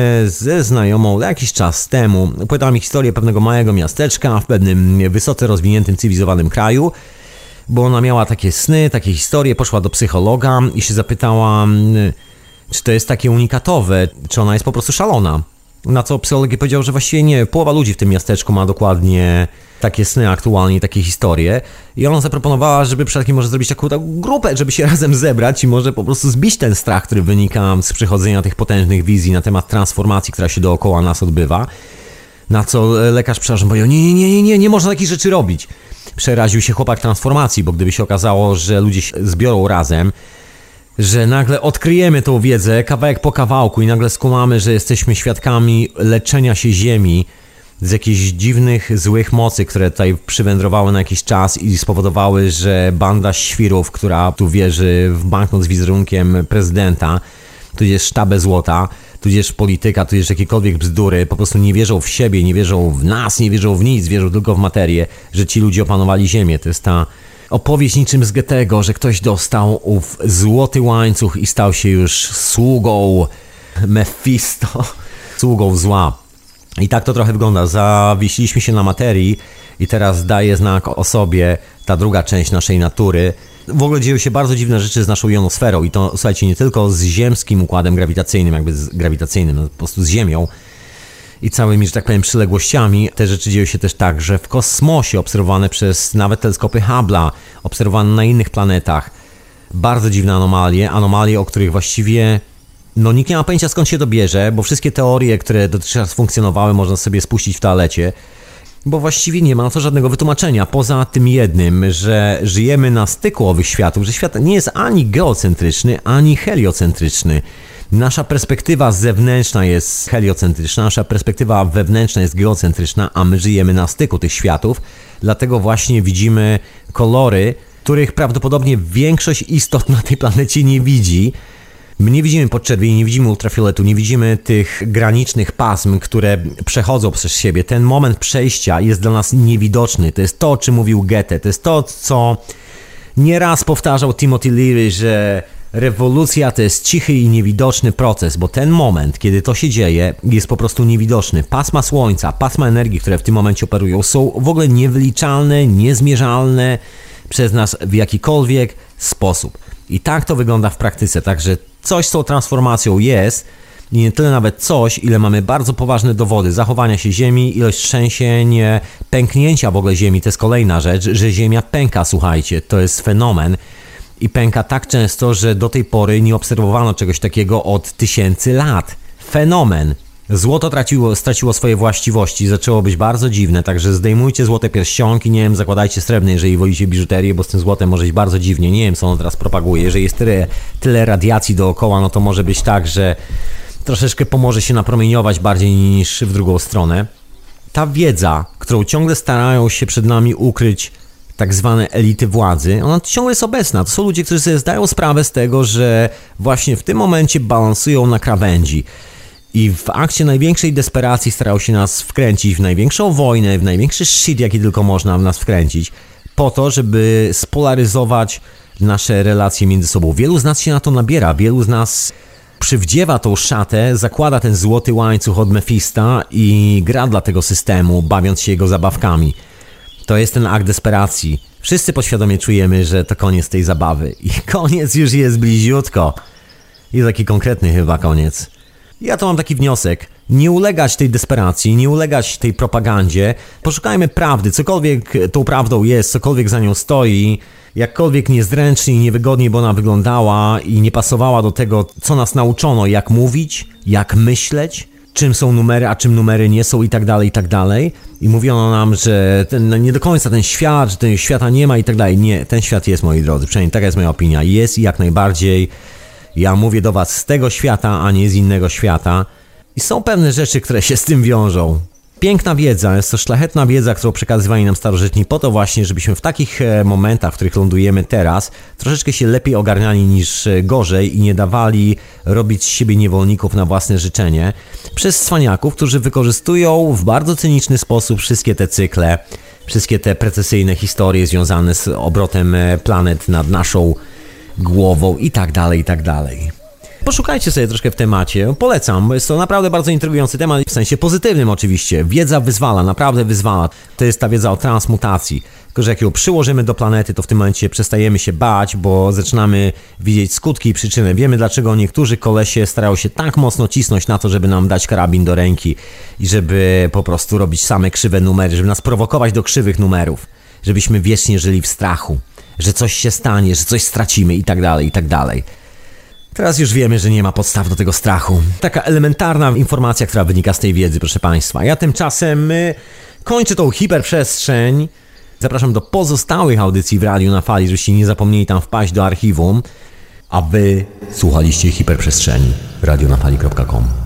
ze znajomą jakiś czas temu, opowiadała mi historię pewnego małego miasteczka w pewnym wysoce rozwiniętym, cywilizowanym kraju, bo ona miała takie sny, takie historie, poszła do psychologa i się zapytała, czy to jest takie unikatowe, czy ona jest po prostu szalona. Na co psycholog powiedział, że właściwie nie, połowa ludzi w tym miasteczku ma dokładnie takie sny aktualnie, takie historie. I ona zaproponowała, żeby przy takim może zrobić taką, taką grupę, żeby się razem zebrać i może po prostu zbić ten strach, który wynika z przychodzenia tych potężnych wizji na temat transformacji, która się dookoła nas odbywa. Na co lekarz, przepraszam, powiedział, nie, nie, nie, nie, nie można takich rzeczy robić. Przeraził się chłopak transformacji, bo gdyby się okazało, że ludzie się zbiorą razem, że nagle odkryjemy tą wiedzę kawałek po kawałku i nagle skumamy, że jesteśmy świadkami leczenia się Ziemi z jakichś dziwnych, złych mocy, które tutaj przywędrowały na jakiś czas i spowodowały, że banda świrów, która tu wierzy w banknot z wizerunkiem prezydenta, tudzież sztabę złota, tudzież polityka, tudzież jakiekolwiek bzdury, po prostu nie wierzą w siebie, nie wierzą w nas, nie wierzą w nic, wierzą tylko w materię, że ci ludzie opanowali Ziemię. To jest ta opowieść niczym z Goethego, że ktoś dostał ów złoty łańcuch i stał się już sługą Mephisto, sługą zła. I tak to trochę wygląda. Zawiesiliśmy się na materii i teraz daje znak o sobie ta druga część naszej natury. W ogóle dzieją się bardzo dziwne rzeczy z naszą jonosferą i to, słuchajcie, nie tylko z ziemskim układem grawitacyjnym, jakby z grawitacyjnym, no, po prostu z Ziemią i całymi, że tak powiem, przyległościami. Te rzeczy dzieją się też tak, że w kosmosie, obserwowane przez nawet teleskopy Hubble'a, obserwowane na innych planetach, bardzo dziwne anomalie, anomalie, o których właściwie no nikt nie ma pojęcia, skąd się to bierze, bo wszystkie teorie, które dotychczas funkcjonowały, można sobie spuścić w toalecie, bo właściwie nie ma na to żadnego wytłumaczenia, poza tym jednym, że żyjemy na styku owych światów, że świat nie jest ani geocentryczny, ani heliocentryczny. Nasza perspektywa zewnętrzna jest heliocentryczna, nasza perspektywa wewnętrzna jest geocentryczna, a my żyjemy na styku tych światów, dlatego właśnie widzimy kolory, których prawdopodobnie większość istot na tej planecie nie widzi. My nie widzimy podczerwieni, nie widzimy ultrafioletu, nie widzimy tych granicznych pasm, które przechodzą przez siebie. Ten moment przejścia jest dla nas niewidoczny. To jest to, o czym mówił Goethe. To jest to, co nieraz powtarzał Timothy Leary, że rewolucja to jest cichy i niewidoczny proces, bo ten moment, kiedy to się dzieje, jest po prostu niewidoczny. Pasma słońca, pasma energii, które w tym momencie operują, są w ogóle niewyliczalne, niezmierzalne przez nas w jakikolwiek sposób. I tak to wygląda w praktyce, także coś z tą transformacją jest i nie tyle nawet coś, ile mamy bardzo poważne dowody zachowania się Ziemi, ilość trzęsień, pęknięcia w ogóle Ziemi, to jest kolejna rzecz, że Ziemia pęka, słuchajcie, to jest fenomen i pęka tak często, że do tej pory nie obserwowano czegoś takiego od tysięcy lat. Fenomen. Złoto traciło, straciło swoje właściwości, zaczęło być bardzo dziwne, także zdejmujcie złote pierścionki, nie wiem, zakładajcie srebrne, jeżeli wolicie biżuterię, bo z tym złotem może być bardzo dziwnie, nie wiem, co ono teraz propaguje. Jeżeli jest tyle, tyle radiacji dookoła, no to może być tak, że troszeczkę pomoże się napromieniować bardziej niż w drugą stronę. Ta wiedza, którą ciągle starają się przed nami ukryć tak zwane elity władzy, ona ciągle jest obecna. To są ludzie, którzy sobie zdają sprawę z tego, że właśnie w tym momencie balansują na krawędzi. I w akcie największej desperacji starają się nas wkręcić w największą wojnę, w największy shit, jaki tylko można w nas wkręcić, po to, żeby spolaryzować nasze relacje między sobą. Wielu z nas się na to nabiera, wielu z nas przywdziewa tą szatę, zakłada ten złoty łańcuch od Mefista i gra dla tego systemu, bawiąc się jego zabawkami. To jest ten akt desperacji. Wszyscy podświadomie czujemy, że to koniec tej zabawy. I koniec już jest bliziutko. I taki konkretny chyba koniec. Ja to mam taki wniosek, nie ulegać tej desperacji, nie ulegać tej propagandzie, poszukajmy prawdy, cokolwiek tą prawdą jest, cokolwiek za nią stoi, jakkolwiek niezręcznie i niewygodnie by ona wyglądała i nie pasowała do tego, co nas nauczono, jak mówić, jak myśleć, czym są numery, a czym numery nie są i tak dalej, i tak dalej. I mówiono nam, że ten, no nie do końca ten świat, że tego świata nie ma i tak dalej. Nie, ten świat jest, moi drodzy, przynajmniej taka jest moja opinia, jest i jak najbardziej. Ja mówię do was z tego świata, a nie z innego świata. I są pewne rzeczy, które się z tym wiążą. Piękna wiedza, jest to szlachetna wiedza, którą przekazywali nam starożytni po to właśnie, żebyśmy w takich momentach, w których lądujemy teraz, troszeczkę się lepiej ogarniali niż gorzej i nie dawali robić z siebie niewolników na własne życzenie przez cwaniaków, którzy wykorzystują w bardzo cyniczny sposób wszystkie te cykle, wszystkie te precesyjne historie związane z obrotem planet nad naszą głową i tak dalej, i tak dalej. Poszukajcie sobie troszkę w temacie, polecam, jest to naprawdę bardzo intrygujący temat, w sensie pozytywnym oczywiście. Wiedza wyzwala, naprawdę wyzwala. To jest ta wiedza o transmutacji. Tylko że jak ją przyłożymy do planety, to w tym momencie przestajemy się bać, bo zaczynamy widzieć skutki i przyczyny. Wiemy, dlaczego niektórzy kolesie starają się tak mocno cisnąć na to, żeby nam dać karabin do ręki i żeby po prostu robić same krzywe numery, żeby nas prowokować do krzywych numerów, żebyśmy wiecznie żyli w strachu, że coś się stanie, że coś stracimy i tak dalej, i tak dalej. Teraz już wiemy, że nie ma podstaw do tego strachu. Taka elementarna informacja, która wynika z tej wiedzy, proszę Państwa. Ja tymczasem y, kończę tą hiperprzestrzeń. Zapraszam do pozostałych audycji w Radiu na Fali, żebyście nie zapomnieli tam wpaść do archiwum. A Wy słuchaliście hiperprzestrzeni. radio na fali kropka com.